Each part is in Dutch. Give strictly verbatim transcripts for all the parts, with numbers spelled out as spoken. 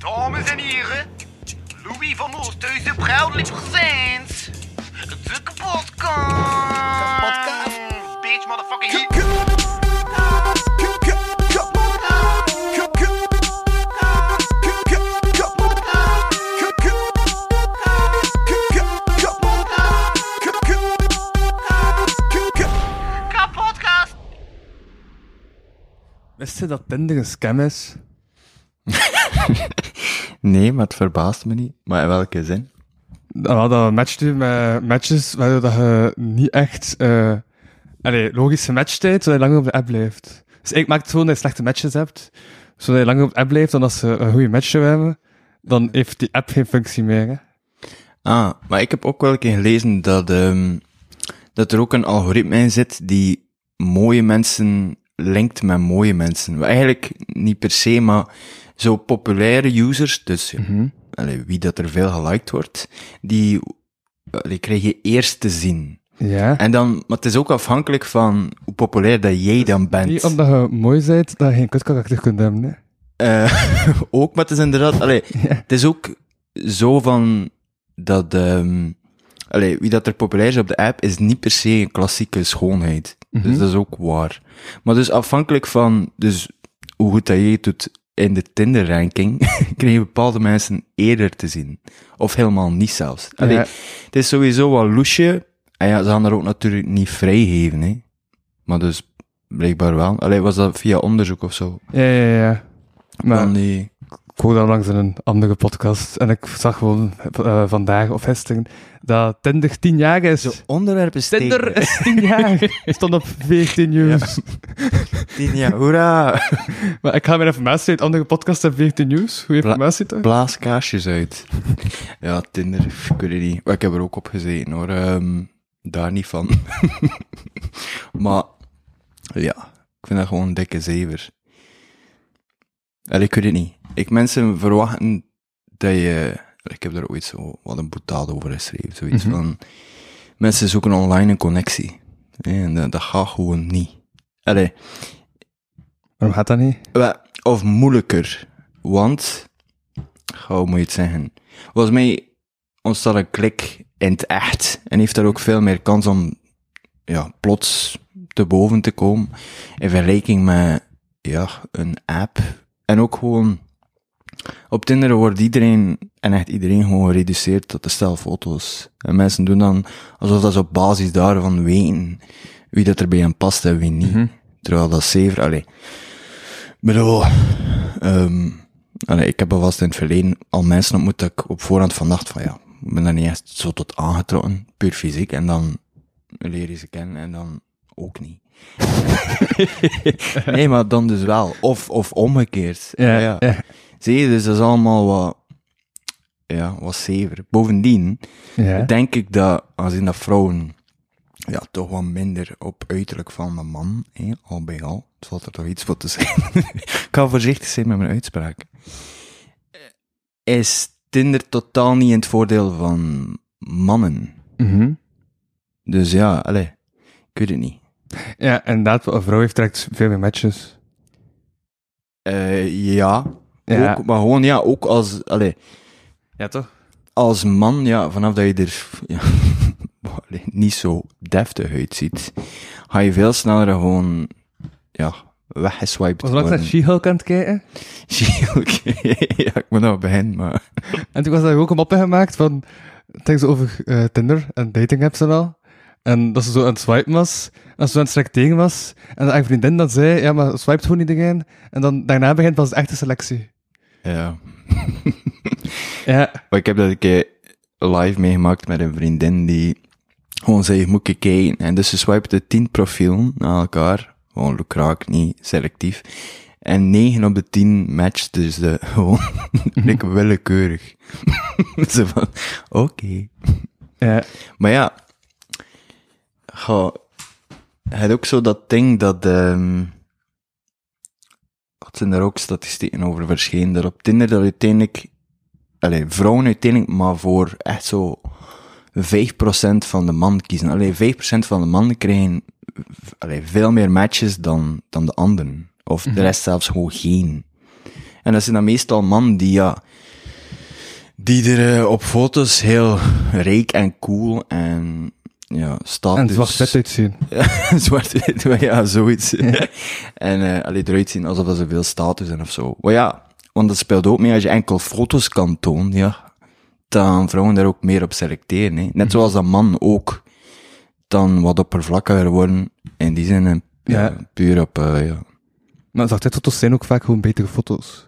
Dames en heren, Louis van Oosthuizen proudly presents de kapotkast. Kapotkast. Bitch, motherfucking hit. Kapotkast. Wist je dat Tinder een scam is? Nee, maar het verbaast me niet. Maar in welke zin? Dat we matchten met matches waardoor dat je niet echt uh, allee, logische matchtijd, zodat je langer op de app blijft. Dus eigenlijk maakt het gewoon dat je slechte matches hebt, zodat je langer op de app blijft dan als ze een goede match hebben, dan heeft die app geen functie meer. Hè? Ah, maar ik heb ook wel een keer gelezen dat, um, dat er ook een algoritme in zit die mooie mensen linkt met mooie mensen. Maar eigenlijk niet per se, maar zo populaire users, dus Mm-hmm. allee, wie dat er veel geliked wordt, die, allee, krijg je eerst te zien. Ja. En dan, maar het is ook afhankelijk van hoe populair dat jij dan bent. Niet omdat je mooi bent, dat je geen kutkarakter kunt hebben. Hè? Uh, ook, maar het is inderdaad, allee, Ja. het is ook zo van, dat, um, allee, wie dat er populair is op de app, is niet per se een klassieke schoonheid. Mhm. Dus dat is ook waar. Maar dus afhankelijk van, dus, hoe goed dat jij het doet in de Tinder-ranking, krijg je bepaalde mensen eerder te zien. Of helemaal niet zelfs. Allee, Ja. het is sowieso wel loesje, en ja, ze gaan er ook natuurlijk niet vrijgeven, hè. Maar dus, blijkbaar wel. Allee, was dat via onderzoek of zo? Ja, ja, ja. Maar Van die... ik hoorde dat langs in een andere podcast en ik zag gewoon uh, vandaag of gisteren dat Tinder tien jaar is. Zo onderwerpen steken. Tinder is tien jaar. Stond op veertien News. Tien jaar, hoera! Maar ik ga mijn informatie uit andere podcasts en veertien News. Goeie Bla- informatie toch? Blaas kaarsjes uit. Ja, Tinder, ik weet het niet. Maar ik heb er ook op gezeten, hoor. Um, daar niet van. Maar, ja, ik vind dat gewoon een dikke zever. Allee, ik weet het niet. Ik, mensen verwachten dat je... Ik heb daar ooit zo wat een boetaal over geschreven. Zoiets Mhm. van... Mensen zoeken online een connectie. hè, En dat, dat gaat gewoon niet. Allee, Waarom gaat dat niet? Wel, of moeilijker, want, hoe moet je het zeggen, volgens mij ontstaat een klik in het echt, en heeft daar ook veel meer kans om, ja, plots te boven te komen, in vergelijking met, ja, een app, en ook gewoon, op Tinder wordt iedereen, en echt iedereen, gewoon gereduceerd tot een stel foto's, en mensen doen dan, alsof dat ze op basis daarvan weten, wie dat er bij hen past en wie niet, Mhm. terwijl dat zever, allee, ik bedoel, um, allee, ik heb alvast in het verleden al mensen ontmoet dat ik op voorhand van dacht van ja, ik ben daar niet echt zo tot aangetrokken, puur fysiek, en dan leer je ze kennen en dan ook niet. Nee, maar dan dus wel. Of, of omgekeerd. Ja, ja. ja. Zie je, dus dat is allemaal wat, ja, wat zever. Bovendien Ja. denk ik dat, aangezien dat vrouwen ja, toch wat minder op uiterlijk van de man, hè, al bij al, zal er toch iets voor te zijn. Ik ga voorzichtig zijn met mijn uitspraak. Is Tinder totaal niet in het voordeel van mannen? Mhm. Dus ja, allee, ik weet het niet. Ja, inderdaad, een vrouw heeft direct veel meer matches. Uh, ja, Ja. Ook, maar gewoon, ja, ook als, allee, Ja, toch? als man, ja, vanaf dat je er ja, allee, niet zo deftig uitziet, ga je veel sneller gewoon, ja, weggeswiped Was ik naar worden. She-Hulk aan het kijken? She-Hulk. Ja, ik moet nou beginnen, maar... En toen was daar ook een mop in gemaakt van, het ging zo over uh, Tinder en dating apps en al. En dat ze zo aan het swipen was, en ze zo aan het strak tegen was. En dat een vriendin dan zei, ja, maar swipe gewoon niet again. En dan daarna begint pas de echte selectie. Ja. Ja. Maar ik heb dat een keer live meegemaakt met een vriendin die gewoon zei, je moet je kijken. En dus ze swipte tien profielen naar elkaar. Gewoon lukraak, niet selectief. En negen op de tien matcht dus de, gewoon, ik willekeurig. Zo van, oké. Okay. Ja. Maar ja, ga, je hebt ook zo dat ding dat, um, wat zijn daar ook statistieken over verschenen, dat op Tinder dat uiteindelijk, allee, vrouwen uiteindelijk maar voor echt zo vijf procent van de man kiezen. Allee, vijf procent van de mannen krijgen allee, veel meer matches dan, dan de anderen. Of de rest zelfs gewoon geen. En dat zijn dan meestal mannen die, ja, die er uh, op foto's heel rijk en cool en, ja, status... En zwart-wit uitzien. Ja, zwart-wit, ja, zoiets. Ja. En, uh, allee, eruit zien alsof dat ze veel status hebben of zo. Maar ja, want dat speelt ook mee als je enkel foto's kan tonen, ja, dan vrouwen daar ook meer op selecteren, hè. Net mm-hmm. zoals dat man ook dan wat oppervlakkiger worden, in die zin, en, ja, ja, puur op, uh, ja. Maar zwart-wit foto's zijn ook vaak gewoon betere foto's.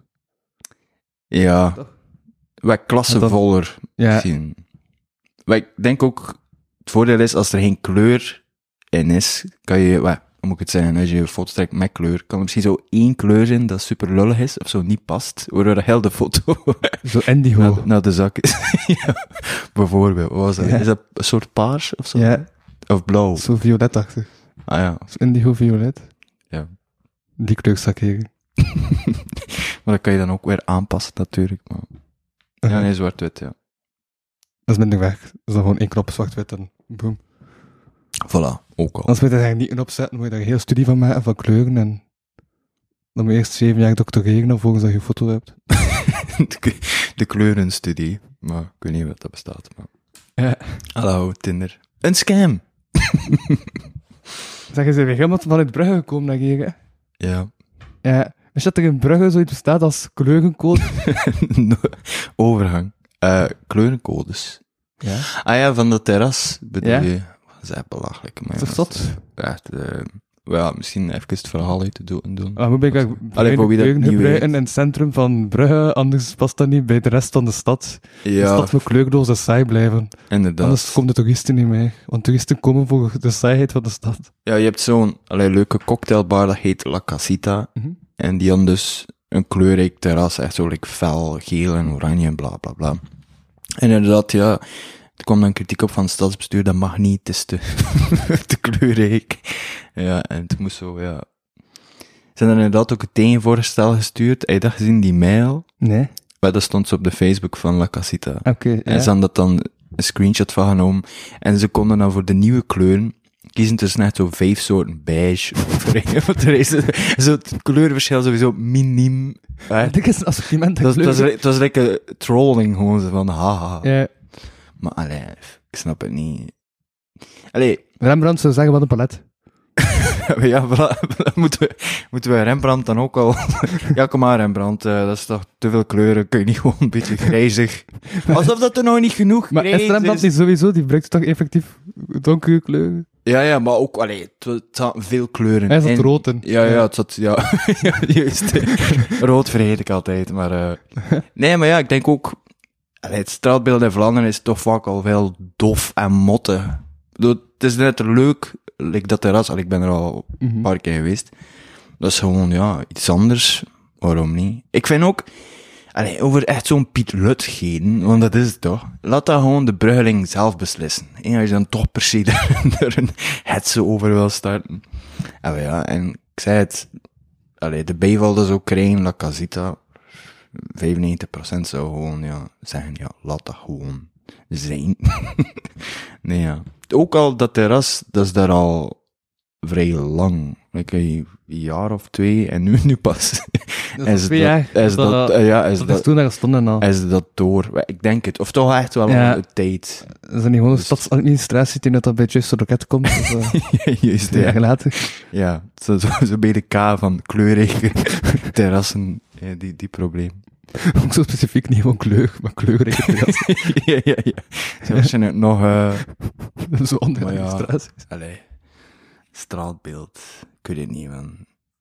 Ja, wat klassevoller ja. misschien. Wat ik denk ook, het voordeel is, als er geen kleur in is, kan je, wat, hoe moet ik het zeggen, als je een foto trekt met kleur, kan er misschien zo één kleur zijn dat super lullig is, of zo niet past, waardoor de hele foto zo indigo naar, naar de zak is. Ja, bijvoorbeeld. Wat was dat? Ja. Is dat een soort paars of zo? Ja. Of blauw? Zo violetachtig. Ah ja. Zo indigo-violet. Ja. Die kleurstakering. Maar dat kan je dan ook weer aanpassen, natuurlijk. Maar... Ja, nee, zwart-wit, ja. Dat is minder weg. Dat is dan gewoon één knop zwart-wit en boom. Voilà, ook al. Als we er eigenlijk niet in opzetten, moet je daar een hele studie van maken, van kleuren, en dan moet je eerst zeven jaar doctoreren, alvorens dat je een foto hebt. de, de kleurenstudie. Maar ik weet niet wat dat bestaat, maar... Ja. Hallo, Tinder. Een scam! Zeg, je zijn weer helemaal vanuit Brugge gekomen naar hier, hè? Ja. Ja. Wist je dat er in Brugge zoiets bestaat als kleurencode? Overgang. Uh, kleurencodes. Ja. Ah ja, van dat terras, bedoel ja. je? Dat is echt belachelijk. Maar is dat zot? Echt, uh, ja, misschien even het verhaal uit te doen. doen. Ah, moet ik eigenlijk kleuren gebruiken in het centrum van Brugge, anders past dat niet bij de rest van de stad. Ja. De stad moet kleurloos en saai blijven. Inderdaad. Anders komen de toeristen niet mee. Want toeristen komen voor de saaiheid van de stad. Ja, je hebt zo'n allee, leuke cocktailbar, dat heet La Casita. Mm-hmm. En die had dus een kleurrijk terras, echt zo like, fel, geel en oranje en bla bla bla. En inderdaad, ja, er kwam dan kritiek op van het stadsbestuur, dat mag niet, het is te, te kleurrijk. Ja, en het moest zo, ja. Ze hebben inderdaad ook het tegenvoorstel gestuurd. Heb je dat gezien, die mail? Nee. Maar dat stond zo op de Facebook van La Casita. Oké, okay, ja. En ze hadden dat dan een screenshot van genomen. En ze konden dan voor de nieuwe kleuren kiezen tussen echt zo vijf soorten beige. Want er is zo het kleurverschil sowieso miniem. Dit is een assortiment. Het was, was, was like een trolling gewoon, zo van haha. Ja. Maar allee, ik snap het niet. Allee. Rembrandt zou zeggen, wat een palet. Ja, voilà, moeten, we, moeten we Rembrandt dan ook al... Ja, kom maar Rembrandt, uh, dat is toch te veel kleuren, kun je niet gewoon een beetje grijzig... Alsof dat er nog niet genoeg maar grijs is Rembrandt niet sowieso, die gebruikt toch effectief donkere kleuren? Ja, ja, maar ook, allee, het, het zat veel kleuren. Hij zat en, rood in. Ja, ja, het zat, ja, ja juist. Rood vergeet ik altijd, maar... Uh, nee, maar ja, ik denk ook... Allee, het straatbeeld in Vlaanderen is toch vaak al veel dof en motte. Het is net leuk... Like dat terras, al ik ben er al een mm-hmm. paar keer geweest. Dat is gewoon, ja, iets anders. Waarom niet? Ik vind ook, allee, over echt zo'n Piet Lutgeden, want dat is het toch. Laat dat gewoon de Bruggeling zelf beslissen. En als je dan toch per se er een hetze over wil starten. En ja, en ik zei het, allee, de bijval is ook krijgen, La Casita. vijfennegentig procent zou gewoon, ja, zeggen, ja, laat dat gewoon zijn. Nee, ja. Ook al dat terras, dat is daar al vrij lang. Like een jaar of twee, en nu, nu pas. Dat is twee jaar. Is dat, dat, uh, ja, is dat, dat is toen daar stonden al. Is dat door? Ik denk het. Of toch echt wel ja. een tijd. Dat is niet gewoon een dus... stadsadministratie, tegen dat dat bij Just Rocket komt. Of, uh, Juist, twee ja. jaar later. Ja, zo, zo, zo bij de K van kleurrijke terrassen, ja, die, die probleem. Ook zo specifiek niet gewoon kleur, maar kleurrijke terrassen. Ja, ja, ja. Zoals je het nog... Uh... Zo onder administratie. Ja, allee, straatbeeld, ik weet het niet, man.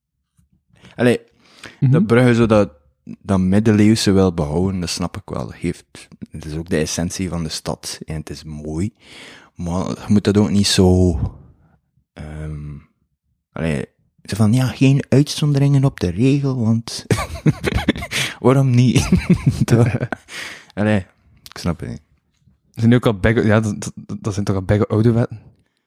Allee, mm-hmm. dat Brugge zo dat, dat middeleeuwse wil behouden, dat snap ik wel. Dat geeft, het is ook de essentie van de stad, en het is mooi. Maar je moet dat ook niet zo... Um, allee, zo van, ja, geen uitzonderingen op de regel, want... Waarom niet? Allee, ik snap het niet. Zijn die ook al bijge... Ja, dat, dat, dat zijn toch al bijge oude wetten?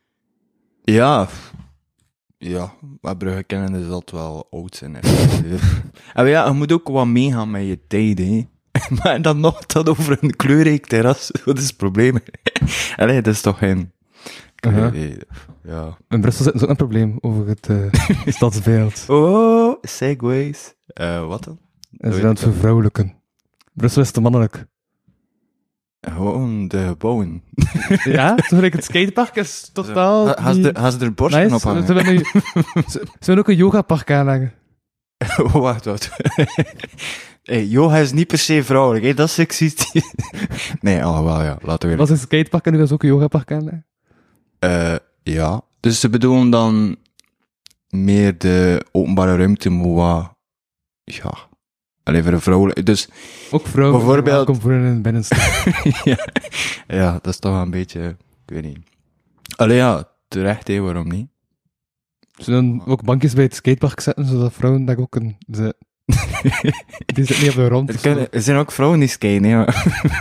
Ja. Ja, wat Brugge kennen is dat wel oud zijn. En ja, je moet ook wat meegaan met je tijd, hè. Maar dan nog dat over een kleurrijk terras, wat is het probleem? Allee, dat is toch geen... Uh-huh. Ja. In Brussel is ook een probleem over het uh, stadsbeeld. Oh, segways. Uh, wat dan? En ze zijn aan het vervrouwelijken. Brussel is te mannelijk. Gewoon de gebouwen. Ja, toen ik het skatepark is totaal... Ga- Gaan ze niet- er- gaan ze er borsten nice. op hangen? Ze willen nu- ze- ze willen ook een yogapark aanleggen. Oh, wacht, wacht. Hey, yoga is niet per se vrouwelijk, hè? Dat is seksistisch. Nee, al wel, ja. Laten we weer... Was een skatepark en nu gaan ze ook een yogapark aanleggen. Eh, ja. Dus ze bedoelen dan meer de openbare ruimte, maar wat... Ja. Alleen voor een vrouwelijk... Dus, Ook vrouwen. Bijvoorbeeld- Kom voor in het binnenstad. ja. ja, dat is toch wel een beetje... Ik weet niet. Allee, ja. Terecht, hè. Waarom niet? Ze willen ook bankjes bij het skatepark zetten, zodat vrouwen daar ook een... Ze, die zitten niet op de rond. Er, kunnen- er zijn ook vrouwen die skaten, hè. maar-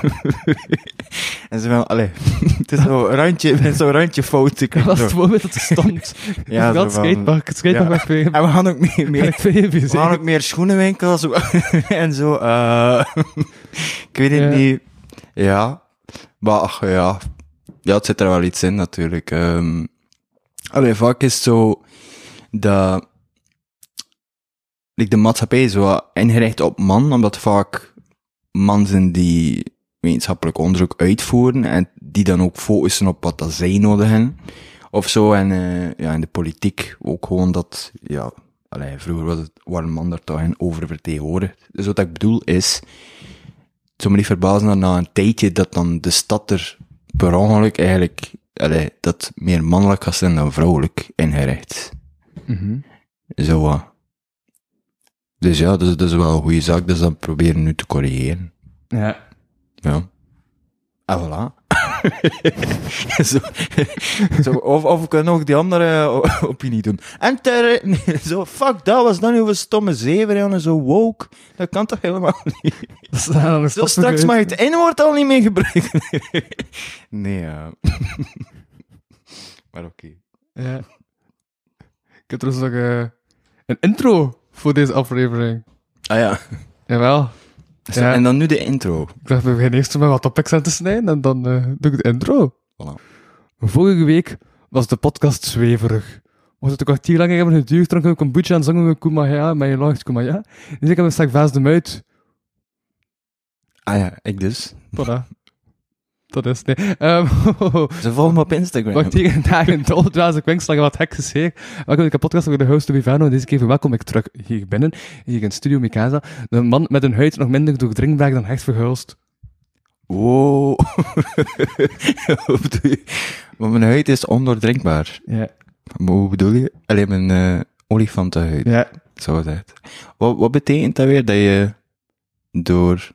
en ze wel... Allee. Het is zo'n randje... Met zo'n randje fout. Ik Dat was weet het nog. moment dat het stond. Ja, Ja, zo het van- skatepark. Het skatepark Ja. werd weer... En we gaan ook meer... meer werd weer We gaan ook meer schoenenwinkels en zo. eh ik weet het Ja. niet. Ja. Maar ach, ja. Ja, het zit er wel iets in natuurlijk. Um, allee, vaak is het zo dat like, de maatschappij is zo ingericht op man, omdat vaak mannen zijn die wetenschappelijk onderzoek uitvoeren en die dan ook focussen op wat dat zij nodig hebben. Of zo. En uh, ja, in de politiek ook gewoon dat, ja, allee, vroeger was het, waren mannen daar toch in oververtegenwoordigd. Dus wat ik bedoel is, het zou me niet verbazen dat na een tijdje dat dan de stad er per ongeluk eigenlijk, allee, dat meer mannelijk gaat zijn dan vrouwelijk ingericht. Mhm. Zo wat. Dus ja, dat is, dat is wel een goede zaak, dus dat proberen we nu te corrigeren. Ja. Ja. En voilà. zo, zo, of, of we kunnen ook die andere o- opinie doen. En ter, nee, zo, fuck, dat was dan over stomme zeven en zo woke. Dat kan toch helemaal niet. Dat is dan een Zo straks mag je het N-woord al niet meer gebruiken. nee, ja. maar oké. Ja. Ik heb trouwens nog eh, een intro voor deze aflevering. Ah ja. Jawel. Zo, Ja. En dan nu de intro. Ik dacht, we beginnen eerst met wat topics aan te snijden en dan eh, doe ik de intro. Voilà. Vorige week was de podcast zweverig. Was het een kwartier langer hebben geduurd, dronken we kombucha en zongen we Kumaya, maar je lacht Kumaya. Dus ik heb een stak vaas de muit. Ah ja, ik dus. Voilà. Dat is het, nee. Um, Ze volgen me op Instagram. Wacht hier dagen dol, dwaze kwinkslagen wat hekjes heer. Welkom in de podcast over de host Louis Vano. En deze keer welkom ik terug hier binnen, hier in Studio Mikasa. De man met een huid nog minder doordringbaar dan hecht verhulst. Wow. Hoe bedoel je? Maar mijn huid is ondoordringbaar. Ja. Maar hoe bedoel je? Alleen mijn uh, olifantenhuid. Ja. Zo is het. Wat, wat betekent dat weer? Dat je door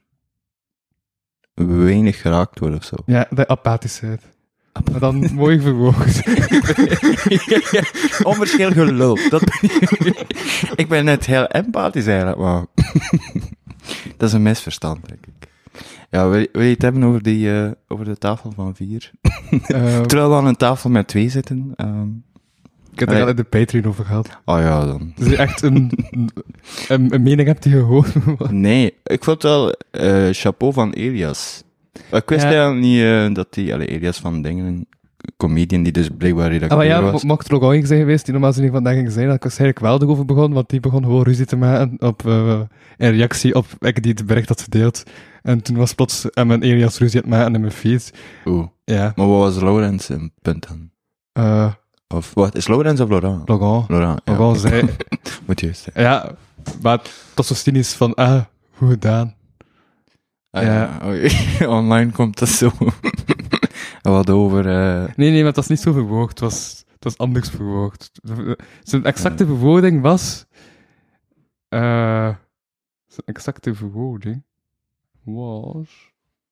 weinig geraakt wordt of zo? Ja, de apathischheid. Maar dan mooi verwoord. Onverschil gelul. Dat ben ik. Ik ben net heel empathisch eigenlijk, maar... dat is een misverstand, denk ik. Ja, wil, wil je het hebben over, die, uh, over de tafel van vier? Um, Terwijl we aan een tafel met twee zitten. Um, ik heb het er al in de Patreon over gehad. oh ja, dan. Dus je echt een, een, een mening hebt die gehoord wordt. Nee, ik vond wel uh, chapeau van Elias. Ik wist Ja. eigenlijk niet uh, dat die... Allee, Elias van Dingen, een comedian die dus blijkbaar Ah, redacteur maar ja, was. mo- mocht er ook al in zijn geweest die normaal zo niet vandaag ging zijn, dat ik waarschijnlijk wel erover begon, want die begon gewoon ruzie te maken op, uh, in reactie op ik die het bericht had gedeeld. En toen was plots uh, mijn Elias ruzie aan het maken in mijn feed. Oeh. Ja. Maar wat was Laurens een punt dan? Uh, Of wat, is Laurens of Laurent? Laurent. Laurent, ja. Laurent zei... Moet juist zijn. Ja, maar het was zo cynisch van, ah, hoe gedaan. Ah, Ja. ja. Oei. Online komt dat zo. Wat over... Uh... Nee, nee, maar het was niet zo verwoord. Het was, het was anders verwoord. Zijn exacte verwoording was... Uh, zijn exacte verwoording was...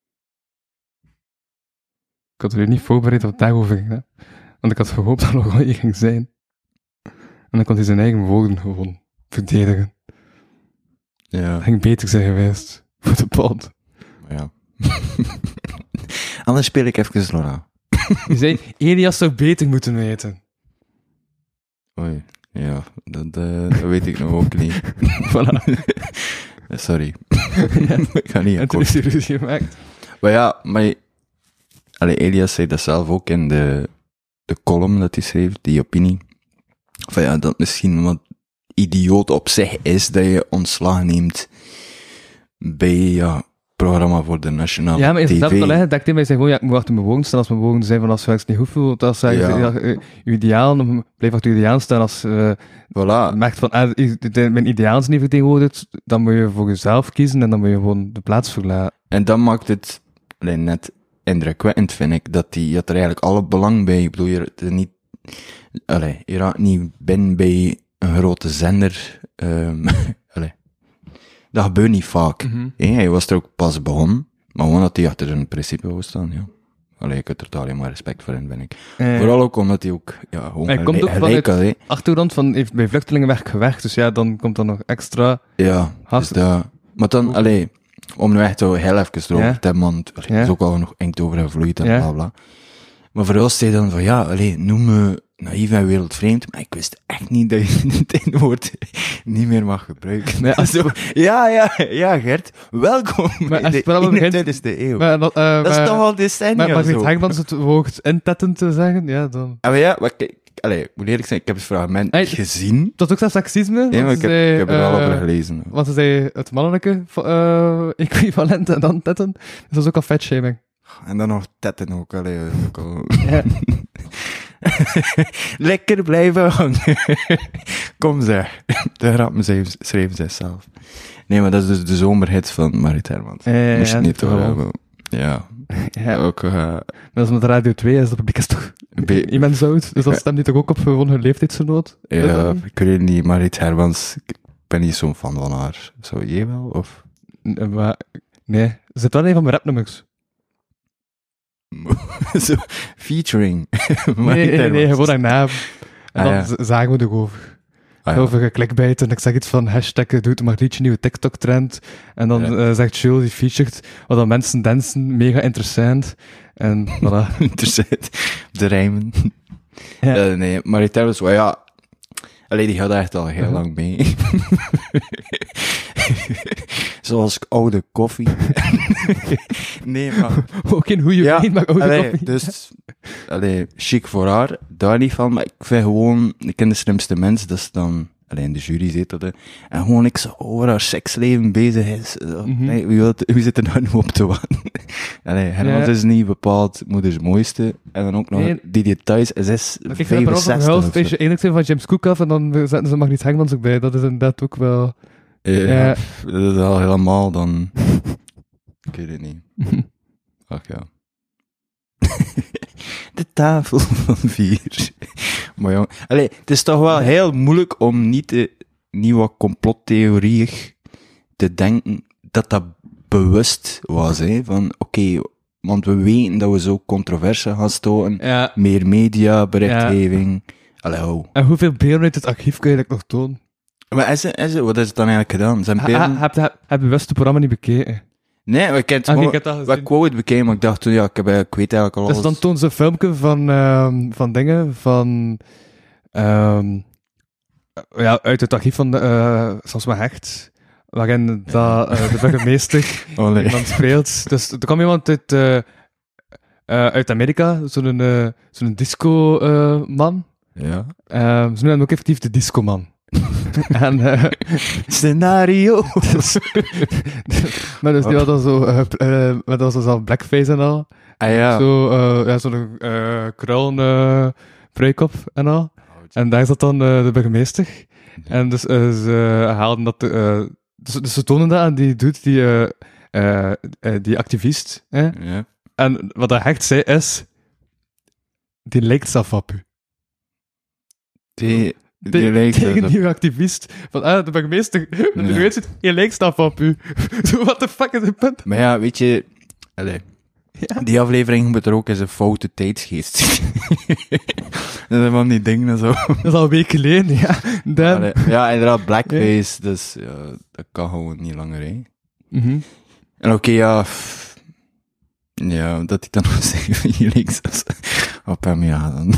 Ik had er niet voorbereid wat het daarover ging, hè. Want ik had gehoopt dat Laurent hier ging zijn. En dan kon hij zijn eigen woorden gewoon verdedigen. Ja, Dat ging beter zijn geweest voor de pod. maar ja. Anders speel ik even Laurent. Die zei, Elias zou beter moeten weten. Oei. Ja, dat, uh, dat weet ik nog ook niet. Voilà. Sorry. Ja. Ik ga niet En toen akkoord. is hij ruzie gemaakt. Maar ja, maar... Allee, Elias zei dat zelf ook in de, de column dat hij schreef, die opinie. Van ja, dat misschien wat idioot op zich is dat je ontslag neemt bij, ja, programma voor de nationale Ja, maar is T V. het zelf wel dat ik tegen mij zeg, gewoon, ja, ik moet achter mijn woorden staan als mijn woorden zijn van als je het niet goed voelt, als je Ja. ja. je ideaal, dan blijf achter je ideaal staan als je Voilà. merkt van, ah, ik- de- mijn ideaal is niet vertegenwoordigd, dan moet je voor jezelf kiezen en dan moet je gewoon de plaats verlaten. En dan maakt het alleen net indrukwekkend, vind ik, dat die, je had er eigenlijk alle belang bij. Ik bedoel, je, het is niet, allee, je raakt niet binnen bij een grote zender. Um, allee. Dat gebeurt niet vaak. Mhm. Hey, hij was er ook pas begonnen, maar gewoon dat hij achter een principe wou staan, ja. Allee, ik heb er totaal maar respect voor in, ben ik. Eh, Vooral ook omdat hij ook, ja, gewoon Hij komt ook gelijk had, hè. achtergrond van, heeft bij vluchtelingenwerk gewerkt, dus ja, dan komt dat nog extra. Ja, Haast- dus dat, maar dan, allee, om nu echt zo heel even erover Ja. te hebben, want er Ja. is ook al nog enkel over gevloeid en Ja. bla bla. Maar voor ons zei dan van, ja, allee, noem me naïef en wereldvreemd, maar ik wist echt niet dat je dit woord niet meer mag gebruiken. Maar als- Zo, ja, ja, ja, Gert, welkom Maar in als de het wel begint- eenentwintigste eeuw. Maar, dat, eh, dat is maar- toch al decennia Maar Margriet zo. Hegmans het woord intetten te zeggen, ja, dan... Ah, maar ja, maar kijk, allee, ik moet eerlijk zijn, ik heb het fragment Hey, gezien. Dat is ook zelfs seksisme. Ja, maar want ik ze heb, zei, ik heb er wel eh, over gelezen. Want ze zei het mannelijke uh, equivalent en dan tetten. Dus dat is ook al vetshaming. En dan nog tetten ook, allee, dat is ook al... Ja. Lekker blijven hangen. Kom zeg. De grappen schreef, schreef zij zelf. Nee, maar dat is dus de zomerhit van Marit Hermans. Ja, ja, Moest je ja, niet toch door wel. hebben. Ja. Ja. Ook, uh, Dat is met Radio twee, is dat publiek is toch Be- immens oud. Dus dat stemt niet toch ook op gewoon hun leeftijdsgenoot? Is ja, dat niet? ik weet niet, Marit Hermans, ik ben niet zo'n fan van haar. Zou jij wel? Of? Nee, maar, nee, ze zit wel een van mijn rapnummers. Zo, featuring. Nee, Marit nee, nee, Hermans. gewoon haar naam. En Ah, dan ja. z- zagen we erover. Ah, ja. Over geklikbijt en ik zeg iets van hashtag eh, doet maar liedje nieuwe TikTok-trend. En dan Ja. eh, zegt Jules, die featured, wat dan mensen dansen, mega interessant. En voilà. Interessant. De rijmen. Ja. Eh, nee, Marit Hermans, well, ja. Allee, die gaat echt al heel Mhm. lang mee. Zoals oude koffie. nee, maar... Ook geen goede Ja, wijn, maar oude allee, koffie. dus... Allee, chic voor haar, daar niet van, maar ik vind gewoon... Ik ken de slimste mens, dat is dan... Allee, in de jury zit dat, hè. En gewoon ik zo over haar seksleven bezig is. Zo, Mhm. nee, wie, wil, wie zit er nou nu op te wachten? Allee, Hermans Ja. is niet bepaald moeders mooiste. En dan ook nog Nee. die details, is is Kijk, ik heb er ook een vijfenzestig heel of zo. feestje eindelijk zijn van James Cook af en dan zetten ze Margriet Hegmans ook bij. Dat is inderdaad ook wel... Ja, Ja. dat is al helemaal dan... Ik weet het niet. Ach ja. De tafel van vier. Maar jong, allee, het is toch wel heel moeilijk om niet, te, niet wat complottheorieën te denken dat dat bewust was, hè. Van, oké, want we weten dat we zo controverse gaan stoten. Ja. Meer media, berichtgeving. Allee, oh. En hoeveel beelden uit het archief kun je dat nog tonen? Maar is het, is het, wat is het dan eigenlijk gedaan? Zijn Ha- beelden... ha- Heb je heb je bewust het programma niet bekeken? Nee, maar ik heb het Ah, gewoon- ik heb dat wat gezien. ik wou het bekeken, maar ik dacht toen, ja, ik, heb, ik weet eigenlijk al Dus alles. dan tonen ze een filmpje van, ehm, van dingen, van... ehm, ja, uit het archief van uh, Sansma Hecht, waarin dat, eh, de burgemeester Oh, nee. iemand speelt. Dus er kwam iemand uit, eh, eh, uit Amerika, zo'n uh, zo'n disco-man. Ja. Ehm, ze noemen hem ook effectief de disco-man. en... eh, Scenario. dus, maar dus die had dan zo, uh, uh, met dan zo blackface en al. Ah ja. Zo, uh, ja, zo'n uh, krullen uh, pruik en al. En daar zat dan uh, de burgemeester. En dus uh, ze haalden dat... Uh, dus, dus ze tonen dat aan die dude, die, uh, uh, uh, die activist. Hè? Ja. En wat hij echt zei is... Die lijkt zelf op u. Die, die Te- lijkt tegen dat- die activist. Van, ah, de burgemeester, de burgemeester zit, je lijkt zelf op u. Zo, what the fuck is het punt? Maar ja, weet je... Allee. Ja. Die aflevering moet er ook eens een foute tijdsgeest. Dat zijn van die dingen zo. Dat is al een week geleden, ja. Dan... Allee, ja, inderdaad, blackface, dus ja, dat kan gewoon niet langer, hè. Mhm. En oké, ja... pff, ja, dat ik dan nog zeg, je lijkt zelfs op hem, ja, dan...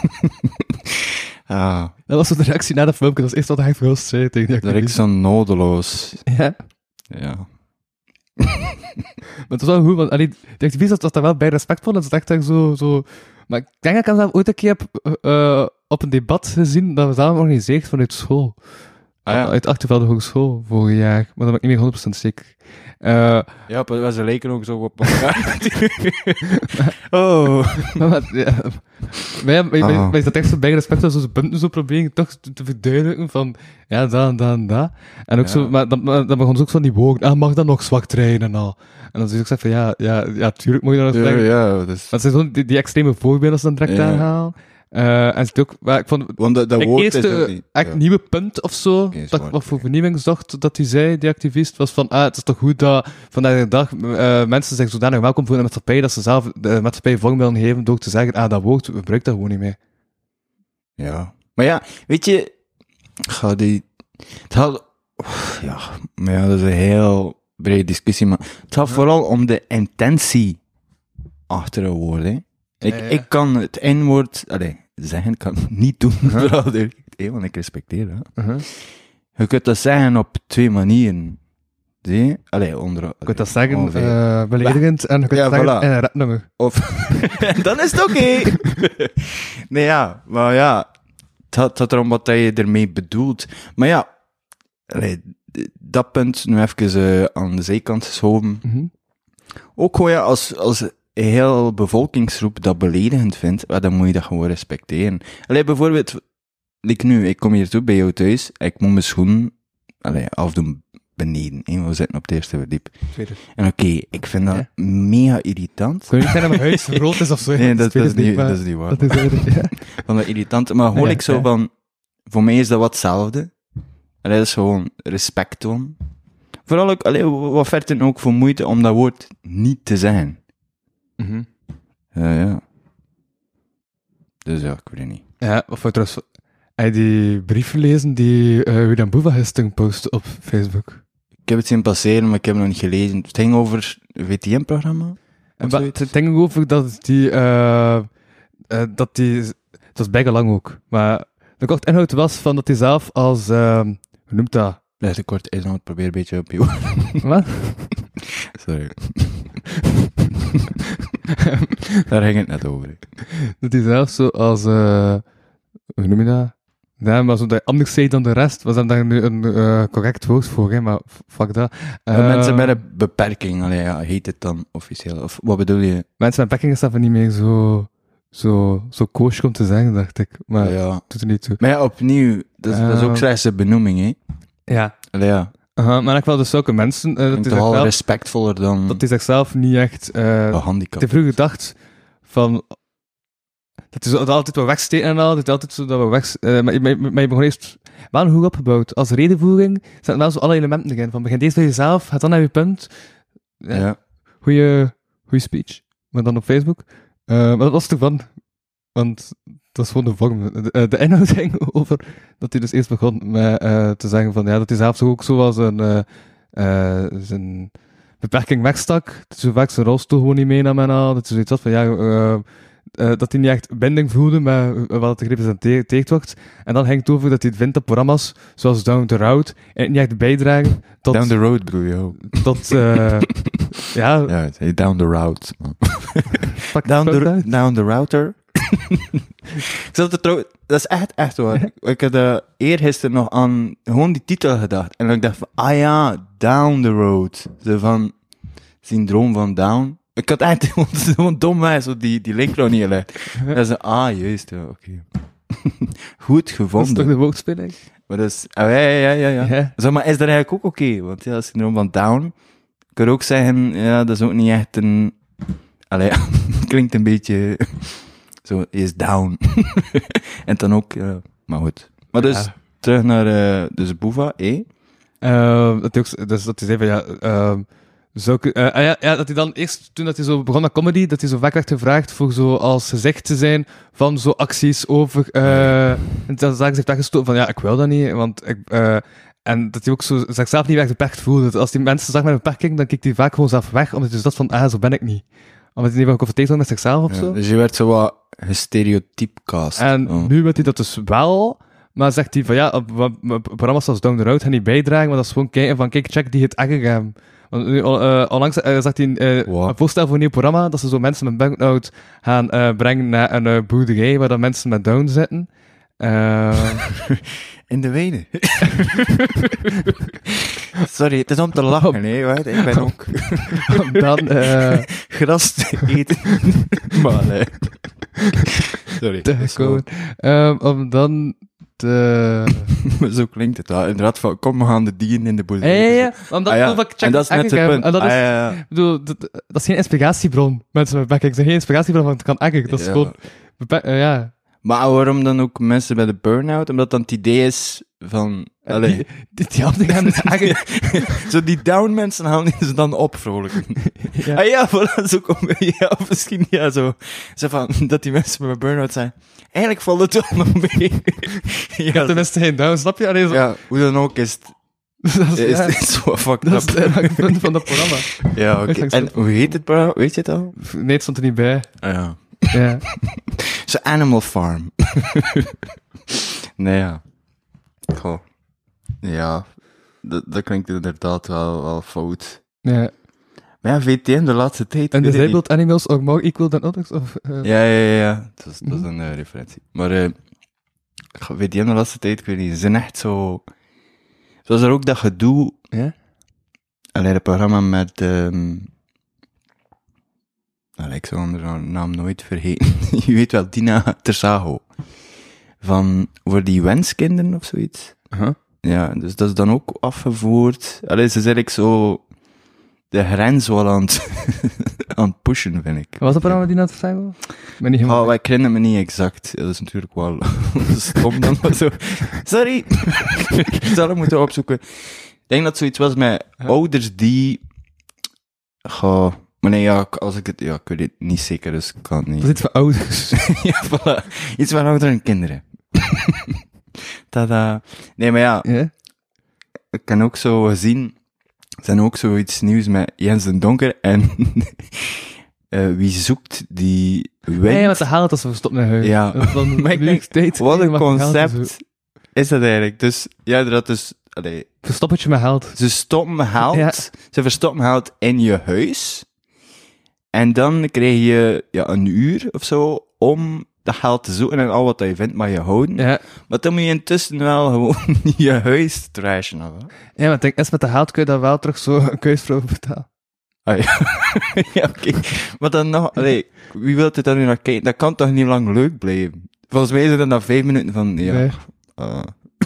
ah, Dat was zo de reactie na dat filmpje. Dat is eerst wat hij voor ons zei tegen die dat ik activist. zo nodeloos... Ja. Ja. Maar het was wel goed, want allee, de activist was, was daar wel bij respectvol. Dat is echt echt zo, zo... Maar ik denk dat ik hem zelf ooit een keer heb, uh, op een debat gezien dat we zelf organiseerd vanuit school. Ah, ja. Uit Achtervelde Hogeschool, vorig jaar. Maar dat ben ik niet meer honderd procent zeker. Uh, ja, maar ze lijken ook zo op elkaar. oh. maar, maar, ja, maar ja, maar, oh. maar is dat echt zo bij respect dat ze punten zo proberen toch te, te verduidelijken van, ja, dat en dat en dat. En ook ja. zo, maar dan, dan begon ze ook zo van die woorden, ah, mag dat nog zwak trainen en al. En dan zie ik zeggen van, ja, ja, ja, tuurlijk moet je dat nog ja, zeggen. Ja, dat is... Maar het zijn zo die, die extreme voorbeelden ze dan direct ja. aanhalen. Uh, en het ook, maar ik vond, Want dat, dat ik woord eerste is niet, echt ja. nieuwe punt of zo, Okay, dat ik wat voor vernieuwing zocht, dat hij zei, die activist, was van, ah, het is toch goed dat vandaag de dag uh, mensen zich zodanig welkom voelen in de maatschappij, dat ze zelf de maatschappij vorm willen geven door te zeggen, ah, dat woord, we gebruiken dat gewoon niet meer. Ja. Maar ja, weet je, ga die, het had, ja, maar ja, dat is een heel brede discussie, maar het gaat ja. vooral om de intentie achter een woord, hè. Ik, ja, ja. ik kan het N-woord, allee, zeggen, kan het niet doen, uh-huh. hey, want ik respecteer dat. Uh-huh. Je kunt dat zeggen op twee manieren. Zie je? Allee, onder... Je kunt dat zeggen, uh, beledigend, en je kunt ja, dat zeggen voilà. in een rapnummer. Of, dan is het oké. Okay. Nee, ja, maar ja, het gaat, het erom wat je ermee bedoelt. Maar ja, allee, dat punt nu even uh, aan de zijkant geschoven. Mm-hmm. Ook gewoon, ja, als... als een heel bevolkingsgroep dat beledigend vindt, dan moet je dat gewoon respecteren. Allee, bijvoorbeeld, like nu, ik kom hier toe bij jou thuis, ik moet mijn schoenen allee, afdoen beneden. Hè, we zitten op het eerste verdiep. Tweede. En oké, okay, ik vind dat ja. mega irritant. Kun je niet zeggen dat mijn huis groot is of zo? Nee, dat, dat, is, niet, dat is niet waar. Dat is eigenlijk, ja. Van dat irritant, maar gewoon ja, ik zo ja. van, voor mij is dat wat hetzelfde. Allee, dat is gewoon respect toon. Vooral ook, allee, wat verder dan ook voor moeite om dat woord niet te zeggen. Mm-hmm. Ja, ja. Dus ja, ik weet het niet. Ja, of trouwens, heb je die brief gelezen die uh, William Boeva gisteren postte op Facebook? Ik heb het zien passeren, maar ik heb het nog niet gelezen. Het ging over een V T M-programma? Het ging over dat die, uh, uh, dat die, het was bijna lang ook, maar de kort inhoud was van dat hij zelf als, uh, hoe noemt dat? Ja, de kort inhoud, probeer een beetje op je oor. Wat? Sorry. Daar ging het net over. Dat hij zelf zo als, uh, hoe noem je dat? Nee, maar zo dat je anders zei dan de rest, was dan daar nu een uh, correct woord voor, hè, maar fuck dat. Uh, mensen met een beperking, allee, ja, heet het dan officieel? Of wat bedoel je? Mensen met beperking is dat niet meer zo, zo, zo koosje om te zeggen, dacht ik. Maar ja, ja. doet er niet toe. Maar ja, opnieuw, dat is, uh, dat is ook slechts een benoeming, hè? Ja. Allee, ja. Uh-huh, maar ik wel dus zulke mensen... Uh, dat toch al respectvoller dan... Dat hij zichzelf niet echt... Uh, handicap. Ik heb vroeger gedacht van... Dat is altijd wel wegsteken en al, dat is altijd zo dat we weg... Uh, maar, maar, maar je begon eerst wel goed opgebouwd. Als redenvoering zaten wel zo alle elementen erin. Van begin eerst bij jezelf, gaat dan naar je punt. Uh, ja. Goeie, goeie speech. Maar dan op Facebook. Uh, maar dat was toch van... Want dat is gewoon de vorm. De, de inhoud ging over dat hij dus eerst begon met uh, te zeggen van ja, dat hij zelf zo ook zo was een uh, uh, zijn beperking wegstak. Dat hij zo vaak zijn rolstoel gewoon niet meenam en al. Dat hij zoiets had van ja, uh, uh, dat hij niet echt binding voelde met uh, wat er gerepresenteerd wordt. En dan ging het over dat hij het vindt dat programma's zoals Down the Road en niet echt bijdragen tot... Down the Road bedoel je ook. Tot, uh, ja... Ja, hey, Down the Route. down, the, down the Router. Ik zat er trouw... Dat is echt, echt waar. Ik had uh, eergisteren nog aan gewoon die titel gedacht. En ik dacht van, ah ja, Down the Road. Zo van, syndroom van Down. Ik had echt gewoon domwijs op die, die link nog niet gelegd. Dat is een, ah, juist, ja, oké. Okay. Goed gevonden. Dat is toch de woordspeling? Maar dat is, ah, ja, ja, ja, ja. ja. Zo, maar is dat eigenlijk ook oké? Okay? Want ja, syndroom van Down, ik kan ook zeggen, ja, dat is ook niet echt een... Allee, klinkt een beetje... Zo, is down. En dan ook, ja, maar goed. Maar dus, ja. terug naar uh, dus Boeva, eh? Uh, dat hij ook, dus dat hij zei van, ja, uh, zou ik, uh, ja, ja, dat hij dan eerst, toen dat hij zo begon met comedy, dat hij zo vaak werd gevraagd voor zo als gezicht te zijn van zo acties over, uh, en dan zagen ze heeft weggestoten van, ja, ik wil dat niet, want ik, uh, en dat hij ook zo zichzelf niet echt beperkt voelde. Dat als die mensen zag met een beperking, dan keek hij vaak gewoon zelf weg, omdat hij dus dat van, ah, zo ben ik niet. Omdat hij niet wel geconfronteerd was met zichzelf of ja, zo. Dus je werd zo wat gestereotypecast. En oh. nu weet hij dat dus wel, maar zegt hij van ja, op, op, op programma's zoals Down the Road gaan niet bijdragen, maar dat is gewoon kijken van kijk, check die het aangegeven. Want nu, uh, onlangs uh, zag hij uh, wow. een voorstel voor een nieuw programma, dat ze zo mensen met burn-out gaan uh, brengen naar een uh, boerderij waar dan mensen met Down zitten. Uh, In de weide. Sorry, het is om te lachen, hè. Wacht, ik ben ook Om dan... eh gras te eten. Maar, nee. Sorry. te dat is wel- komen. Ehm, om dan te... Zo klinkt het wel. Inderdaad, van, kom, we gaan de dieren in de Ja, boerderij. ja, ja. Omdat Ah, ja. dat ik check En dat is net egg het heb. punt. En dat is... Ah, ja, ja. Ik bedoel, dat, dat is geen inspiratiebron. Mensen met bekken. Ik zeg geen inspiratiebron, want het kan eggen. Dat is Ja. gewoon... bepe- eh, ja. Maar waarom dan ook mensen bij de burn-out? Omdat dan het idee is van... Allee. Die, die, die anderen gaan het eggen. Zo die down mensen halen ze dan op, vrolijk. Ja. Ah ja, voilà, zo kom ja, of misschien ja, zo. Zo van, dat die mensen bij burn-out zijn. Eigenlijk valt het toch nog mee. ja, Tenminste geen down, snap je? Allee, zo, ja, hoe dan ook is het, dat is, is ja, het zo fucked dat is up. het punt van dat programma. Ja, oké. Uitgangspunt. En hoe heet het programma? Weet je het al? Nee, het stond er niet bij. Ah, ja. Ja. Zo Animal Farm. nee, ja. Goh. Ja, dat, dat klinkt inderdaad wel, wel fout. Ja. Maar ja, V T M de laatste tijd... En weet ik niet. disabled animals are more equal than others? Of, eh, Ja, ja, ja, ja. Dat is, dat is Mhm. een eh, referentie. Maar eh V T M de laatste tijd, ik weet niet, ze zijn echt zo... Zoals er ook dat gedoe... Ja? Allee, het programma met... ehm allee, ik zal haar naam nooit vergeten. Je weet wel, Dina Tersago. Van, voor die wenskinderen of zoiets. Uh-huh. Ja, dus dat is dan ook afgevoerd. Allee, ze is eigenlijk zo... De grens wel aan het, aan het pushen, vind ik. Wat was dat programma die net zei? Ik ben niet helemaal... Oh, ik herinner me niet exact. Ja, dat is natuurlijk wel stom dan, maar zo. Sorry! Ik zou het moeten opzoeken. Ik denk dat het zoiets was met Ja. ouders die... Goh, maar nee, ja, als ik het... Ja, ik weet het niet zeker, dus ik kan het Dat is niet. iets voor ouders. ja, voilà. Iets van ouderen kinderen. Tada. Nee, maar ja, Ja? ik kan ook zo gezien... Er zijn ook zoiets nieuws met Jens den Donker en... eh, wie zoekt die wind? Nee, want de haalt als we stoppen naar huis. Ja. Dat is dan Maar ik nu denk, steeds Wat een mag gehaald en zo. concept is dat eigenlijk. Dus, ja, dat dus, allee, Verstoppertje met geld. ze stoppen geld, Ja. ze verstoppen geld in je huis, en dan krijg je, ja, een uur of zo, om dat geld te zoeken, en al wat je vindt mag je houden. Ja. Maar dan moet je intussen wel gewoon je huis trashen, of, hè? Ja, maar ik denk, eens met de haalt kun je dan wel terug zo een keusvrouw betalen. Ah, ja, ja oké. Maar dan nog, allee, wie wil het daar nu naar kijken? Dat kan toch niet lang leuk blijven? Volgens mij zijn er dan vijf minuten van, ja, Nee. Uh,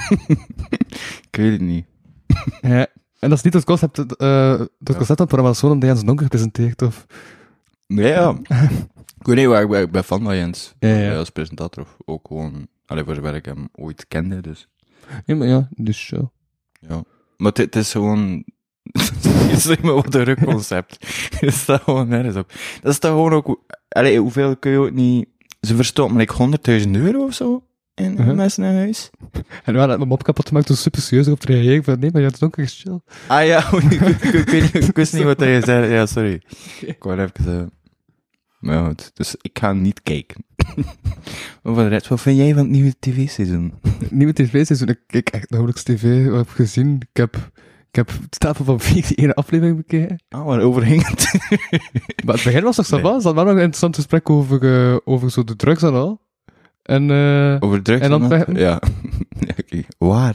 ik weet het niet. Ja. En dat is niet het concept, uh, het concept van het programma, dat is gewoon omdat Jens Donker presenteert, of... Nee, ja. Ik weet niet waar ik ben, ik ben fan van Jens. Ja, ja. Als presentator. Of ook gewoon, allee, voor zover ik hem ooit kende, dus. Ja, maar ja, dus zo. Ja. Maar het- het is gewoon... Het is niet meer wat een rukconcept. Het staat gewoon nergens op. Dat is toch gewoon ook... Allee, hoeveel kun je ook niet... Ze verstoppen like honderdduizend euro of zo in Uh-huh. mensen in huis. En we hadden mijn mop kapot gemaakt, toen super serieus op te reageren, van nee, maar Jens Donker is chill. Ah ja, ik, ik, ik, weet niet- ik wist niet wat je zei. Ja, sorry. Ik wou even... Uh... Maar ja, goed. Dus ik ga niet kijken. Maar voor de rest, wat vind jij van het nieuwe tv-seizoen? Nieuwe tv-seizoen, ik kijk echt nauwelijks tv, wat heb ik gezien? Ik heb, ik heb het stapel van vier die ene aflevering bekeken. Ah, waarover ging het? Maar het begin was toch zo Nee. wel? Ze hadden wel nog een interessant gesprek over, uh, over zo de drugs en al. En, uh, Over drugs? En dan nog? zeggen- Ja. Ja, oké. Waar?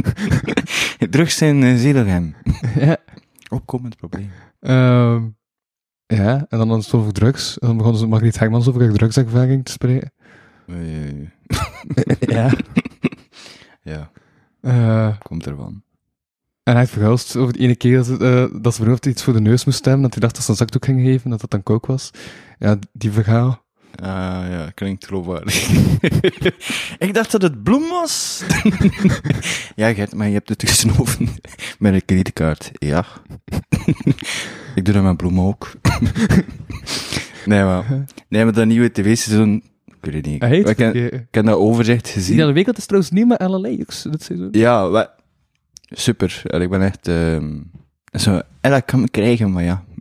Drugs zijn uh, Zedelgem. ja, Opkomend probleem. ehm, ja, en dan hadden ze het over drugs. En dan begonnen ze Margriet Hegmans over haar drugservaring te spreken. Uh, ja. ja, Uh, komt ervan. en hij heeft verhuisd over de ene keer dat ze, uh, dat ze verhoofd iets voor de neus moest hebben, dat hij dacht dat ze een zakdoek ging geven, dat dat dan kook was. Ja, die verhaal. Ah, ja, klinkt geloofwaardig. Ik dacht dat het bloem was. Ja, Gert, maar je hebt het gesnoven met een creditcard. Ja. Ik doe dat met bloemen ook. Nee, maar, nee, maar dat nieuwe tv-seizoen, ik weet het niet. Hij heet ik, heb, het. ik heb dat overzicht Die gezien. hele week had is trouwens niet met L L A dit seizoen. Ja, wa- super. En ik ben echt... ehm zo, en dat kan me krijgen, maar ja.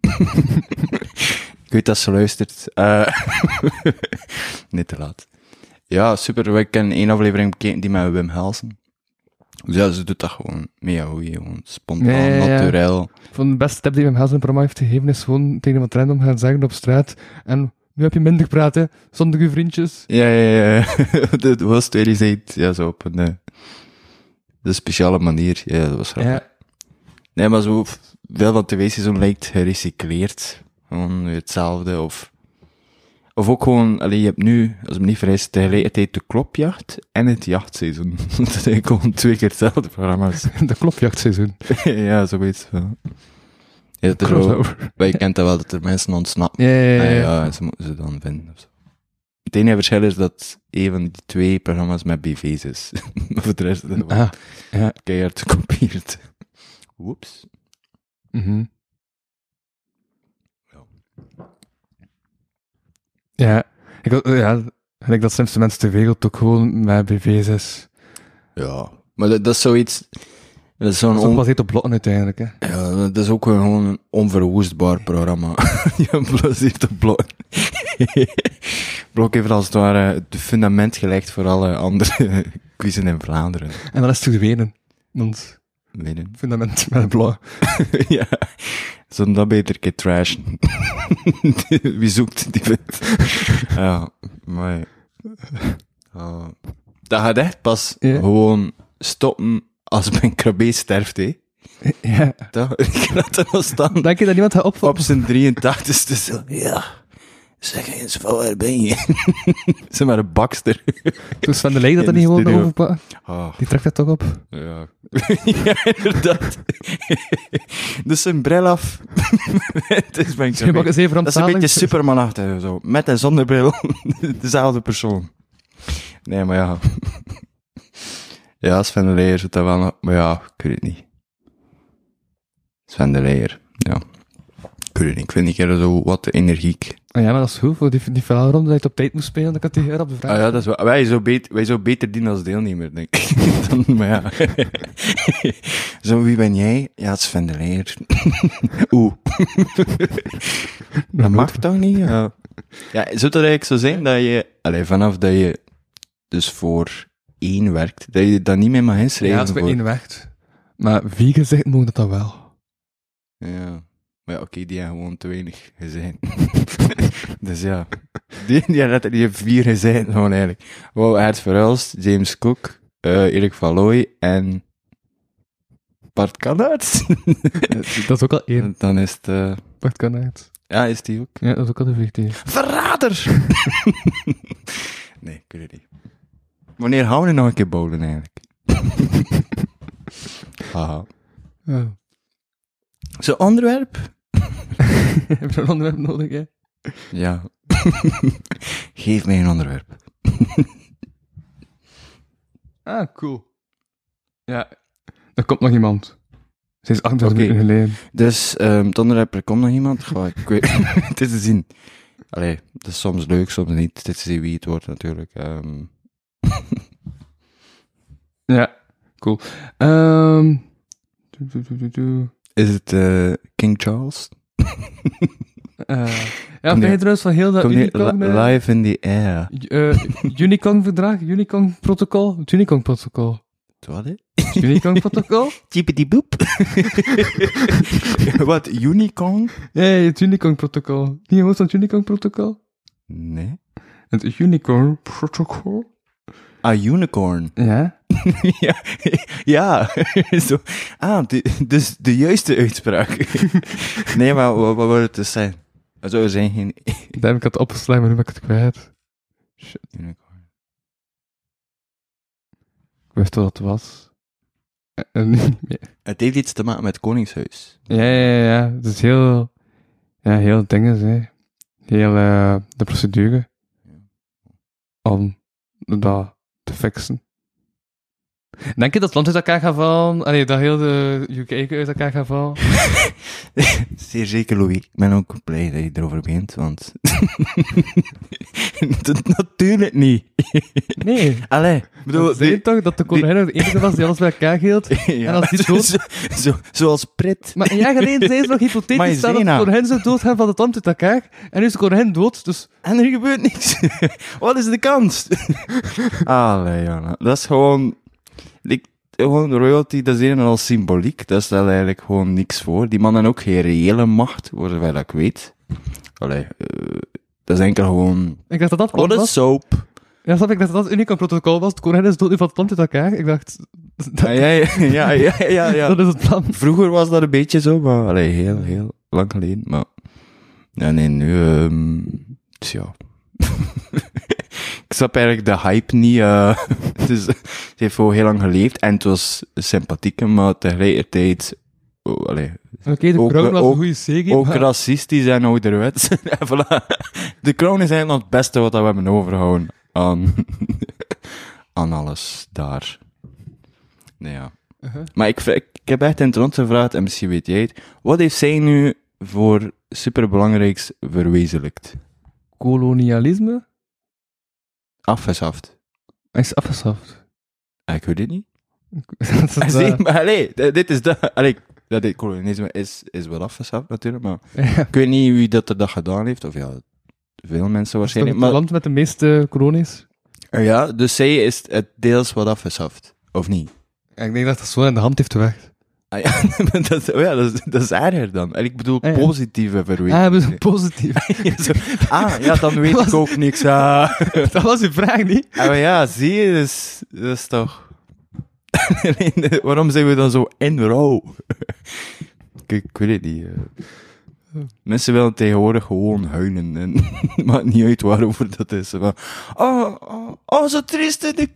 Ik weet dat ze luistert. Eh niet te laat. Ja, super. Ik heb één aflevering bekeken die met Wim Helsen. Dus ja, ze doet dat gewoon mega goed. Gewoon spontaan, Ja, ja, ja. naturel. Van de beste tip die Wim Helsen in het programma heeft gegeven is gewoon tegen iemand random gaan zeggen op straat. En nu heb je minder gepraat, hè, zonder uw vriendjes. Ja, ja, ja. De host die zei, ja, zo op een... eh, de speciale manier. Ja, dat was grappig. Ja. Nee, maar zo veel van tv-seizoen lijkt gerecycleerd. Gewoon weer hetzelfde. Of, of ook gewoon, allee, je hebt nu, als ik me niet vergis, tegelijkertijd de klopjacht en het jachtseizoen. Dat zijn gewoon twee keer hetzelfde programma's. De klopjachtseizoen. Ja, zoiets. Ja, dat er zo, Crossover. maar je kent dat wel, dat er mensen ontsnappen. Ja, ja, ja. Ah, ja, en ze moeten ze dan vinden. Of zo. Het enige verschil is dat een van die twee programma's met B V's is. Maar voor de rest is het wel Ah, ja. keihard gekopieerd. Woeps. Mhm. Ja, ik wil- ja, ik denk dat slimste mensen ter wereld ook gewoon met B V's is. Ja, maar dat, dat is zoiets... Dat is zo'n Dat is ook on- gebaseerd op blokken uiteindelijk, hè. ja, dat is ook gewoon een onverwoestbaar programma. Je gebaseerd op Blok. Blok heeft als het ware het fundament gelegd voor alle andere quizzen in Vlaanderen. En dan is het verdwenen. Want Winnen. fundament met een blauw. Ja, zullen dat beter een keer trashen. Wie zoekt die vindt. Ja, maar... Uh, dat gaat echt pas Ja. gewoon stoppen als mijn krabbe sterft, hè. Ja. Dat, ik laat dat nog staan. Denk je dat niemand gaat opvallen? Op zijn drieëntachtigste zo, ja, zeg eens van waar ben je? Zeg maar een bakster. Dus Van de Leij dat er In niet de gewoon studio. overpakken. Ah, Die trekt dat toch op? ja. Ja, inderdaad. Dus zijn bril af. Het is mijn Je mag krabbe. eens even aan Dat is een beetje Superman-achtig, zo. Met en zonder bril. Dezelfde persoon. Nee, maar ja. Ja, Sven de Leijer zit dat wel nog... Maar ja, ik weet het niet. Sven de Leijer, ja. Ik weet het niet. Ik vind die kerel zo wat energiek. Ah ja, maar dat is goed. Voor die, die verhaalronde dat je het op tijd moest spelen, dan kan hij hier op de vraag. Ah ja, dat is wel... Wij zo, beter, wij zo beter dienen als deelnemer, denk ik. Dan, maar ja. Zo, wie ben jij? Ja, Sven de Leijer. Oeh. Dat mag toch niet? Ja. Ja, zou het eigenlijk zo zijn dat je... Allee, vanaf dat je dus voor één werkt, dat je dat niet meer mag inschrijven Ja, als bij voor... één werkt. Maar wie gezegd mogen dat dan wel? Ja. Maar ja, oké, die hebben gewoon te weinig gezien. Dus ja. Die, die hebben die hebben vier gezien, gewoon eigenlijk. Wow, Aert Verhulst, James Cook, uh, Erik van Looy en... Bart Kanaerts. Dat is ook al één. Dan is het... Uh... Bart kan uit. Ja, is die ook? Ja, dat is ook al de veertien. Verrader! Nee, ik weet het niet. Wanneer gaan we nog een keer bowlen, eigenlijk? Haha. Ja. Zo'n onderwerp? Heb je een onderwerp nodig, hè? Ja. Geef mij een onderwerp. Ah, cool. Ja, er komt nog iemand. Ze is achtentwintig Oké. minuten geleden. Dus, um, het onderwerp, er komt nog iemand. Goh, ik weet... Het is te zien. Allee, het is soms leuk, soms niet. Het is te zien wie het wordt, natuurlijk. Um... Ja, cool. Ehm doe, doe, doe, doe, doe. Is het uh, King Charles? Eh, ja, Kom ben je hier. trouwens van heel dat Kom hier, Unicong... li- eh, live in the air. eh, Unicong-verdrag, Unicong-protocol, het Unicong-protocol. Wat, hè? Het Unicong-protocol? Chippity boep. Wat, Unicorn? Nee, het Unicong-protocol. Niet gewoon van het Unicong-protocol? Nee. Het Unicong-protocol? Ah, unicorn. Ja. ja, ja. Zo. Ah, de, dus de juiste uitspraak. Nee, maar wat, wat wil het dus zijn? Wat zou er zijn geen Daar heb ik het opgeslagen, maar nu ben ik het kwijt. Shit, unicorn? ik wist wat het was. Eh, En nu niet meer. Het heeft iets te maken met het Koningshuis. Ja, ja, ja, ja. Het is heel... Ja, heel dingen, hè. Heel eh, de procedure. Om dat te fixen. Denk je dat het land uit elkaar gaat vallen? Allee, dat heel de U K uit elkaar gaat vallen? Zeer zeker, Louis. Ik ben ook blij dat je erover begint, want... Dat- natuurlijk niet. Nee. Allee, ik bedoel... Dat zei je toch dat de koningin de enige was die alles bij elkaar hield? ja, en als die dood- zo, zo, zoals Prit. Maar een jaar geleden zei ze nog hypothetisch staan dat de Maïzena. koningin zou doodgaan van het land uit elkaar. En nu is de koningin dood, dus... En er gebeurt niks. Wat is de kans? Allee, Jana. Dat is gewoon... Ik, gewoon royalty, dat is een en al symboliek. Dat stelt eigenlijk gewoon niks voor. Die mannen hebben ook geen reële macht, voor zover dat ik weet. Allee, uh, dat is enkel gewoon... Ik dacht dat dat What plan a was. soap. Ja, snap ik dat dat het unieke protocol was. Het konijn is dood nu van het land uit elkaar. Ik dacht... Dat, Ah, ja, ja, ja, ja, ja, ja. dat is het plan. Vroeger was dat een beetje zo, maar allee, heel, heel lang geleden. Maar ja, nee, nu, um, dus ja. Ik snap eigenlijk de hype niet. Uh, dus, ze heeft gewoon heel lang geleefd en het was sympathiek, maar tegelijkertijd, oh, allee, Oké, okay, de ook, Crown was ook, een goede serie. ook maar... racistisch en ouderwets. En voilà. De Crown is eigenlijk nog het beste wat we hebben overgehouden aan, aan alles daar. Nee, ja. Uh-huh. Maar ik, ik, ik heb echt in het rond gevraagd, en misschien weet jij het, wat heeft zij nu voor superbelangrijks verwezenlijkt? Kolonialisme? Afgeschaft. Hij is afgeschaft. Ah, ik weet het niet. dat is het, Zie, uh... maar allee, d- dit is de... Allee, dat dit kolonialisme is, is wel afgeschaft natuurlijk, maar ja. ik weet niet wie dat er dat gedaan heeft, of ja, veel mensen waarschijnlijk. Het Maar, land met de meeste kolonies. uh, ja, dus zij is het deels wat afgeschaft, of niet? Ja, ik denk dat dat zo in de hand heeft gewerkt. Ah, ja, dat, is, oh ja dat, is, dat is erger dan. En ik bedoel Ah, ja. positieve verwezenlijking. Ah, we zijn positief. Zo, ah, ja, dan weet ik ook niks. Ah. Dat was je vraag niet. Ah, maar ja, zie je, dus, dat is toch... Waarom zijn we dan zo in rouw? ik, ik weet het niet. Uh. Mensen willen tegenwoordig gewoon huilen. En het maakt niet uit waarover dat is. Maar, oh, oh, oh, zo triest. De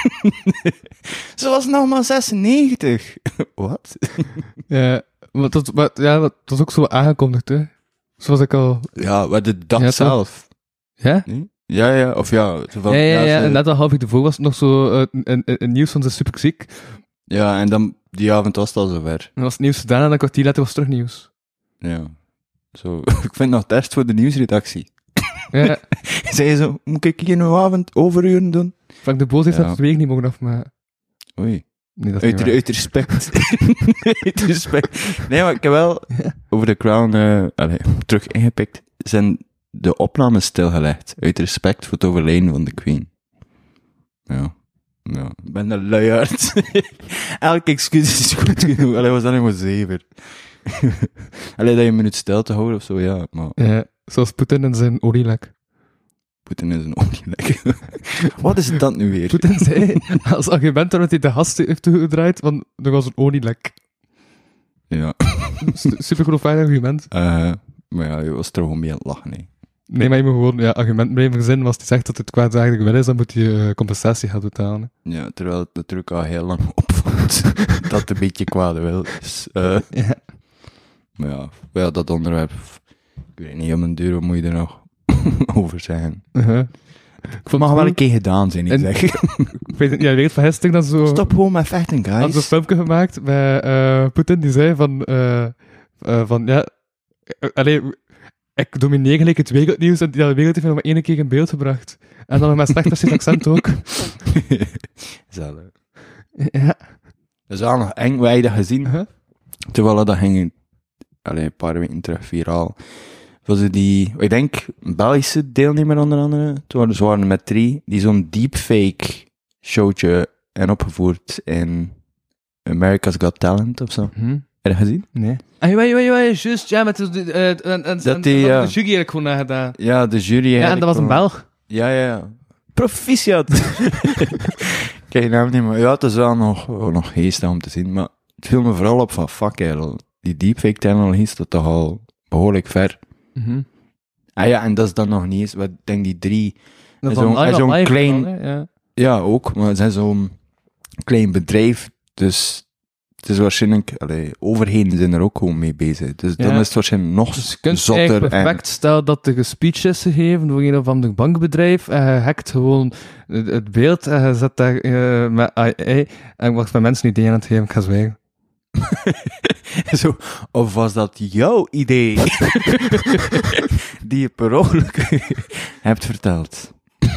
Ze was nog maar zesennegentig. Wat? Ja, maar dat, maar, ja, dat was ook zo aangekondigd, hè. Zoals ik al... Ja, maar de dag Ja, zelf. Ja? Nee? Ja, ja, of ja. Zo van, Ja, ja, ja. ze- En net al half ik ervoor was het nog zo uh, een, een, een nieuws van ze super ziek. ja, en dan, die avond was het al zover. En was het nieuws gedaan en een kwartier later was het terug nieuws. Ja. Zo, ik vind nog test voor de nieuwsredactie. Ja, Zei je zo, moet ik hier een avond overuren doen? Frank de Boos heeft Ja. dat twee niet mogen afmaken. Oei. Nee, dat is Uit, niet waar. uit respect. uit respect. Nee, maar ik heb wel over de Crown uh, allee, terug ingepikt. Zijn de opnames stilgelegd. Uit respect voor het overlijden van de Queen. Ja. Ja. Ik ben een luiaard. Elke excuus is goed genoeg. Allee, was dat helemaal zever. Allee, dat je een minuut stil te houden of zo, ja. Maar Ja, zoals Poetin en zijn olielek. Poetin is een olielek. Wat is dat nu weer? Poetin zei als argument dat hij de gast heeft toegedraaid, want er was een olielek. Ja. Super geloofwaardig argument. Uh, maar ja, je was er gewoon mee aan het lachen, nee. Nee, maar je moet gewoon ja, argument blijven verzinnen. Als hij zegt dat het kwaadaardig wel is, dan moet je uh, compensatie gaan betalen. Ja, terwijl het natuurlijk al heel lang opvalt dat het een beetje kwade wil is. Uh, Ja. maar ja, ja, dat onderwerp, ik weet niet, om een duur, wat moet je er nog over zeggen? Uh-huh. Ik Het vond mag het wel cool. een keer gedaan zijn, ik En- zeg. Ik weet het niet, ja, je weet van Hesting dan zo... Stop gewoon met vechten, had zo'n guys. filmpje gemaakt met uh, Poetin, die zei van... Uh, uh, van, ja... Uh, allee, ik domineer gelijk het wereldnieuws en die hele wereld heeft me maar één keer in beeld gebracht. En dan nog met slecht Russisch accent ook. Zalig. Ja. Dat is wel nog eng, wij hebben dat gezien. Uh-huh. Terwijl dat ging, allee, een paar weken terug viraal. Was het die, ik denk, een Belgische deelnemer onder andere. Toen waren ze waren met drie, die zo'n deepfake showtje en opgevoerd in America's Got Talent of zo. Hm? Heb je dat gezien? Nee. Ah, jawel, jawel, jawel, juist, ja, met de, uh, en, en, en, Dat en, die, en ja. de jury eigenlijk gewoon nagedaan. Ja, de jury. Ja, en eigenlijk dat was een wel- Belg. Ja, ja, ja. Proficiat. Ik ken je naam niet, maar ja, het is wel nog, oh, nog geestig om te zien. Maar het viel me vooral op van, fuck, kerel. Die deepfake technologie is toch al behoorlijk ver. Mhm. Ah ja, en dat is dan nog niet eens, wat ik denk die drie, Dat En is zo'n- dan en live zo'n live klein- dan, hè, ja. ja ook, maar het zijn zo'n klein bedrijf, dus het is waarschijnlijk, allee, overheden zijn er ook gewoon mee bezig. Dus dan Ja. is het waarschijnlijk nog Dus je kunt zotter eigenlijk en... perfect stellen dat er een speech is gegeven door een of ander bankbedrijf en je hackt gewoon het, het beeld en je zet daar uh, met A I en wacht met mensen ideeën aan het geven, ik ga zwijgen. Zo, of was dat jouw idee? Die je per ongeluk hebt verteld.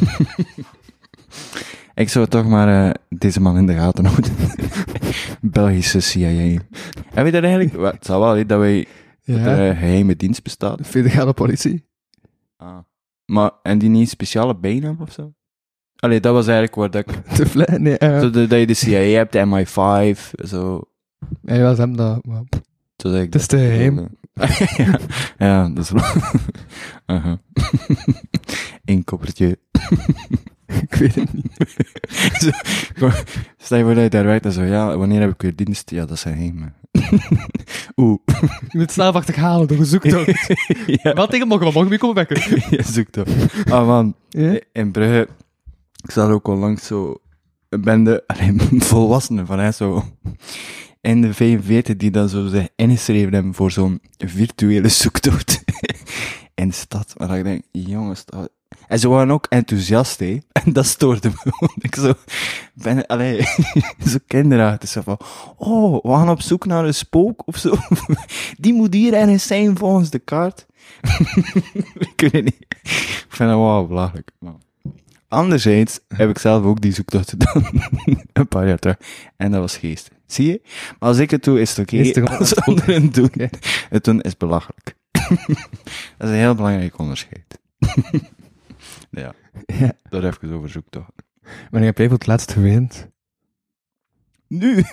Ik zou toch maar uh, deze man in de gaten houden. Belgische C I A. Heb je dat eigenlijk... Wel, het zal wel, hè, dat wij... Dat Ja, er een geheime dienst bestaat. de federale politie. Ah. Maar, en die niet een speciale bijnaam of zo? Allee, dat was eigenlijk waar dat ik... Te vle- nee, uh, Zo de- dat je de C I A hebt, de M I vijf, zo... ja, ja, ze hebben dat, maar zo dat ik het is te geheim. ja, ja, dat is wel... uh-huh. Eén koppertje. Ik weet het niet. Zo, kom, stel je voor dat je daar werkt en zo, ja, wanneer heb ik weer dienst? Ja, dat zijn geheim. Oeh. Je moet snelvachtig halen door een zoektocht. Ja. Wel tegen morgen, maar morgen weer komen wekken. Ja, zoektocht. Ah man, Ja? in Brugge, ik zag ook al langs zo een bende, alleen volwassenen van hen zo, in de vijfenveertig, die dan zo zich ingeschreven hebben voor zo'n virtuele zoektocht in de stad. Maar ik denk, jongens, dat... En ze waren ook enthousiast, hè. En dat stoorde me gewoon. Ik zo, ben, allee, zo kinderachtig, zo van, oh, we gaan op zoek naar een spook, of zo. Die moet hier ergens zijn, volgens de kaart. Ik weet het niet. Ik vind dat wel belachelijk. Maar anderzijds heb ik zelf ook die zoektocht gedaan. Een paar jaar terug. En dat was geestig. Zie je? Maar als ik het doe, is het oké. Geestig, Okay. Als anderen het doen, het doen is belachelijk. Dat is een heel belangrijk onderscheid. Ja, Ja. daar even over zoektocht. Wanneer heb jij voor het laatst geweend? Nu!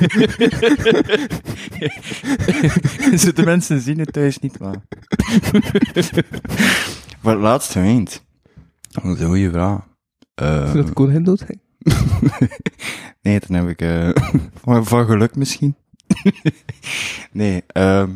Zo, de mensen zien het thuis niet, maar... Voor het laatst geweend? Dat is een goeie vraag. Uh, Toen dat de koningin dood ging? nee, dan heb ik... Uh, van, van geluk misschien. nee, um,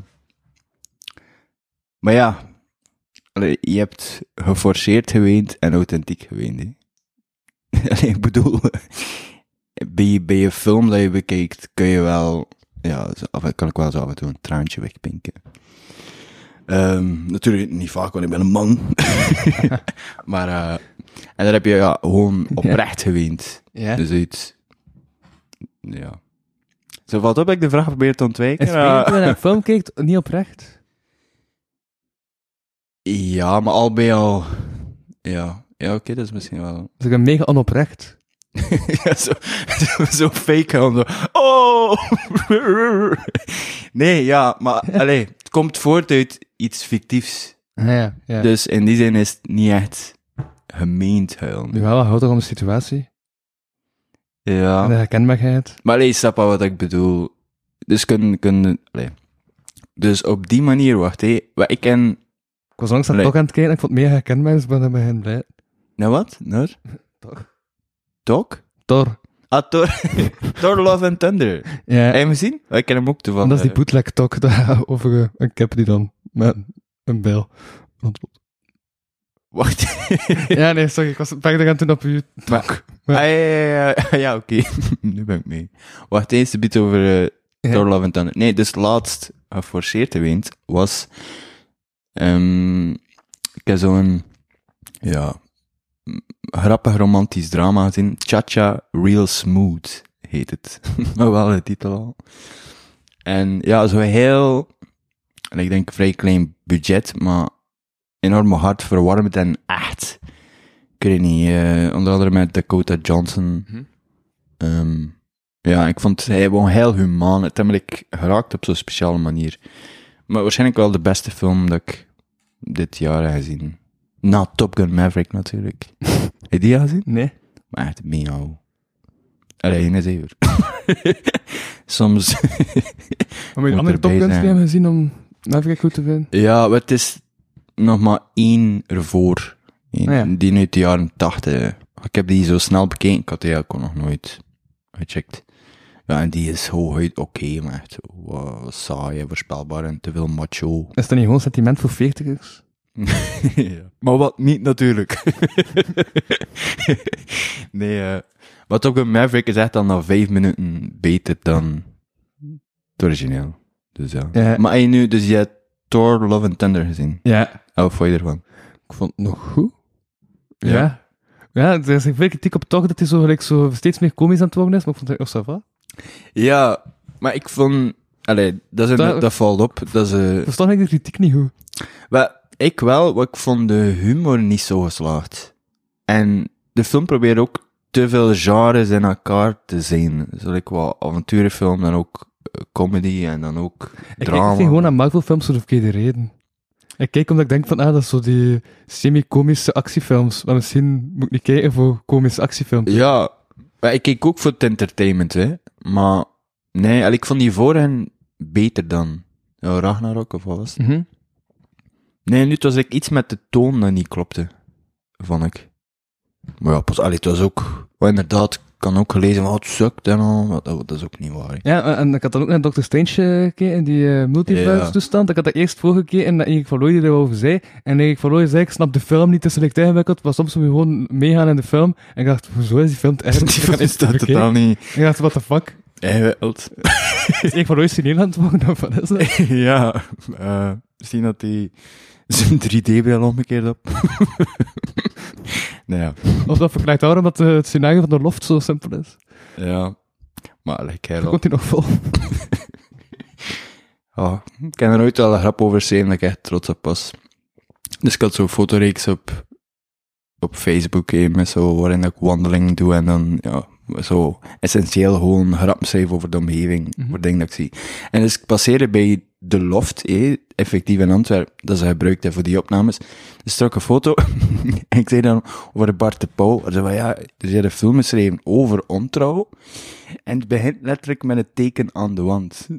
maar ja... Allee, je hebt geforceerd geweend en authentiek geweend, hè. Allee, ik bedoel... Bij, bij je film dat je bekijkt, kun je wel, ja, zo, af, kan ik wel zo af en toe een traantje wegpinken. Um, natuurlijk niet vaak, want ik ben een man. maar, uh, en daar heb je ja, gewoon oprecht geweend. Ja. Dus iets, ja. Zo valt op dat ik de vraag probeer te ontwijken. En spelen toen je naar een film kijkt, niet oprecht? Ja, maar al bij al, ja, ja oké, okay, dat is misschien wel... Dat is ook een mega onoprecht. ja, zo, zo, zo fake aan, zo, oh! nee, ja, maar, allee, het komt voort uit iets fictiefs. Ah, ja, ja. Dus in die zin is het niet echt gemeend huilen. Nu wel, houdt er om de situatie. Ja. En de herkenbaarheid. Maar allee, snap wel wat ik bedoel. Dus kunnen, kunnen, allee. Dus op die manier, wacht, hé. Wat ik ken... Ik was langs aan het toch aan het kijken, ik vond het meer herkenbaar, dus ik ben er begin blij. Nou wat? Naar? Toch? Tok? Thor. Ah, Thor. Thor Love and Thunder. Ja. Heb je hem gezien? Ik ken hem ook toevallig. En dat is die bootleg talk daar over uh, een kip die dan met een bijl ontploft. Wacht. Ja, nee, sorry, ik was verder gaan toen op u. Maar, ah, ja, ja, ja, ja oké. Nu ben ik mee. Wacht, eens een beetje over uh, Ja. Thor Love and Thunder. Nee, dus laatst geforceerd geweend was... Um, ik heb zo'n... Ja... grappig romantisch drama gezien. Cha-Cha Real Smooth heet het. Maar wel de titel al. En ja, zo heel... En ik denk vrij klein budget, maar enorm hard verwarmd en echt. Ik weet niet, uh, onder andere met Dakota Johnson. Hm. Um, ja, ik vond hij gewoon heel humaan. Het heb ik geraakt op zo'n speciale manier. Maar waarschijnlijk wel de beste film dat ik dit jaar heb gezien. Na Top Gun Maverick natuurlijk. Heb je die al gezien? Nee. Maar echt miauw. Allee, eens even. Soms... Maar met Moet andere erbij Top Guns die zijn. hebben gezien om Maverick goed te vinden? Ja, maar het is nog maar één ervoor. Eén, Ah, ja. Die uit de jaren tachtig. Ik heb die zo snel bekeken. Ik had die eigenlijk ook nog nooit gecheckt. Ja, en die is hooguit oké, maar echt zo, wow, saai en voorspelbaar en te veel macho. Is dat niet gewoon sentiment voor veertigers? ja. Maar wat niet, natuurlijk. nee, uh, wat ook een Maverick is echt dan na vijf minuten beter dan het origineel. Dus ja. Ja. Maar heb je nu, dus je hebt Thor Love and Thunder gezien? Ja. Oh, wat vond je ervan? Ik vond het nog goed. Ja. Ja. Ja, er is veel kritiek op toch dat hij zo, gelijk, zo steeds meer komisch aan het worden is, maar ik vond het ook ça va. Ja, maar ik vond... Allee, dat, is een, Dat- dat valt op. Dat is... Uh, Ik verstand ik de kritiek niet goed. wel, ik wel, maar ik vond de humor niet zo geslaagd. En de film probeert ook te veel genres in elkaar te zijn. Zo like wat avonturenfilm, dan ook uh, comedy en dan ook Ik kijk drama. misschien gewoon naar Marvel-films voor de verkeerde reden. Ik kijk omdat ik denk van, ah, dat is zo die semi-komische actiefilms. Maar misschien moet ik niet kijken voor komische actiefilms. Ja, maar ik keek ook voor het entertainment, hè. Maar, nee, allee, ik vond die vorige beter dan ja, Ragnarok, of wat was het? Mhm. Nee, nu was ik iets met de toon dat niet klopte, vond ik. Maar ja, pas, allee, het was ook, wel, inderdaad, ik kan ook gelezen van, oh, het sukt en al, maar dat, dat is ook niet waar. Hè. Ja, en ik had dan ook naar Doctor Strange uh, gekeken, die uh, multiverse-toestand. Ik had dat eerst voorgekeken en dat Erik van Looy erover zei. En Erik van Looy zei, ik snap de film niet, het is slecht ingewikkeld, maar soms moet je gewoon meegaan in de film. En ik dacht, hoezo is die film het eigenlijk? Die film is dat totaal niet... Ik dacht, what the fuck? Ingewikkeld. Is Erik van Looy in Nederland worden, of wat is dat? Ja, uh, misschien dat hij zijn drie D-bril omgekeerd op. Nou ja. Of dat verklaart daarom dat uh, het scenario van de loft zo simpel is. Ja, maar like, Dan komt hij nog vol. Oh, ik kan er nooit wel een grap over zijn dat ik echt trots op was. Dus ik had zo'n fotoreeks op, op Facebook, hé, met zo, waarin ik wandeling doe en dan, ja, zo essentieel gewoon grap schrijven over de omgeving, Mhm. voor dingen dat ik zie. En dus ik passeerde bij de Loft, hé, effectief in Antwerpen, dat ze gebruikt hebben voor die opnames. Dus trok een foto, en ik zei dan over de Bart de Pauw, ze van ja, er is een film geschreven over ontrouw, en het begint letterlijk met een teken aan de wand.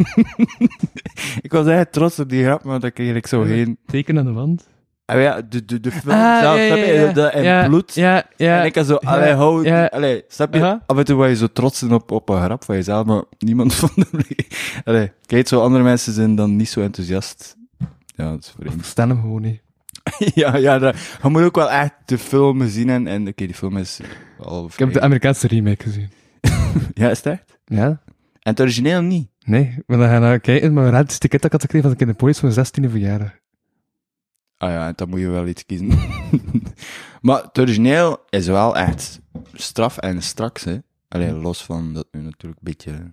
Ik was echt trots op die grap, maar dat kreeg ik zo heen. Teken aan de wand. Ah, ja, de, de, de film Ah, zelf, ja, snap je? ja, ja. Dat in Ja, bloed. Ja, ja. En ik had zo, Ja, allee, hou, ja. allee, snap je? Aha. Af en toe was je zo trots zijn op, op een grap van jezelf, maar niemand vond het. Allee, kijk, zo andere mensen zijn dan niet zo enthousiast. Ja, dat is Ik vreemd. verstaan hem gewoon niet. ja, ja, dat, je moet ook wel echt de film zien en, en oké, die film is al Ik heb de Amerikaanse remake gezien. Ja, is het echt? Ja? En het origineel niet. Nee, maar dan gaan we kijken, maar het is ticket dat ik had gekregen van de Kinderpolis voor mijn zestiende verjaardag. Ah ja, dan moet je wel iets kiezen. Maar het origineel is wel echt straf en straks, hè. Allee, los van dat nu natuurlijk een beetje...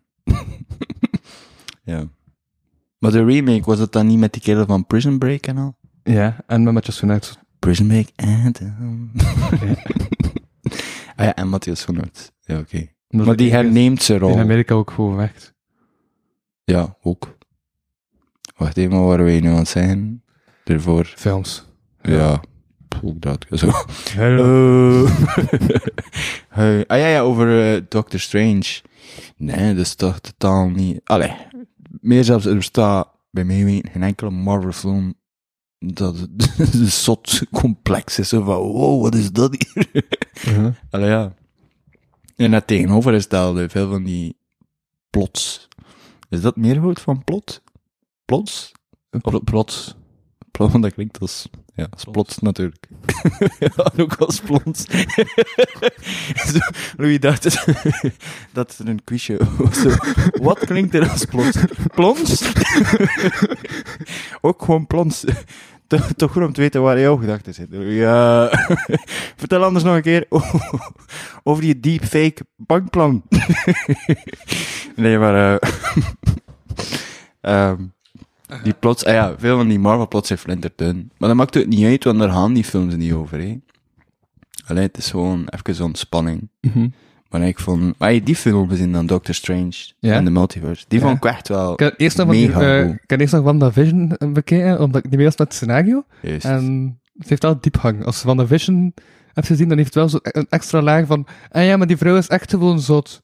ja. Maar de remake, was dat dan niet met die kerel van Prison Break en al? Ja, en met Matthias van Aert. Prison Break en... Ja. Ah ja, en Matthias van Aert. Ja, oké. Omdat Maar het die is herneemt zijn in rol. Amerika ook gewoon weg. Ja, ook. Wacht even, waar waren we nu aan het zeggen? Ervoor. Films. Ja, ook dat. Zo. Hello. Uh, hey. Ah ja, ja, over uh, Doctor Strange. Nee, dat is toch totaal niet... Allee, meer zelfs, er bestaat bij mij weten geen enkele Marvel film dat het zot complex is. Zo van, wow, wat is dat hier? Uh-huh. Allee, ja. En dat tegenovergestelde, veel van die plots. Is dat meervoud van plot? Plots? Pl- Plots. Plot, dat klinkt als... Ja, als plots natuurlijk. Ja, ook als plons. Zo, Louis dacht het, dat het een quizje was. Zo, wat klinkt er als plots? Plons? Ook gewoon plons. Toch, toch goed om te weten waar jouw gedachten zitten. Ja. Vertel anders nog een keer over die deepfake bankplan. Nee, maar... Uh, um, die plots, ah ja, veel van die Marvel-plots zijn flinterdun. Maar dat maakt het niet uit, want daar gaan die films niet over, hè. Allee, het is gewoon even zo'n spanning. Mhm. Maar ik vond... Ah, die film gezien dan Doctor Strange Ja? en The Multiverse. Die Ja. vond ik echt wel Ik had eerst nog, van die, mega eh, goed. ik had eerst nog WandaVision bekeken, omdat ik niet meer was met het scenario. Juist. En het heeft wel diepgang. Als je WandaVision hebt gezien, dan heeft het wel zo een extra laag van, ah ja, maar die vrouw is echt gewoon zot.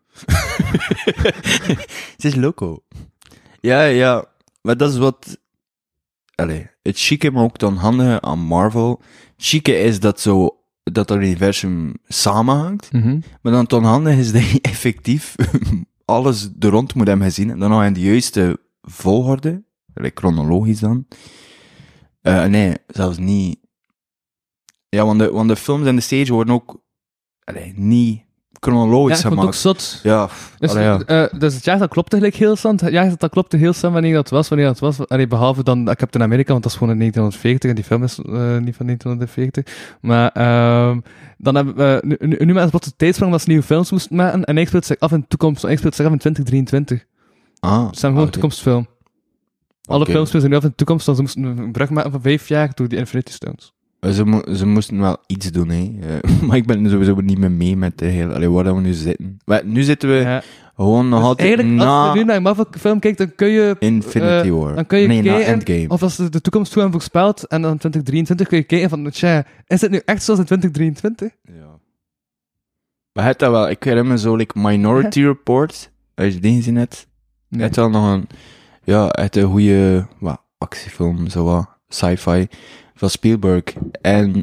Ze is loco. Ja, ja. Maar dat is wat... Allee, het chique, maar ook dan handige aan Marvel. Het chique is dat zo... Dat dat universum samenhangt. Mhm. Maar dan ton handig is dat je effectief alles er rond moet hebben gezien. En dan nog in de juiste volgorde. Like chronologisch dan. Uh, nee, zelfs niet. Ja, want de, want de films en de stage worden ook allee, niet chronologisch Ja, ik vond het ook gemaakt. zot. Ja, Dus, allee, ja. eh, dus het jaar dat klopte gelijk heel snel. Het jaar dat klopte heel snel wanneer dat was, wanneer dat was. Allee, behalve dan ik heb het in Amerika, want dat is gewoon in negentien veertig en die film is uh, niet van negentien veertig. Maar uh, dan hebben we nu, nu, nu met een plots tijdsprong dat ze nieuwe films moesten maken en ik speelt zich af in de toekomst. Ik speelt zich af in twintig drieëntwintig. Ah, Het zijn gewoon oké. een toekomstfilm. Alle Oké. films spelen zich nu af in de toekomst, dan ze moesten een brug maken van vijf jaar door die Infinity Stones. Ze, mo- ze moesten wel iets doen, hè. Uh, maar ik ben sowieso niet meer mee met de hele... Allee, waar dat we nu zitten. Maar nu zitten we Ja. gewoon nog Dus altijd eigenlijk, als na je nu naar een Marvel-film kijkt, dan kun je... Infinity eh, War. Dan kun je nee, na kijken, Endgame. of als ze de toekomst toe hebben voorspeld, en dan twintig drieëntwintig kun je kijken van, tja, is het nu echt zoals in twintig drieëntwintig? Ja. Maar het dat wel, ik herinner me zo, like Minority Report, als je die gezien hebt, Nee. het wel nog een, ja, echt een goede, wat, actiefilm, zo wat, sci-fi, van Spielberg. En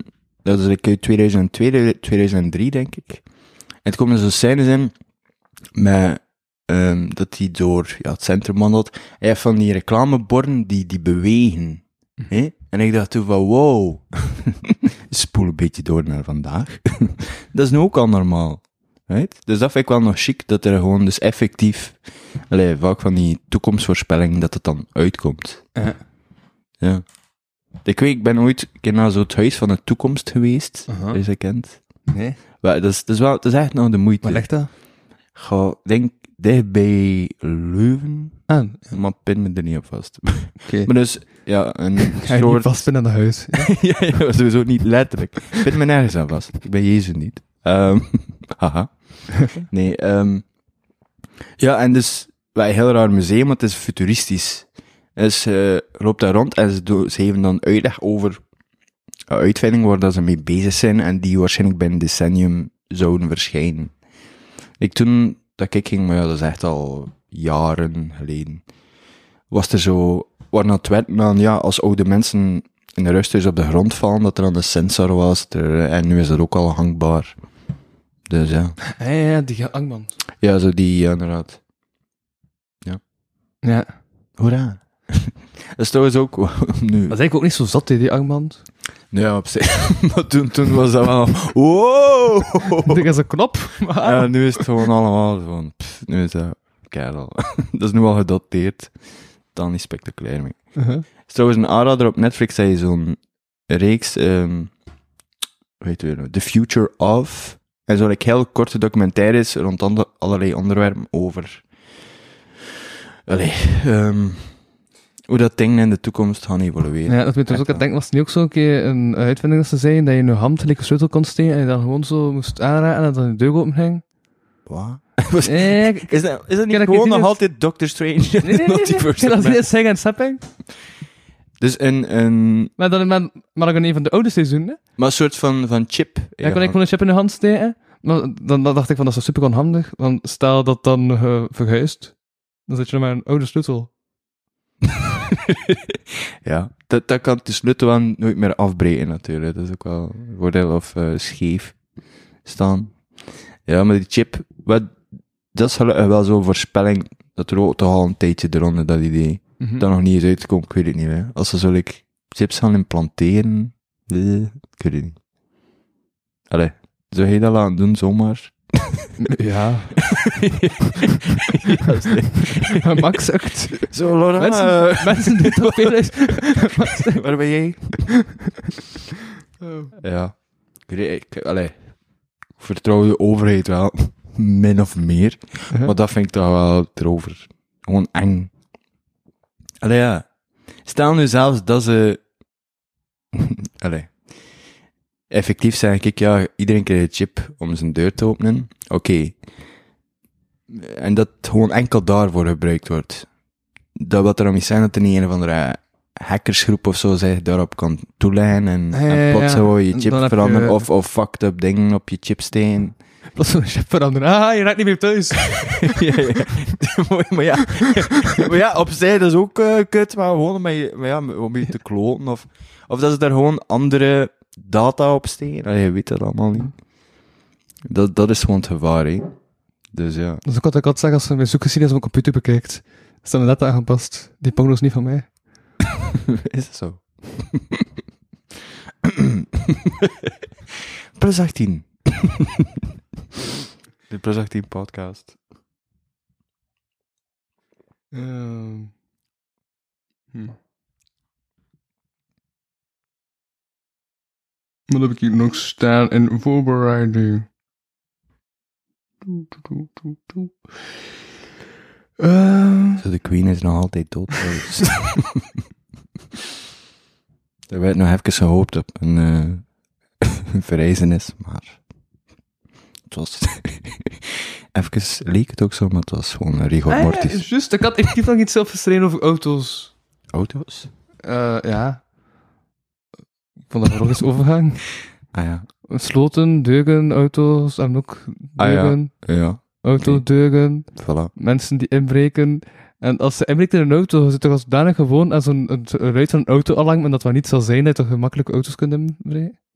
Dat is like uit tweeduizend twee, tweeduizend drie, denk ik. En het komen zo scènes in, met, um, dat hij door ja, het centrum wandelt. Hij heeft van die reclameborden die, die bewegen. Hè? En ik dacht toen van, wow, spoel een beetje door naar vandaag. Dat is nu ook al normaal. Right? Dus dat vind ik wel nog chic, dat er gewoon dus effectief, allee, vaak van die toekomstvoorspelling, dat het dan uitkomt. Uh. Ja. Ik weet, ik ben ooit een keer naar zo'n huis van de toekomst geweest, Uh-huh. als je dat kent. Nee. Maar dat is, dat is wel, dat is echt nog de moeite. Waar ligt dat? Ga, denk, dicht bij Leuven, Ah, maar pin me er niet op vast. oké. Maar dus, ja, een Ga je niet soort... vastpinnen aan het huis? ja, ja, sowieso niet letterlijk. Pin me nergens aan vast. Ik ben Jezus niet. Um, haha. Nee, um, ja, en dus, wel een heel raar museum, want het is futuristisch. Dus, uh, loopt daar rond en ze, do- ze geven dan uitleg over een uitvinding waar dat ze mee bezig zijn en die waarschijnlijk binnen een decennium zouden verschijnen. Ik toen dat ik ging, maar ja, dat is echt al jaren geleden, was er zo, waar het werd dan, ja, als oude mensen in de rusthuis op de grond vallen, dat er dan een sensor was, er, en nu is dat ook al hangbaar. Dus ja. Ja, ja, ja, die hangman. Ja, zo die, ja, inderdaad. Ja. Hoera. Dat is trouwens ook, nu... Dat is eigenlijk ook niet zo zat, hè, die hangman. Ja, op zich. Maar toen, toen was dat wel... Wow! Dit is een knop. Maar... Ja, nu is het gewoon allemaal gewoon... Pff, nu is dat... Kerel. Dat is nu al gedateerd. Dan niet spectaculair meer. Uh-huh. Het is trouwens een aanrader op Netflix, dat je zo'n reeks... Um, weet je weer, The Future Of... En zo'n like, heel korte documentaires rond ander, allerlei onderwerpen over... Allee, um, hoe dat dingen in de toekomst gaan evolueren. Ja, dat weet ik dus ook aan het denken. Was het niet ook zo'n keer een uitvinding dat ze zeiden, dat je in je hand gelijk een sleutel kon steken en je dan gewoon zo moest aanraken en dat dan de deur open ging? Wat? Nee, ik- Is dat, is dat Ken niet ik gewoon niet nog eens- altijd Doctor Strange? Nee, nee, nee, nee. Multiverse Ik kan dat Man? niet zeggen en sapping. Dus een, een, Maar dan maar, maar dan een van de oude seizoenen. maar een soort van, van chip. Ja, kon ik gewoon een chip in de hand steken. Maar dan, dan dacht ik van, dat is super onhandig. Want stel dat dan uh, verhuist, dan zit je nog maar een oude sleutel. Ja, dat, dat kan de sleutel wel nooit meer afbreken natuurlijk. Dat is ook wel een voordeel of uh, scheef staan. Ja, maar die chip, wat, dat is gelukkig wel zo'n voorspelling, dat er ook toch al een tijdje eronder, dat idee. Mm-hmm. Dat nog niet eens uitkomt, ik weet het niet. Hè. Als ze zo like, chips gaan implanteren, eh, ik weet het niet. Allee, zou je dat laten doen zomaar? Ja. Ja, zeg. Max echt. Zo, Laura, Mensen, eh, mensen die toch veel is. waar ben jij? Ja. Ik, weet- ik, allee, ik vertrouw de overheid wel, min of meer. Uh-huh. Maar dat vind ik toch wel erover. Gewoon eng. Allee, ja. Stel nu zelfs dat ze... Allee. Effectief zeg ik, ja, iedereen krijgt een chip om zijn deur te openen. Oké. Okay. En dat gewoon enkel daarvoor gebruikt wordt. Dat wat er dan niet zijn, dat er niet een of andere hackersgroep of zo zich daarop kan toeleggen en, Ja, ja, en ja. plots gewoon je Dan chip heb veranderen je- of, of fucked up dingen op je chip steken. Dat is zo'n chip veranderen. Ah, je raakt niet meer thuis. ja, ja. maar, maar ja, maar ja, op zich dat is ook uh, kut, maar gewoon om je, maar ja, om je te kloten of, of dat ze daar gewoon andere data op steken. Allee, je weet dat allemaal niet. Dat, dat is gewoon het gevaar, hè. Dus ja. Dat is ook wat ik altijd zeg als je mijn zoekgeschiedenis op mijn computer bekijkt. Is dat net aangepast. Die porno is niet van mij. Is het zo? Plus achttien. De Plus achttien podcast. Um, hm. Wat heb ik hier nog staan in voorbereiding? Doe, doe, doe, doe. Uh, Zo, de Queen is nog altijd dood. trouwens. Er werd nog even gehoopt op een, uh, een verrijzenis, maar het was... even leek het ook zo, maar het was gewoon een rigor ah, ja, mortis. juist, ik had effectief nog iets zelf geschreven over auto's. Auto's? Uh, ja. Ik vond dat er nog eens overgang. Ah ja. Sloten, deuren, auto's en ook Ah, ja. deuren, Ja, autodeuren, voilà. mensen die inbreken. En als ze inbreken in een auto, is het toch als zodanig gewoon als een, een, een ruit van een auto alarm, en dat wat niet zal zijn, dat je toch gemakkelijk auto's kunt inbreken?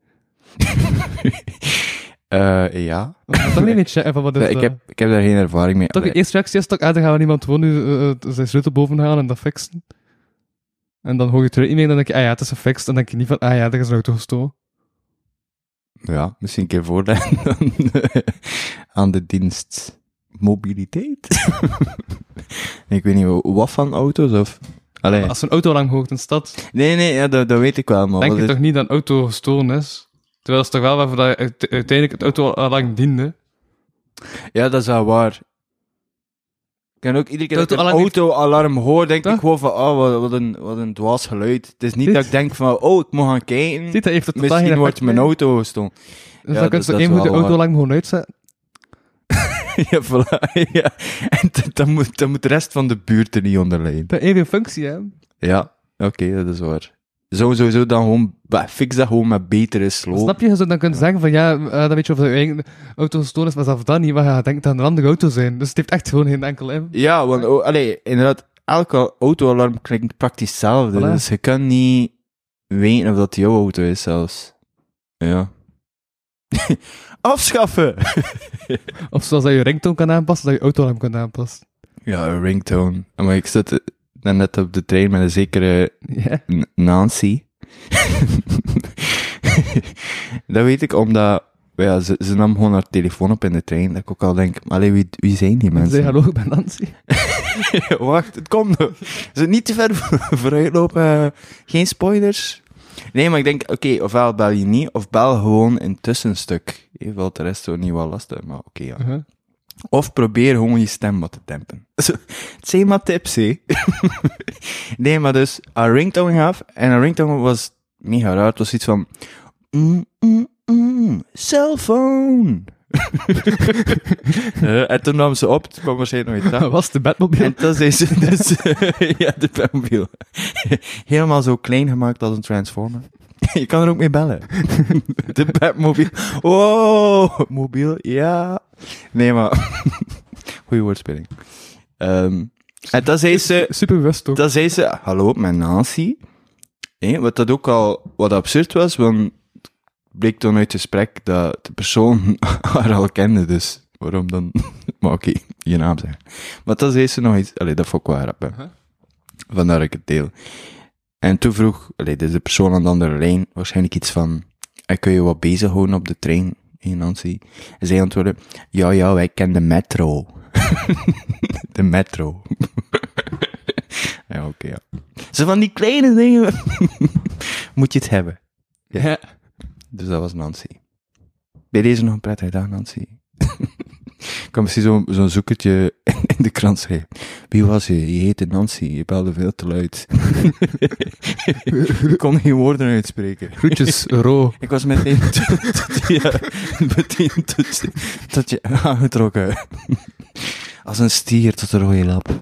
uh, ja. Toch niet niet checken van wat is ik, dat? heb, ik heb daar geen ervaring mee. Toch de Allee, eerste reactie is toch, ah, dan gaan we iemand gewoon uh, uh, zijn sleutel boven halen en dat fixen. En dan hoor je terug e-mail en dan denk je, ah ja, het is gefixt. En dan denk je niet van, ah ja, er is een auto gestolen. Ja, misschien een keer voorleggen aan, aan de dienst mobiliteit. Ik weet niet, wat van auto's of... Allee. Als een auto lang hoort in de stad, Nee, nee, ja, dat, dat weet ik wel, maar... denk wat je is- toch niet dat een auto gestolen is? Terwijl het is toch wel waarvoor dat je uite- uiteindelijk het auto al lang diende. Ja, dat is wel waar. Ik kan ook iedere keer dat ik een Auto-alarm heeft- auto-alarm hoor, denk Toch? ik gewoon van, oh, wat, wat, een, wat een dwaas geluid. Het is niet Ziet? dat ik denk van, oh, ik moet gaan kijken. Ziet, dat heeft het totaal Misschien geen wordt effect mijn meer. auto gestolen. Dus Ja, dan kun dat- je dat één is moet de wel auto waar. lang gewoon uitzetten. Ja, voilà. Ja. En d- dan moet, dan moet de rest van de buurt er niet onder lijden. Dat heeft geen functie, hè. Ja, oké, dat is waar. Zo, sowieso dan gewoon, bah, fix dat gewoon met betere sloop. Snap je? Je zou dan kunnen zeggen van, ja, uh, dan weet je of je eigen auto gestolen is, maar zelfs dan niet, wat je denkt dat het een andere auto zijn. Dus het heeft echt gewoon geen enkel in. Ja, want oh, allee, inderdaad, elke auto-alarm klinkt praktisch hetzelfde. Voilà. Dus je kan niet weten of dat jouw auto is zelfs. Ja. Afschaffen! Of zoals dat je ringtone kan aanpassen, dat je autoalarm kan aanpassen. Ja, een ringtone. Maar ik zat eh, net op de trein met een zekere Ja. N- Nancy. Dat weet ik omdat... Ja, ze, ze nam gewoon haar telefoon op in de trein. Dat ik ook al denk, maar allee, wie, wie zijn die Mensen mensen? zeggen, hallo, ik ben Nancy. Wacht, het komt nog. Ze niet te ver vooruit lopen. Geen spoilers. Nee, maar ik denk, oké, ofwel bel je niet, of bel gewoon een tussenstuk. Even wel de rest zo niet wel lastig, maar oké, ja. Uh-huh. Of probeer gewoon je stem wat te dempen. Zo, het zijn maar tips, hè. Nee, maar dus, een ringtone gaf, en een ringtone was mega raar. Het was iets van... Mm, mm, mm, cellphone. uh, en toen nam ze op, het kwam waarschijnlijk nog iets Dat terug. was de Batmobile. En toen zei ze dus... ja, de Batmobile. Helemaal zo klein gemaakt als een Transformer. Je kan er ook mee bellen. De Batmobile. Wow, mobiel, ja. Nee, maar... Goeie woordspeling. Um, en dan zei ze... Super bewust ook. Dan zei ze, hallo, mijn Nancy. Hé, wat dat ook al wat absurd was, want het bleek toen uit het gesprek dat de persoon haar al kende, dus waarom dan... Maar oké, je naam zeggen. Maar dan zei ze nog iets... Allee, dat vond ik wel rap, hè. Uh-huh. Vandaar dat ik het deel. En toen vroeg, allee, dus de persoon aan de andere lijn, waarschijnlijk iets van, en kun je wat bezighouden op de trein, hé Nancy? En zij antwoordde, ja, ja, wij kennen de metro. De metro. Ja, oké, ja. Zo van die kleine dingen moet je het hebben. Ja. Dus dat was Nancy. Bij deze nog een prettige dag, Nancy. Ik kan misschien zo'n zo'n zoekertje in de krant schrijven. Wie was je? Je heette Nancy. Je belde veel te luid. Ik kon geen woorden uitspreken. Groetjes, Ro. Ik was meteen tot, tot, ja, meteen tot, tot je aangetrokken. Als een stier tot een rode lap.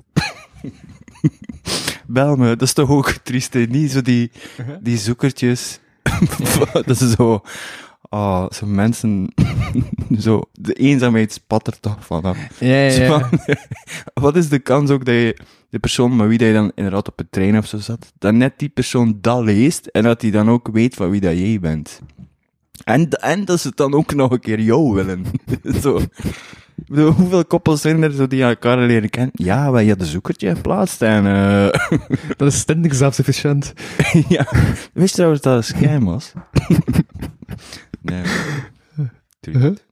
Bel me, dat is toch ook triest, hè? Niet zo die, die zoekertjes. Dat is zo... Oh, zo mensen... zo, de eenzaamheid spat er toch vanaf. Ja, ja, Zo ja. van, wat is de kans ook dat je de persoon met wie dat je dan inderdaad op een trein of zo zat, dat net die persoon dat leest en dat hij dan ook weet van wie dat jij bent. En, en dat ze het dan ook nog een keer jou willen. Zo. Ik bedoel, hoeveel koppels zijn er zo die elkaar leren kennen? Ja, wij hadden een zoekertje geplaatst en... eh Dat is ständig zelfsufficiënt. ja. Wist je trouwens dat het een scam was? Nee. Tuurlijk niet.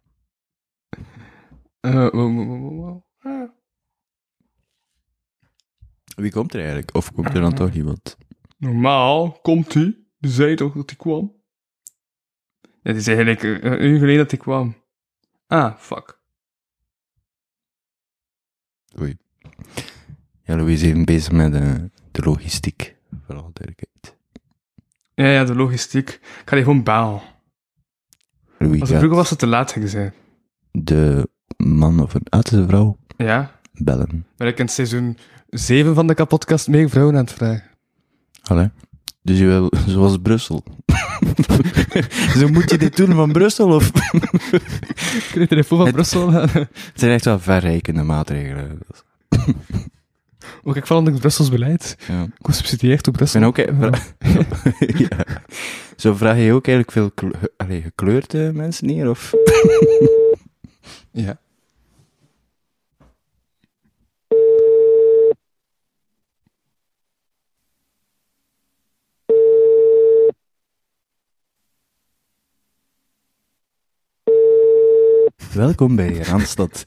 Uh, wow, wow, wow, wow. Ah. Wie komt er eigenlijk? Of komt er dan toch iemand? Normaal komt hij. Die zei toch dat hij kwam? Ja, die zei eigenlijk uh, een uur geleden dat hij kwam. Ah, fuck. Oei. Ja, Louis is even bezig met uh, de logistiek. Vooral duidelijkheid. Ja, ja, de logistiek. Ik ga die gewoon bellen. Louis Als gaat vroeger was het te laat ging zijn. de man of een... Ah, het is een vrouw. Ja, Bellen. ben ik in seizoen zeven van de kapotkast meer vrouwen aan het vragen. Allee. Dus je wil, zoals Brussel. Zo moet je dit doen van Brussel, of? Ik kreeg telefoon van Het- Brussel. Het zijn echt wel verrijkende maatregelen. Ook ik val onder het Brussels beleid. Ja. Ik word gesubsidieerd door Ik Brussel. ben ook... ja. Zo vraag je ook eigenlijk veel kle- allee, gekleurde mensen neer, of... Ja. Welkom bij Randstad.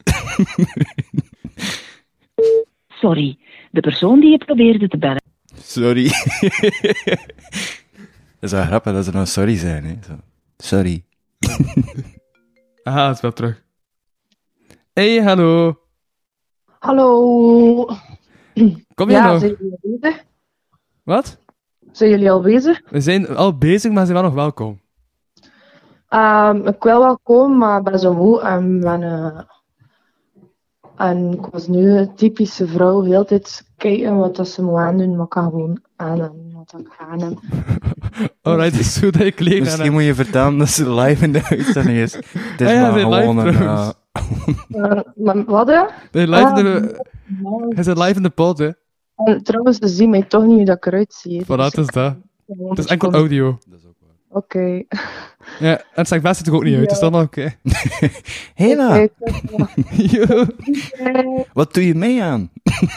Sorry, de persoon die je probeerde te bellen. Sorry. Dat is wel grappig dat ze nou sorry zijn, hè. Zo. Sorry. Aha, het is wel terug. Hey, hallo. Hallo. Kom je Ja, nog? zijn jullie al bezig? Wat? Zijn jullie al bezig? We zijn al bezig, maar ze zijn wel nog welkom. Um, ik wil wel komen, maar ik ben zo moe en, ben, uh, en ik was nu een typische vrouw, heel de tijd kijken wat dat ze moet aandoen, maar ik kan gewoon aan en wat ik ga aan. Alright, het is goed dat je kleren aan Misschien hebt. moet je vertellen dat ze live in de uitzending is. Het is Ah ja, maar ze zijn live gewoon een... trouwens. uh, Uh, maar wat hè? Nee, live in Ah, de... Hij zit live in de pod, hè. En trouwens, ze zien mij toch niet hoe dat ik eruit zie. Voilà, het is dat. Gewoon Het is een enkel seconde. audio. Oké. Ja, en het zegt best ziet er ook niet uit, Ja. dus dan oké. Hela, Oké, Yo. oké. wat doe je mee aan?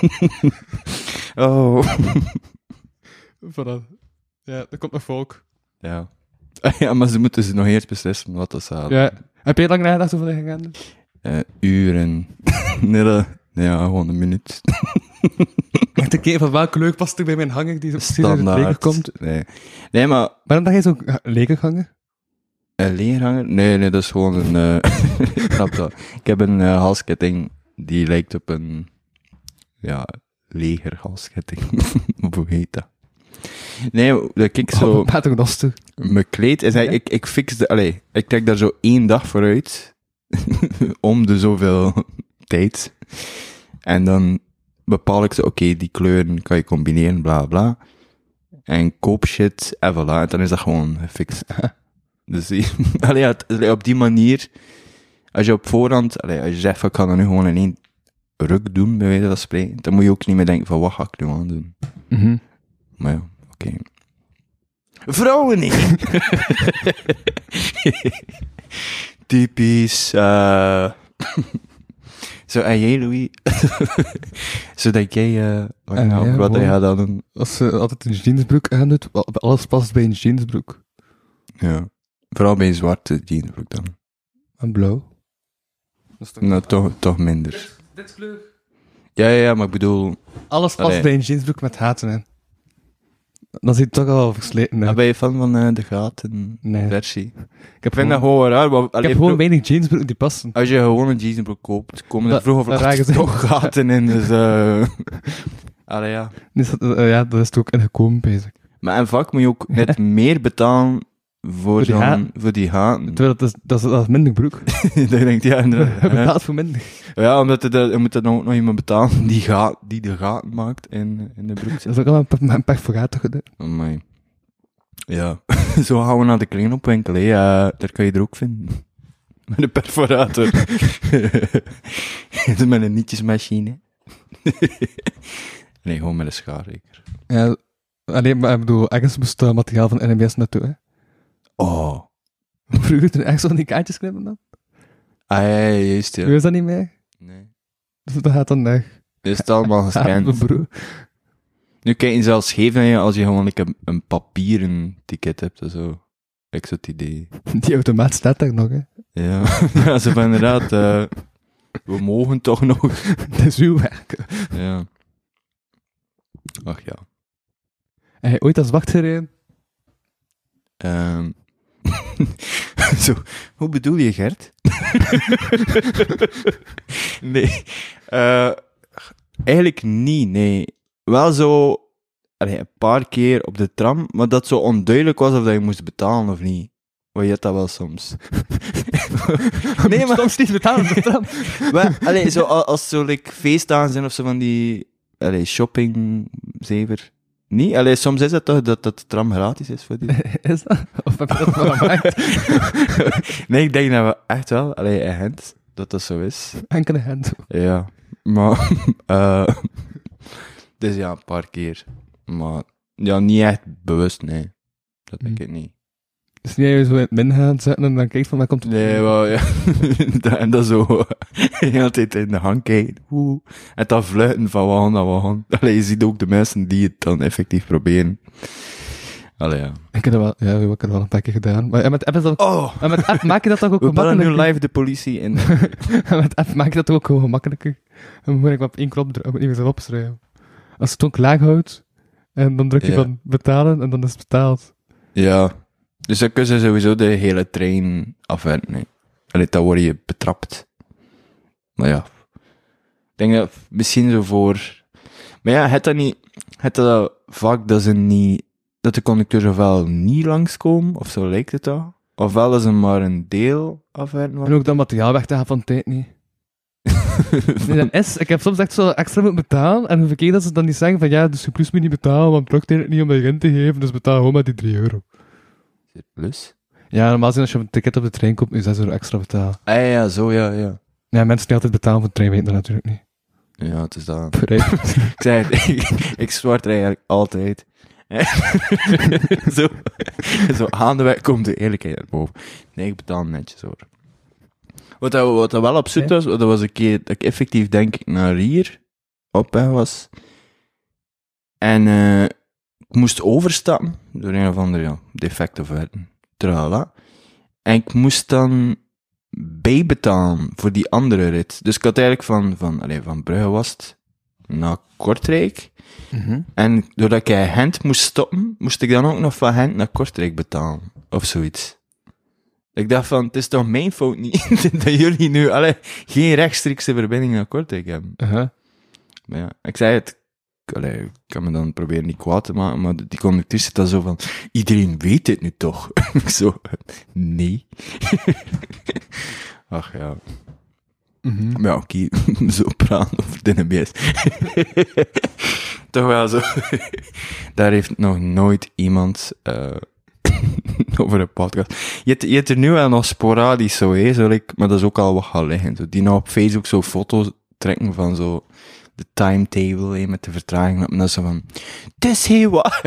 Oh. Voilà. Ja, er komt nog volk. Ja. Ja, maar ze moeten ze nog eerst beslissen wat dat zou. Ja. Heb je lang nagedacht over de agenda? Uh, uren. nee, dat- ja, gewoon een minuut. Echt een keer van welke leuk past er bij mijn hanger die zo precies uit het leger Standaard. komt? Nee. Nee, maar Waarom dacht je zo'n legerganger? een leerhanger? Nee, nee, dat is gewoon een... eh snap dat. Ik heb een eh, halsketting die lijkt op een... Ja, legerhalsketting. Of hoe heet dat? Nee, dat ik zo... Oh, paternoster. Mijn kleed is eigenlijk... Ik, ik fix de... Allee, ik trek daar zo één dag vooruit. om de zoveel tijd. En dan bepaal ik zo... Oké, die kleuren kan je combineren, bla bla. En koop shit, en voilà. En dan is dat gewoon gefixt. Dus die- allee, ja, het- allee, op die manier... Als je op voorhand... Allee, als je zegt van, ik ga dat nu gewoon in één ruk doen, bij wijze van spreken, dan moet je ook niet meer denken van, wat ga ik nu aan doen? Mhm. Maar ja, oké. Vrouwen niet! Typisch. eh Zo, en jij, Louis? Zodat jij... eh wat, En nou, jij, wat gewoon- jij dan doen? Als ze altijd een jeansbroek aandoet, wa- alles past bij een jeansbroek. Ja. Vooral bij een zwarte jeansbroek dan. En blauw. Dat is toch... Nou, toch, toch minder. Dit kleur. Ja, ja, ja, maar ik bedoel... Alles past Allee. bij een jeansbroek met haten in. Dan ziet het toch al versleten Ah, uit. ben je fan van eh, de gaten Nee. versie? Ik heb Ik vind gewoon, dat gewoon raar. Maar, ik allee, heb gewoon bro- weinig jeansbroeken die passen. als je gewoon een jeansbroek koopt, komen er Dat- vroeg of dat laat raken ze. toch gaten in. Dus, eh allee, ja. Dus dat, eh, ja, dat is er ook ingekomen, bezig. Maar en vaak moet je ook net meer betalen voor, die zo'n- haten. voor die haten. Terwijl dat is, dat is, dat is minder broek. dat je denkt, ja, Je inderdaad. betaalt voor minder. Ja, omdat je, dat- je moet er nog, nog iemand betalen die, gaat, die de gaten maakt in, in de broek. Dat is ook al een, een perforator gedaan. Amai. Ja, zo gaan we naar de kringloopwinkel, hè. Uh, daar kan je er ook vinden. Met een perforator. Met een nietjesmachine. Nee, gewoon met een schaar, zeker. Ja, alleen maar ik bedoel, ergens moest dat materiaal van N M B S naartoe, hè. Oh. Vroeger toen ergens van die kaartjes knippen dan. Ah, ja, ja, juist, Nu ja. is dat niet meer. Nee. Dus dat gaat dan weg. Is het allemaal Ja, gescand? broer. Nu kan je zelfs geven aan je als je gewoon like, een, een papieren ticket hebt of zo. Ik zo het idee. Die automaat staat daar nog, hè. Ja, ja ze van inderdaad, eh, we mogen toch nog. Dat is uw werk. Ja. Ach ja. Heb je ooit als wacht gereden? Ehm zo, hoe bedoel je, Gert? nee. eh eigenlijk niet, nee. Wel zo, allee, een paar keer op de tram, maar dat zo onduidelijk was of dat je moest betalen of niet. Maar je hebt dat wel soms. Nee, maar... Soms niet betalen, betalen. Maar, allee, zo, al- als zo like, feestdagen zijn of zo van die allee, shoppingzever. Niet? Allee, soms is het toch dat, dat de tram gratis is voor die. Is dat? Of heb je dat maar gemaakt? Nee, ik denk dat we echt wel, allee, in Gent, dat dat zo is. Enkele hand. Ja, maar, eh Dus ja, een paar keer. Maar ja, niet echt bewust, nee. Dat denk ik niet. Dus niet even zo in het min gaan zetten en dan kijkt van, waar komt het? Nee, wel, ja. Dat- en dat zo, de hele tijd in de hand kijken. Oeh. En dan fluiten van, we gaan, dat we gaan. Allee, je ziet ook de mensen die het dan effectief proberen. Allee, ja. Ik heb dat wel, ja, ik heb dat wel een paar keer gedaan. Maar ja, met app is dat ook, Oh, en met app maak je dat toch ook we bellen nu gemakkelijker? live de politie in. En met app maak je dat toch ook gewoon gemakkelijker. Dan moet ik maar op één knop drukken, moet niet meer zo opschrijven. Als je het ook laag houdt, en dan druk je Ja. van betalen, en dan is het betaald. Ja. Dus dan kun je sowieso de hele trein afwerken. Nee. Allee, dan word je betrapt. Maar ja. Ik denk dat misschien zo voor... Maar ja, het dat niet... Het dat vaak dat ze niet... Dat de conducteurs ofwel niet langskomen, of zo lijkt het toch? Ofwel dat ze maar een deel afwerken. En ook dat materiaal weg te gaan van tijd niet. Nee, dat is, ik heb soms echt zo extra moeten betalen, en hoe verkeerd dat ze dan niet zeggen van, ja, dus je plus moet niet betalen, want het lukt niet om dat je in te geven, dus betaal gewoon met die drie euro. Plus? Ja, normaal gezien als je een ticket op de trein koopt, moet je zes euro extra betalen. Ah ja, zo, ja, ja. Ja, mensen die altijd betalen voor de trein weten dat natuurlijk niet. Ja, het is dat. Vooruit. Ik zei het, ik, ik zwart er eigenlijk altijd. zo, zo aan de weg komt de eerlijkheid naar boven. Nee, ik betaal netjes hoor. Wat dat, wat dat wel absurd was, dat was een keer dat ik effectief denk ik naar hier op weg was. En eh, ik moest overstappen door een of andere ja, defecte verwerking. Trala. En ik moest dan bijbetalen voor die andere rit. Dus ik had eigenlijk van, van, allez, van Brugge was het naar Kortrijk. Mhm. En doordat ik in Gent moest stoppen, moest ik dan ook nog van Gent naar Kortrijk betalen. Of zoiets. Ik dacht van, het is toch mijn fout niet dat jullie nu allee, geen rechtstreekse verbinding naar Kortrijk hebben. Uh-huh. Maar ja, ik zei het, ik, allee, ik kan me dan proberen niet kwaad te maken, maar die conducteur zit dan zo van, iedereen weet dit nu toch? Ik zo, nee. Ach ja. Mhm. Maar ja, oké, zo praten over de N B S. Toch wel zo. Daar heeft nog nooit iemand uh, over een podcast. Je hebt, je hebt er nu wel nog sporadisch zo, hè, zo like, maar dat is ook al wat gaan liggen. Zo, die nou op Facebook zo foto's trekken van zo de timetable, hè, met de vertraging. En dat is zo van, het is heel wat.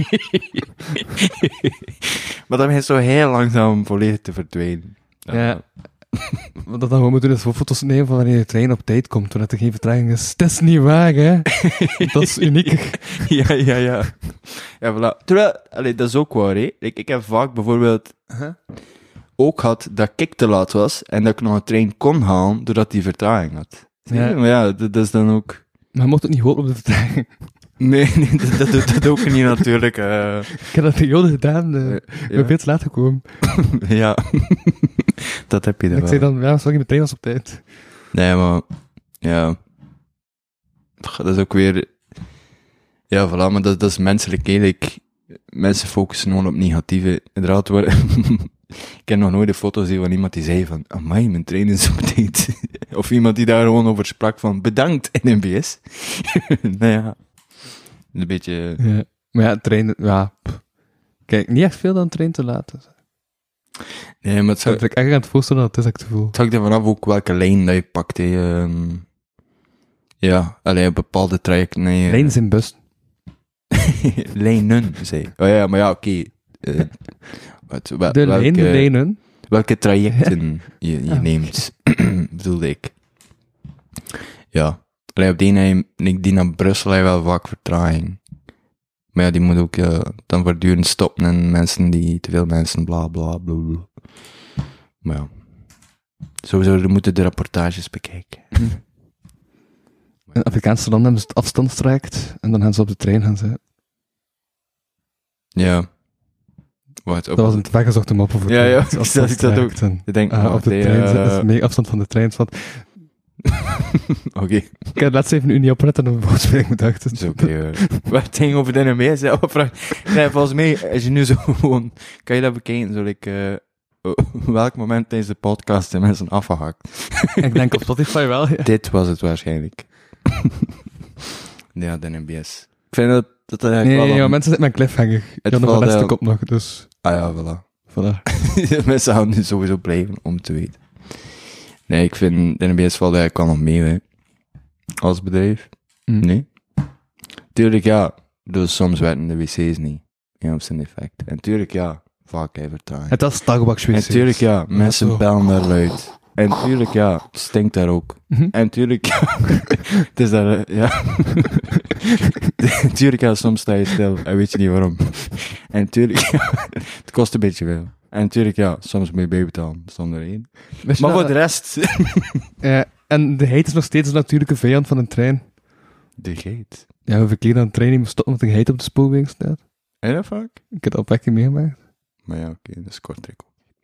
Maar dat begint zo heel langzaam volledig te verdwijnen. Ja. Wat dat dan gewoon moet doen, is voor foto's nemen van wanneer de trein op tijd komt, zodat er geen vertraging is. Het is niet waar, hè. Dat is uniek. Ja, ja, ja. Ja, voilà. Terwijl, allee, dat is ook waar, hè. Ik, ik heb vaak bijvoorbeeld ook gehad dat ik te laat was en dat ik nog een trein kon halen doordat die vertraging had. Zie je? Ja. Maar ja, dat, dat is dan ook... Maar je mocht het niet hopen op de vertraging. Nee, nee dat, dat doet dat ook niet natuurlijk. eh. Ik heb dat periode gedaan, uh, ik ben ja. veel te laat gekomen. Ja. Dat heb je En dan ik wel. zei dan, ja, sorry, mijn trein was op tijd. Nee, maar... Ja. Dat is ook weer... Ja, voilà, maar dat, dat is menselijk, hè. Like, mensen focussen gewoon op negatieve. Inderdaad, waar... Ik heb nog nooit een foto gezien van iemand die zei van, amai, mijn trein is op tijd. Of iemand die daar gewoon over sprak van, bedankt, N M B S. Nou ja. Een beetje... Ja. Maar ja, trein, ja. pff. Kijk, niet echt veel dan een trein te laat is. Nee, maar het Ik zou... ben echt aan het voorstellen dat het is echt te voel. Het hangt er vanaf ook welke lijn dat je pakt, hè. ehm. Ja, alleen op bepaalde trajecten... Nee, eh, Lijnen zijn bus. lijnen, zei je. Oh ja, maar ja, oké. eh, wat- wel- De welke, lijn, de lijnen. welke trajecten je, je Ah. neemt, bedoelde ik. Ja. Allee, op die, neem- ik die naar Brussel heb je wel vaak vertraging. Maar ja, die moet ook ja, dan voortdurend stoppen en mensen die, te veel mensen, bla bla bla bla. Maar ja. Sowieso, we moeten de rapportages bekijken. In Afrikaanse landen hebben ze het afstandstraject en dan gaan ze op de trein gaan zitten. Ja. Wat, op, Dat was een te weggezochte map over Ja, ja, het ik zat- ik zat ook- afstandstraject. En, ik denk, ah, oh, op de nee, trein eh, zitten is mee afstand van de trein. Want Oké, ik heb laatst even nu niet opgelet en een woordspeling bedacht. dat is oké. hoor. Wat het ging over de N M B S, ja, vraag. Nee, volgens mij, als je nu zo gewoon, kan je dat bekijken, zo like, uh, welk moment tijdens de podcast zijn mensen afgehakt. Ik denk op Spotify wel, ja. Dit was het waarschijnlijk. Ja, de N M B S. Ik vind dat dat Nee, eigenlijk nee, wel... ja, een- mensen zitten met een cliffhanger. Het Ja, nog valt een laatste wel- kop nog, dus Ah ja, voilà. voilà. Mensen gaan nu sowieso blijven om te weten. Nee, ik vind de N M B S valt eigenlijk wel nog mee, hè. Als bedrijf. Mm. Nee? tuurlijk ja, dus soms werken de wc's niet. Ja, op zijn effect. En tuurlijk ja, vaak hij vertraagd. Het was Starbucks wc's. En tuurlijk ja, mensen zo. bellen daar luid. En tuurlijk ja, het stinkt daar ook. Mhm. En tuurlijk ja, het is daar, eh, ja. Tuurlijk ja, soms sta je stil en weet je niet waarom. En tuurlijk ja, het kost een beetje veel. En tuurlijk ja, soms moet je bijbetalen, zonder één. Wist je Maar voor dat- de rest... Eh, en de geit is nog steeds een natuurlijke vijand van een trein. De geit. Ja, we verkeer aan een trein niet moet stoppen omdat een geit op de spoorweg staat. Heb je dat vaak? Ik heb dat op weg meegemaakt. Maar ja, oké, dat is kortrek.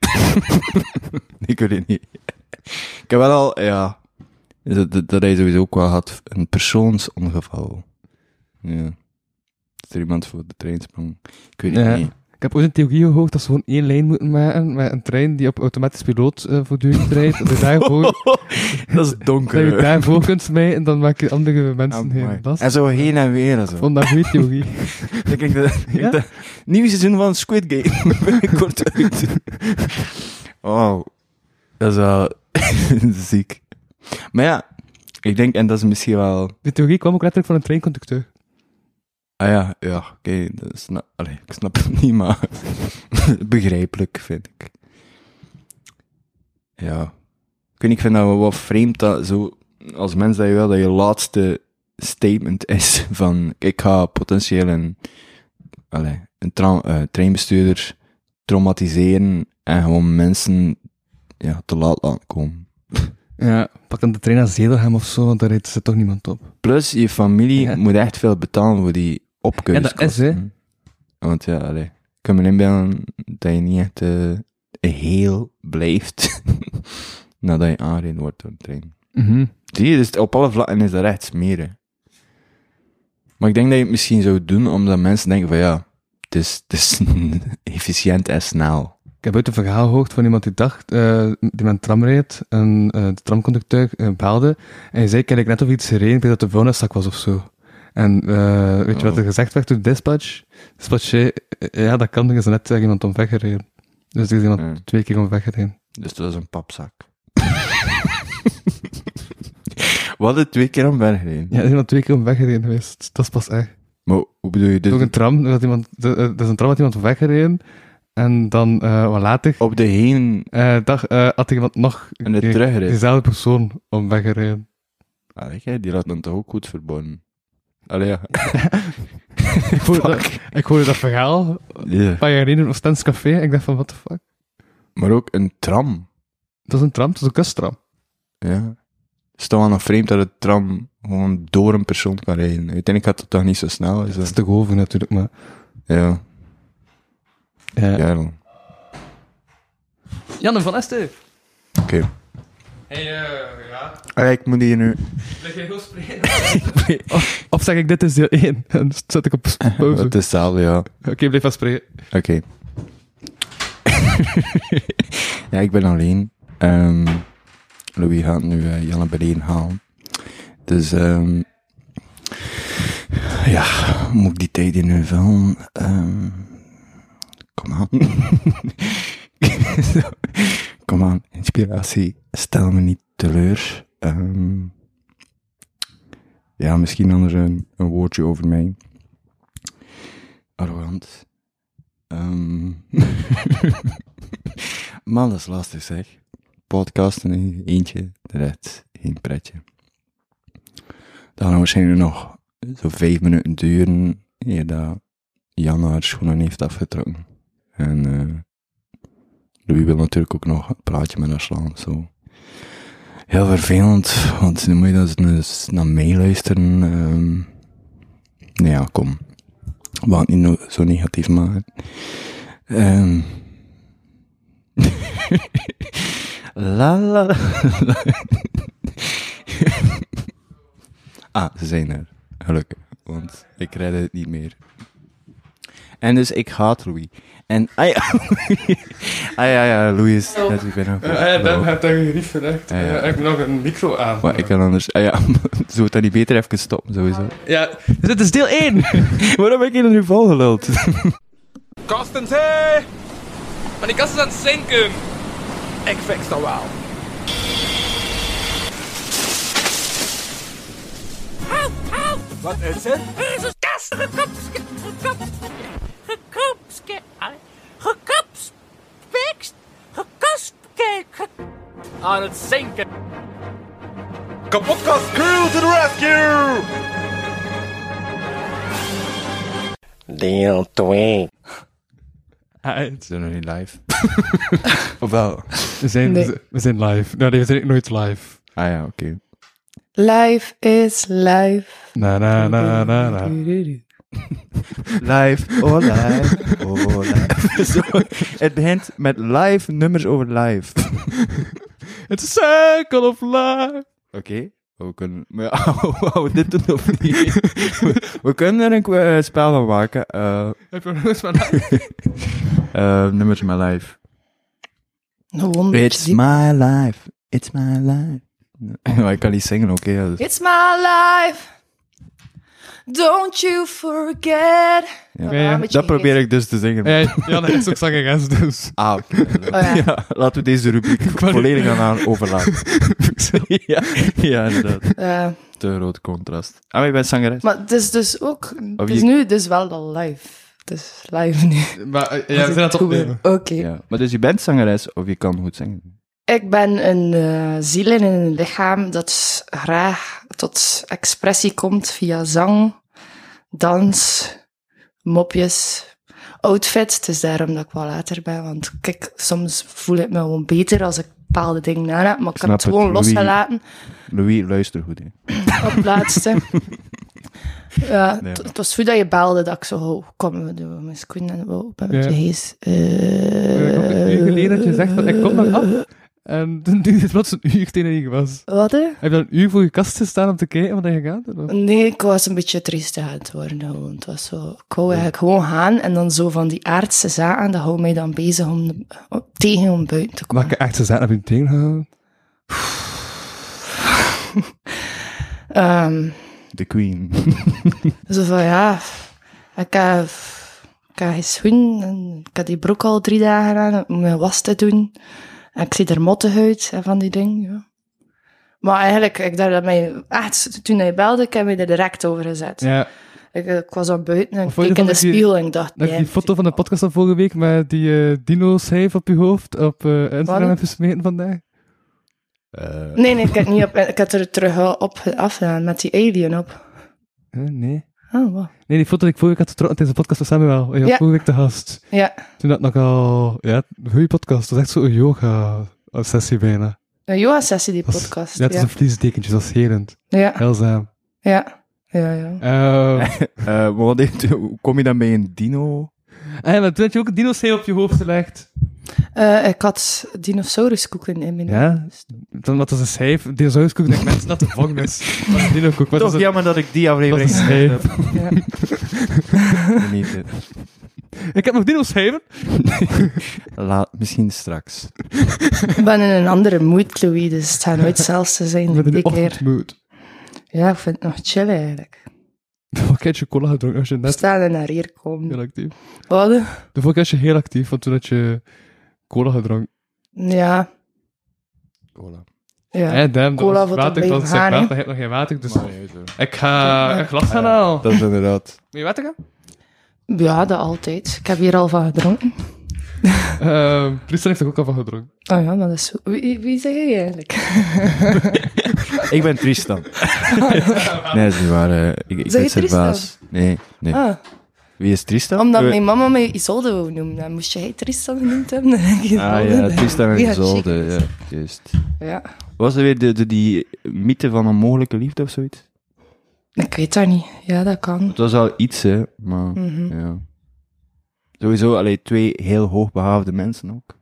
Ik weet het niet. Ik heb wel al, ja, dat, dat, dat hij sowieso ook wel had, een persoonsongeval. Ja. Dat er iemand voor de trein sprong. Ik weet het Ja. niet. Ik heb ooit een theorie gehoord dat ze gewoon één lijn moeten maken met een trein die op automatisch piloot uh, voortdurend rijdt. Dat je daarvoor, Dat is dat je donker. daarvoor kunt smijten en dan maak je andere mensen heen. Dat En is, zo heen en weer en zo. ik vond dat een goede theorie. Ik denk dat, ik Ja? dat nieuwe seizoen van Squid Game binnenkort uit. Wow. Dat is wel ziek. Maar ja, ik denk, en dat is misschien wel... De theorie kwam ook letterlijk van een treinconducteur. Ah ja, ja, oké, okay, sna- allee, ik snap het niet, maar begrijpelijk, vind ik. Ja. Ik weet niet, ik vind dat wel wat vreemd dat zo, als mens dat je wel, dat je laatste statement is van, ik ga potentieel een, allee, een tra- uh, treinbestuurder traumatiseren en gewoon mensen, ja, te laat laten komen. Ja, pak dan de trein naar Zedelhem of zo, want daar rijdt er toch niemand op. Plus, je familie Ja. moet echt veel betalen voor die opkeuringskosten. Ja, dat is, hè. Want ja, allee, ik kan me inbeelden dat je niet echt uh, heel blijft nadat je aangereden wordt door een trein. Mhm. Zie je, dus op alle vlakken is dat echt smeren. Maar ik denk dat je het misschien zou doen, omdat mensen denken van ja, het is, het is efficiënt en snel. Ik heb ooit een verhaal gehoord van iemand die dacht, uh, die met een tram reed, en uh, de tramconducteur uh, belde, en hij zei, ik heb net of iets gereden, ik weet dat de vuilniszak was of zo. En uh, weet je wat er gezegd werd door de dispatch? Dispatch zei, uh, ja, dat kan, er is net uh, iemand omweggereden. Dus er is iemand Ja. twee keer omweggereden. Dus dat is een papzak. We hadden twee keer aan berg gereden. Ja, er is iemand twee keer omweggereden geweest. Dat is pas echt. Maar hoe bedoel je Door dit? een tram, dat iemand, dat is een tram had iemand omweggereden, en dan, uh, wat later, Op de heen uh, dag, uh, had er iemand nog, en de uh, terugrit. diezelfde persoon omweggereden. Allee, jij, die laat dan toch ook goed verbonden. Allee, ja. Ik hoorde, dat, ik hoorde dat verhaal Ja. een paar jaar geleden in Oostends Café en ik dacht van, what the fuck? Maar ook een tram. Dat is een tram, dat is een kusttram. Ja. Het is toch wel nog vreemd dat het tram gewoon door een persoon kan rijden. Uiteindelijk gaat het toch niet zo snel. Is Dat is dat... te geloven natuurlijk, maar... Ja, Ja. ja dan. Janne van Este! Oké. Hey, uh, ja, Allee, ik moet hier nu... leg jij heel spreken? of, of zeg ik, dit is deel één, en dan zet ik op pauze. Het is hetzelfde, ja. Oké, okay, blijf van spreken. Oké. Ja, ik ben alleen. Um, Louis gaat nu uh, Janne beneden halen. Dus, um, ja, hoe moet ik die tijd in nu vullen? Um, kom aan. Zo. Kom aan, inspiratie. Stel me niet teleur. Um, ja, misschien anders een, een woordje over mij. Arrogant. Um, man, dat is lastig zeg. Podcasten in eentje, de rest geen pretje. Dan gaan waarschijnlijk nog zo vijf minuten duren, eer dat Jan haar schoenen heeft afgetrokken. En uh, Louis wil natuurlijk ook nog een praatje met haar slaan, zo. Heel vervelend, want nu moet je dat eens naar mij luisteren. Um, nou ja, kom. We gaan het niet no- zo negatief maken. Um. la la la. Ah, ze zijn er. Gelukkig. Want ik redde het niet meer. En dus ik haat Louis. En, ah ja, ah ja, ja, Louis is net weer binnen. dan heb je een gerief gelegd. Ja, ja. Ik heb nog een micro aan. Maar ik kan anders, ah ja, zou het dan niet beter even stoppen, sowieso? Ja, dus dit is deel één! Waarom heb ik je nu volgeluld? Kastens, hé! Maar die kast is aan het zinken. Ik fix dat wel. Wat is het? Er is een Gekopske, gekopske, gekopske, gekopspekst, gekospke, aan het zinken. Kapotkast crew to the rescue! Deel twee. Uit. Zijn we nog niet live? Of wel? We zijn, Nee. we zijn live. Nou, nee, we zijn nooit live. Ah ja, oké. Life is life. Na, na, na, na, na. Live, oh live, oh live. Zo, het begint met live nummers over live. It's a circle of life. Oké, we kunnen... Maar ja, wou we dit doen of niet? we, we kunnen er een uh, spel van maken. Uh, Heb je nog eens van live? uh, nummers met live. Gewoon It's diep. my life, it's my life. Ja, ik kan niet zingen, oké. Okay, dus. It's my life. Don't you forget. Ja, Ja, een beetje Dat probeer geest. ik dus te zingen. Ja, ja, dat is ook zangeres, dus. Ah, oké. Oh, ja. Ja, laten we deze rubriek volledig aan haar overlaten. ja, ja, inderdaad. Ja. Te groot contrast. Ah, maar je bent zangeres? Maar het is dus ook... Het is je- nu dus wel al live. Het is live nu. Maar uh, ja, we zijn aan het opnemen. Oké. Ja. Maar dus je bent zangeres of je kan goed zingen? Ik ben een uh, ziel in een lichaam dat graag tot expressie komt via zang, dans, mopjes, outfit. Het is daarom dat ik wel later ben, want kijk, soms voel ik me gewoon beter als ik bepaalde dingen aan heb, maar ik heb Snap het het, gewoon Louis. losgelaten Louis, luister goed, hè. op het laatste. Ja, Nee. het, het was goed dat je belde, dat ik zo, oh, kom, we doen mijn schoen en we ben met Ja. je geest. Uh, ik heb een uur geleden dat je zegt van, ik kom nog af. En toen duurde het plots een uur tegen je was. Wat, hè? Heb je dan een uur voor je kast gestaan om te kijken wat je gaat doen? Of? Nee, ik was een beetje triestig aan het worden. Gewoon. Het was zo, ik wou eigenlijk gewoon gaan en dan zo van die aardse zaken, dat houdt mij dan bezig om de- om- tegen om buiten te komen. Welke echte zaken heb je tegengehouden? Ehm, The Queen. zo van, ja, ik heb, ik heb geen schoen en ik heb die broek al drie dagen aan om mijn was te doen. En ik zie er mottig uit en van die dingen, ja. Maar eigenlijk, ik dacht dat mij, echt, toen hij belde, ik heb mij er direct over gezet. Ja, Ik, ik was aan buiten en ik Of vond je keek in de dat die- spiegel en ik dacht, dat ik nee, die foto van de podcast van vorige week met die uh, dino-schijf op je hoofd op uh, Instagram Wat? heb gesmeten vandaag. Uh, Nee, nee, ik heb, niet op, ik heb er terug uh, op afgedaan met die alien op. Huh, nee. Oh, wow. Nee, die foto die ik vorige week had getrokken tijdens de podcast van Samuel. Je was Ja. vorige week te gast. Ja, Toen had ik nogal... Ja, een goede podcast. Dat was echt zo'n yoga-sessie bijna. een yoga-sessie, die Dat is- podcast. Ja, het is een vliesdekentje, dat is helend. Ja, Heilzaam. ja, ja, ja. Uh, uh, maar wat heeft, hoe kom je dan bij een dino? en maar toen had je ook een dino-schijf op je hoofd gelegd. Uh, ik had dinosauruskoeken in mijn Ja? hoofd. Toen wat was een schijf, een dinosauruskoek, dat ik mensen dat de gevangenis. Dat is een dino-koek. Wat was Toch een- jammer dat ik die aflevering dat is een heb. Ja. Niet, eh, Ik heb nog dino-schijven. laat, misschien straks. Ik ben in een andere mood, Louis, dus het gaat nooit hetzelfde zijn Met die een keer. ochtendmood. Ja, ik vind het nog chill eigenlijk. De vorige keer had je cola gedronken als je We net staan er naar hier komen. heel actief. Wat? De vorige keer was je heel actief, want toen had je cola gedronken. Ja, Cola. ja. Eh, damn, dat Cola was voor te water, ik blijven was zeg gaan, water, hè. je hebt nog geen water, dus Maar nee, zo. ik ga een glas gaan halen. Dat is inderdaad. Wil je water gaan? Ja, dat altijd. Ik heb hier al van gedronken. Uh, Tristan heeft er ook al van gedronken. Oh ja, dat is zo. Wie, wie zeg je eigenlijk? Ik ben Tristan. Nee, dat is niet waar. eh, ik ik Zeg ben je Tristan? Servaas. Nee, nee. Ah, Wie is Tristan? omdat Eh, mijn mama mij Isolde wou noemen. Dan moest jij Tristan genoemd hebben. Dan denk ik Ah Isolde. ja, Tristan en Wie had Isolde. chic? Ja, juist. Ja, Was er weer de, de, die mythe van een mogelijke liefde of zoiets? ik weet dat niet. Ja, dat kan. Het was al iets, hè, maar Mhm. ja. Sowieso, allee, twee heel hoogbehaafde mensen ook.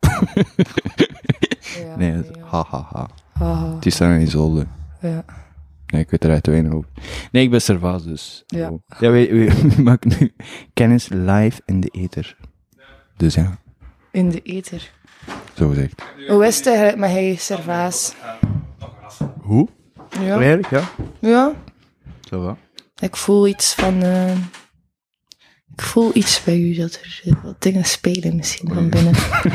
Ja, Nee, ja. ha ha ha. Haha, Tristan en Isolde. ja. Nee, ik weet er echt te weinig over. Nee, ik ben Servaas, dus. Ja. Oh. Ja, we, we, we maken nu kennis live in de ether. Dus ja, In de ether. zo gezegd. Hoe is het eigenlijk met hij Servaas? Hoe? Ja. Eigenlijk, ja. Ja, Zo wat. ik voel iets van... eh, ik voel iets bij u, dat er eh, wat dingen spelen misschien van binnen.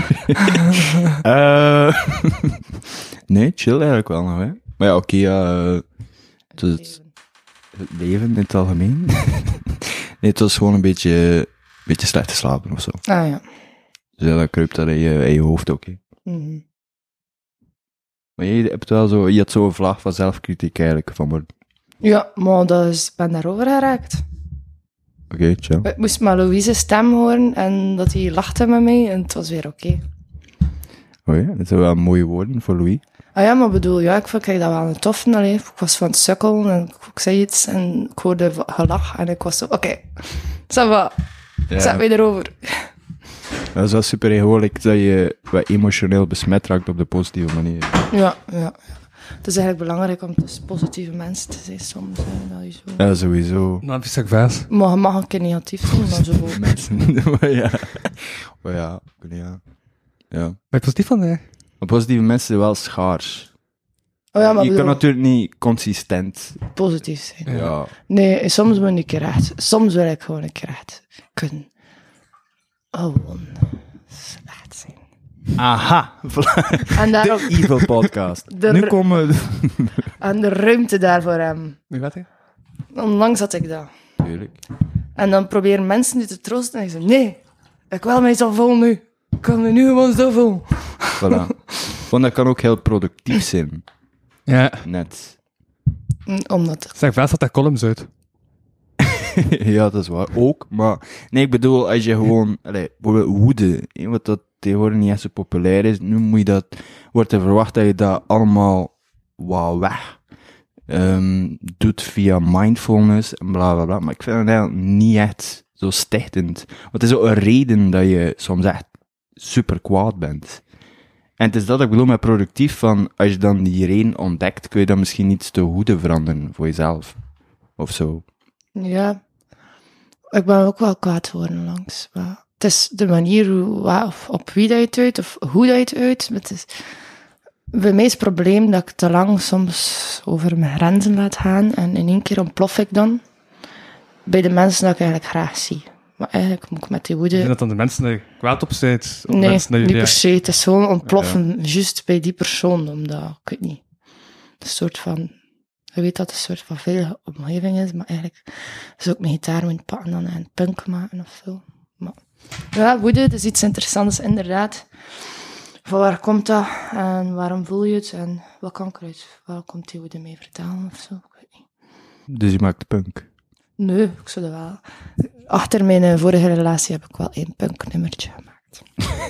Eh nee, chill eigenlijk wel nog, hè. Maar ja, oké, ja. eh, het is het, het leven in het algemeen. Nee, het was gewoon een beetje, een beetje slecht te slapen of zo. Ah ja. Dus ja, dat kruipt dat in je, in je hoofd ook. Hè. Mhm. Maar je hebt wel zo, je had zo'n vlaag van zelfkritiek eigenlijk vanmorgen. Ja, maar dat is, ik ben daarover geraakt. Oké, okay, ciao. Ik moest maar Louise's stem horen en dat hij lachte met mij en het was weer oké. Okay. Oh ja, dat zijn wel mooie woorden voor Louis. Ah ja, maar bedoel, ja, ik vond ik dat wel een toffe. Allee. Ik was van het sukkelen en ik, ik zei iets en ik hoorde gelach en ik was zo, oké, okay, ça va, Ja. zet mij erover. Dat is wel super egolijk dat je wat emotioneel besmet raakt op de positieve manier. Ja, ja, ja. Het is eigenlijk belangrijk om tussen positieve mensen te zijn soms. Hè, dat je zo... Ja, sowieso. Nou, heb je vers. Maar je mag een keer negatief zijn, maar zo... Mensen, maar ja. Maar ja, ja. Ja. Ben je positief van mij? Maar positieve mensen zijn wel schaars. Oh ja, maar je bedoel, kan natuurlijk niet consistent. positief zijn. Ja. Nee, soms moet ik een keer echt... Soms wil ik gewoon een keer echt kunnen... Gewoon slecht zijn. Aha. En daarom... De Evil Podcast. De Nu r- komen we... En de ruimte daarvoor hebben. Wie weet je? Onlangs had ik dat. Tuurlijk. En dan proberen mensen nu te troosten en ik zeg, nee, ik wil mij zo vol nu. Ik kan me nu gewoon zo vol. Voilà. Want dat kan ook heel productief zijn. Ja. Net. Omdat... Zeg, vers had daar columns uit. Ja, dat is waar. Ook, maar... Nee, ik bedoel, als je gewoon... Allee, bijvoorbeeld woede, hè, wat dat tegenwoordig niet echt zo populair is, nu moet je dat... Wordt er verwacht dat je dat allemaal wauw weg um, doet via mindfulness en bla bla bla. Maar ik vind het eigenlijk niet echt zo stichtend. Want het is ook een reden dat je soms echt super kwaad bent. En het is dat ik bedoel met productief, van als je dan die reden ontdekt, kun je dan misschien iets te goede veranderen voor jezelf. Of zo. Ja. Ik ben ook wel kwaad geworden langs. Maar het is de manier hoe, waar, of op wie dat je het uit, of hoe dat je het uit. Het is bij mij is het probleem dat ik te lang soms over mijn grenzen laat gaan en in één keer ontplof ik dan bij de mensen dat ik eigenlijk graag zie. Maar eigenlijk moet ik met die woede... Zijn dat dan de mensen die je kwaad op zijn? Of Nee, mensen die niet je- per se. Het is gewoon ontploffen, juist bij die persoon, omdat, ik weet niet, een soort van, je weet dat het een soort van veilige omgeving is, maar eigenlijk zou ik mijn gitaar moeten pakken dan en punk maken of zo. Maar, ja, woede, dat is iets interessants, inderdaad. Van waar komt dat, en waarom voel je het, en wat kan ik eruit, waar komt die woede mee vertellen of zo, ik weet niet. Dus je maakt punk. Nee, ik zou dat wel. Achter mijn eh, vorige relatie heb ik wel één punknummertje gemaakt.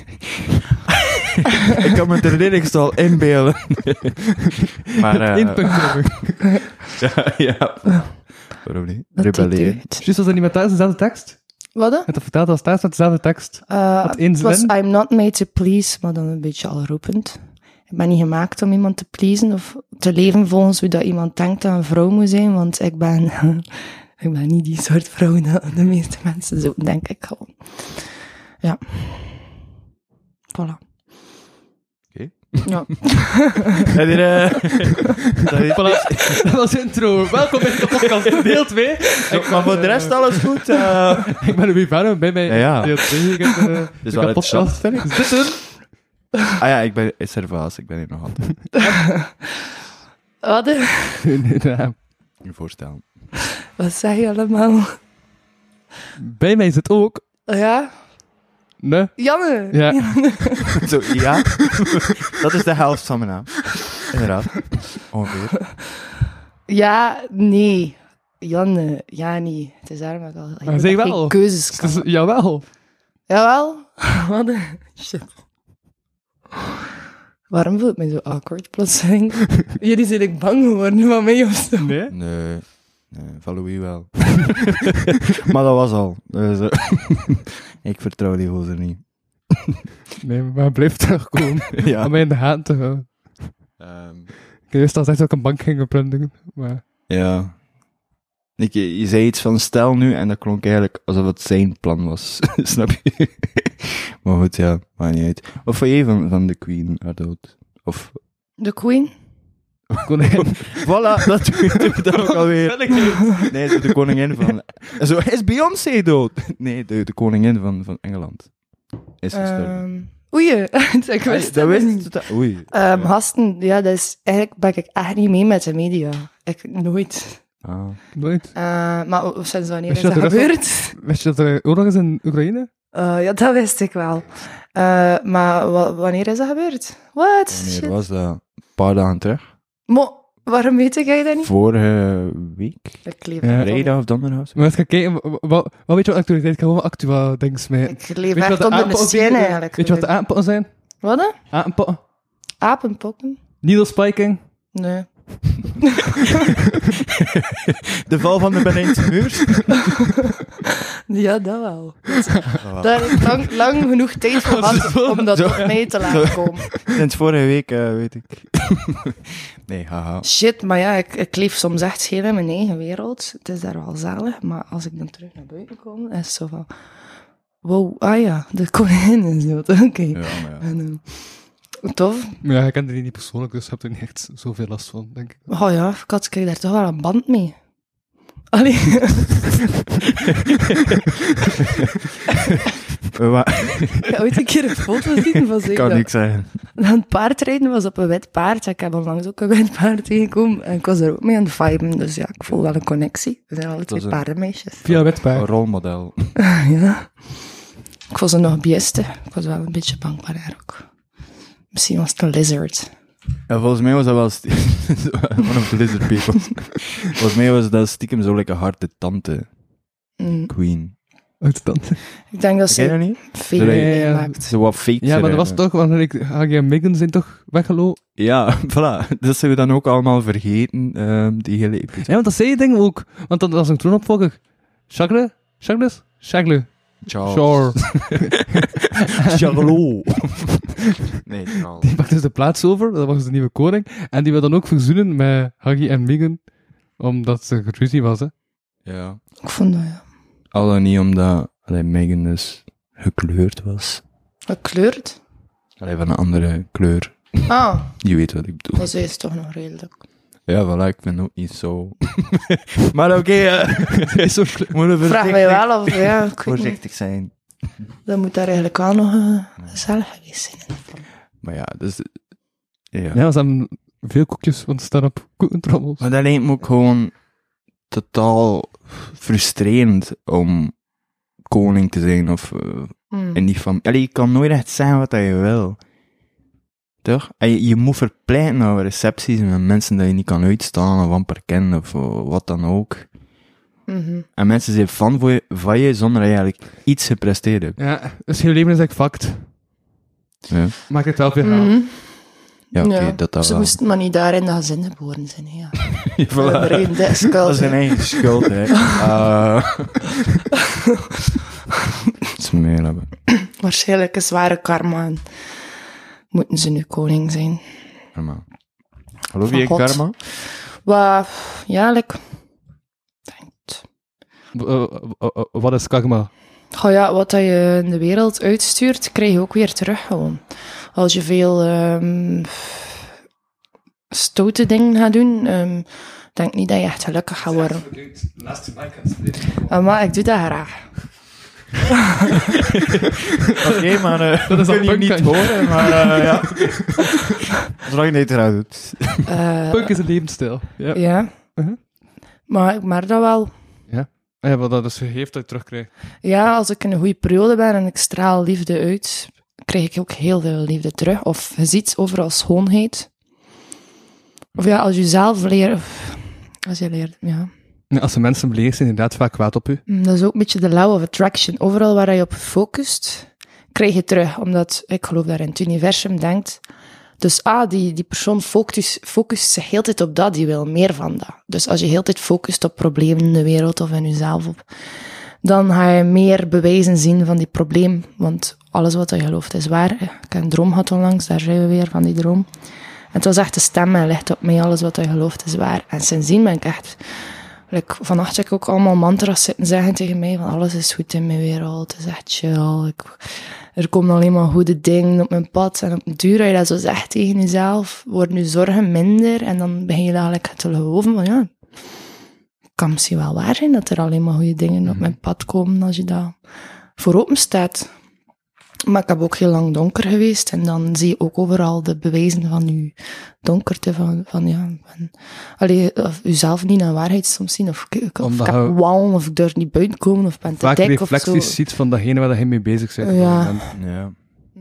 Ik kan me het er direct al inbeelden. maar, eh Eén punt hebben. ja, ja. Waarom niet? Dat Rebelleren. deed het. Juist, was dat niet met thuis dezelfde tekst? Wat? hè? Je hebt dat verteld als thuis met dezelfde tekst. Uh, Wat één het was zin? I'm not made to please, maar dan een beetje alroepend. Ik ben niet gemaakt om iemand te pleasen of te leven volgens hoe dat iemand denkt dat een vrouw moet zijn, want ik ben, ik ben niet die soort vrouw dat de meeste mensen zo denk ik gewoon. Ja. Voilà. Oké. Ja. Heb je, eh, dat is- Voilà, dat was de intro. Welkom bij de podcast deel twee. Ik, maar voor de rest alles goed. eh. Ik ben Louis Verno, bij mij Ja, ja. deel twee. Ik heb de, Dus de wel podcast. interessant, vind ik. Is dit een? Ah ja, ik ben Servaas, ik ben hier nog altijd. Wat? hè? Nee, nee, nee. Je voorstellen. Wat zeg je allemaal? Bij mij is het ook. Ja? Nee. Janne? Ja. Zo, ja. Dat is de helft van mijn naam. Inderdaad. Ongeveer. Ja, nee. Janne, ja, niet. Het is daarom dat ik al ik moet zeg nog wel. geen keuzes Het is, kan. jawel. Jawel? Wat? een- Shit. Waarom voel ik me zo awkward plotseling? Jullie zijn ik bang geworden van mij of zo. Nee. Nee. Nee, van Louis wel. Maar dat was al. Dus, eh, ik vertrouw die gozer niet. Nee, maar blijf terugkomen. Ja. Om mij in de gaten te houden. Ehm, Ik wist al dat ik een bank ging plunderen. Maar ja. Ik, je zei iets van stel nu en dat klonk eigenlijk alsof het zijn plan was. Snap je? Maar goed, ja, maakt niet uit. Wat vond jij van, van de Queen, haar dood? Of... De Queen? konijn. Voilà, dat doe je dan ook alweer. Nee, de koningin van... Zo, is Beyoncé dood? Nee, de, de koningin van, van Engeland is gestorven. Um, oei, ik wist dat het wist niet. je. Oei. Um, gasten, ja, dat is, eigenlijk ben ik echt niet mee met de media. Ik nooit. Ah. Nooit. Uh, maar sinds wanneer Wist is je dat dat er gebeurd? Wist je dat er oorlog is in Oekraïne? Uh, ja, dat wist ik wel. Uh, maar wa- wanneer is dat gebeurd? What? Wanneer Shit. was dat? Een paar dagen terug. Mo, waarom weet jij dat niet? Vorige week? Ik leef Ja. echt Vrijdag of donderdag? of zo? Maar als je kijkt, wat, wat, wat weet je wat actualiteit? Ik ga gewoon actua dingen mee. Ik leef Weet je wat echt de onder de apenpotten- steen eigenlijk. Weet je wat de apenpotten zijn? Wat dan? Apenpotten? Apenpokken? Needle spiking? Nee. De val van de Berlijnse muur? Ja, dat wel. Daar heb ik lang, lang genoeg tijd voor gehad om dat Zo. op mij te laten komen. Sinds vorige week, uh, weet ik. Nee, haha. Shit, maar ja, ik, ik leef soms echt heel in mijn eigen wereld. Het is daar wel zalig, maar als ik dan terug naar buiten kom, is het zo van... Wow, ah ja, de koningin is dood, oké. Ja, maar ja. En, uh, tof. Ja, ik kende die niet persoonlijk, dus ik heb er niet echt zoveel last van, denk ik. Oh ja, ik had ik daar toch wel een band mee. Allee. Wa- Ik heb ooit een keer een foto zien van Ik zich. kan dat- niks zeggen. dat paardrijden was op een wit paard. Ik heb onlangs ook een wit paard tegengekomen. En ik was er ook mee aan de viben. Dus ja, ik voel wel een connectie. We zijn alle twee was een- paardenmeisjes. Via wetpaard. Een rolmodel. Ja. Ik was er nog beste. Ik was wel een beetje bang voor haar ook. Misschien was het een lizard. Ja, volgens mij was dat wel... sti- One of the lizard people. Volgens mij was dat stiekem zo lekker harte tante. Mm. Queen. Uit de tand. Ik denk dat Ken je dat ze niet? veel Ja, ja, ja. meemaakt. Zo wat fake. Ja, maar dat was toch, want ik, Hagi en Meghan zijn toch weggelopen? Ja, voilà. Dat zijn we dan ook allemaal vergeten, ehm, die hele episode. Ja, want dat zei je ding ook. Want dat was een troonopvolger. Charles? Charles? Charles. Sure. Charlot. Nee, Charles. Die pakt dus de plaats over, dat was de nieuwe koning. En die wil dan ook verzoenen met Hagi en Meghan, omdat er ruzie was, hè. Ja. Ik vond dat, ja. Al dan niet omdat allee, Meghan dus gekleurd was. Gekleurd? Allee, van een andere kleur. Ah, Je weet wat ik bedoel. dat is toch nog redelijk. Ja, voilà, ik vind het ook niet zo... maar oké, okay, zo moeten we Vraag mij wel of, ja, ik weet niet. voorzichtig zijn. Dan moet daar eigenlijk wel nog uh, gezellig geweest zijn. Maar ja, dus... Ja. Ja, ze hebben veel koekjes, want ze staan op koekentrommels. Maar dat lijkt me ook gewoon totaal frustrerend om koning te zijn of uh, Hmm. in die familie. Allee, je kan nooit echt zeggen wat dat je wil. Toch? En je, je moet verpleiten naar recepties met mensen dat je niet kan uitstaan of amper kennen of uh, wat dan ook. Mhm. En mensen zijn fan van je, van je zonder dat je eigenlijk iets gepresteerd hebt. Ja, dus heel leven is eigenlijk fact. Ja, Maakt het wel veel haal. Mhm. ja oké, Ja, dat dat Ze wel. moesten maar niet daar in dat gezin geboren zijn. hè, Ja. Ja, voilà. Er een Dat schuld. is zijn eigen schuld, hè. Uh, Smeel hebben. Waarschijnlijk een zware karma. En moeten ze nu koning zijn. Karma. Geloof Van je in God. karma? Wat, ja, like, denkt. W- uh, uh, uh, Wat is karma? Goh ja, wat dat je in de wereld uitstuurt, krijg je ook weer terug gewoon. Als je veel ehm stoute dingen gaat doen, ehm denk niet dat je echt gelukkig gaat worden. Ah, maar ik doe dat graag. Oké, maar uh, Dat is kun al je punk, niet hè. horen, maar uh, ja. Zolang je het eruit doet. Eh, Punk is een levensstijl. Ja. ja. Uh-huh. Maar ik merk dat wel. Ja, wat dat dus gegeven dat je terugkrijgt. Ja, als ik in een goede periode ben en ik straal liefde uit, krijg ik ook heel veel liefde terug. Of je ziet overal schoonheid. Of ja, als je zelf leert... Als je leert, ja. Ja, als de mensen beleefd zijn, inderdaad vaak kwaad op u. Mm, Dat is ook een beetje de law of attraction. Overal waar je op focust, krijg je terug. Omdat, ik geloof dat in het universum denkt... Dus ah, die, die persoon focust, focust zich heel tijd op dat, die wil meer van dat. Dus als je heel tijd focust op problemen in de wereld of in jezelf, op, dan ga je meer bewijzen zien van die probleem. Want alles wat je gelooft is waar. Ik heb een droom gehad onlangs, daar zijn we weer, van die droom. En het was echt de stem en ligt op mij, alles wat je gelooft is waar. En sindsdien ben ik echt... Like, vannacht heb ik ook allemaal mantra's zitten zeggen tegen mij, van alles is goed in mijn wereld, het is echt chill. Ik, er komen alleen maar goede dingen op mijn pad. En op de duur, als je dat zo zegt tegen jezelf, worden je zorgen minder. En dan begin je eigenlijk te geloven van, ja, het kan misschien wel waar zijn dat er alleen maar goede dingen op mijn pad komen als je daar voor open staat. Maar ik heb ook heel lang donker geweest. En dan zie je ook overal de bewijzen van je donkerte. Van, van ja, van, allee, of jezelf niet naar waarheid soms zien. Of, ik- of, Omdat ik heb je- wallen, of ik durf niet buiten komen, of ben te Vaak dik, of zo. reflecties ziet van datgene waar je mee bezig bent. Ja. En- Ja.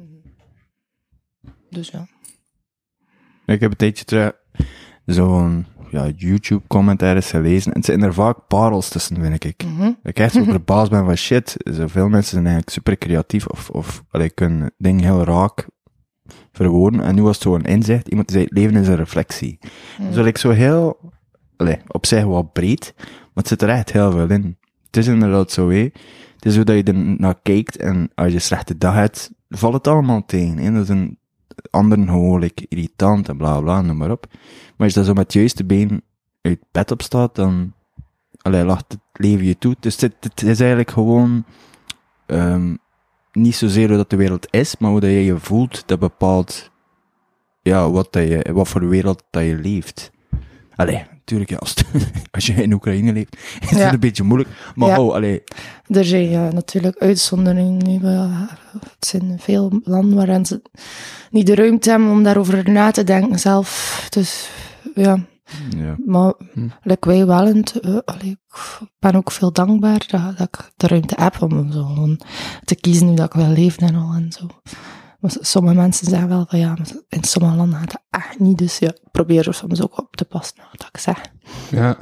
Dus ja. Ik heb een tijdje terug zo'n ja, YouTube-commentaires gelezen. En het zijn er vaak parels tussen, vind ik. Mhm. Ik echt zo verbaasd ben van shit. Zoveel mensen zijn eigenlijk super creatief of, of allee, kunnen dingen heel raak verwoorden. En nu was het zo'n inzicht. Iemand die zei, het leven is een reflectie. Dus dat ik zo heel, allee, op zich wat breed, maar het zit er echt heel veel in. Het is inderdaad zo, hé. Het is zo dat je er naar kijkt en als je een slechte dag hebt, valt het allemaal tegen. Hè. Dat is een anderen gewoon like, irritant en bla bla, noem maar op. Maar als je dat zo met het juiste been uit bed op staat, dan allee, lacht het leven je toe. Dus het, het is eigenlijk gewoon um, niet zozeer hoe dat de wereld is, maar hoe dat je je voelt, dat bepaalt ja, wat, dat je, wat voor wereld dat je leeft. Allee, natuurlijk, ja, als, als je in Oekraïne leeft, is het Ja. een beetje moeilijk. Maar Ja. oh, allee, Er zijn ja, natuurlijk uitzonderingen. Ja, het zijn veel landen waarin ze niet de ruimte hebben om daarover na te denken zelf. Dus ja, ja. maar Hm. like wij wel. In het, uh, allee, ik ben ook veel dankbaar dat, dat ik de ruimte heb om zo gewoon te kiezen hoe dat ik wil leven en al en zo. Maar sommige mensen zeggen wel van ja, maar in sommige landen gaat dat echt niet. Dus ja, ik probeer er soms ook op te passen wat ik zeg. Ja.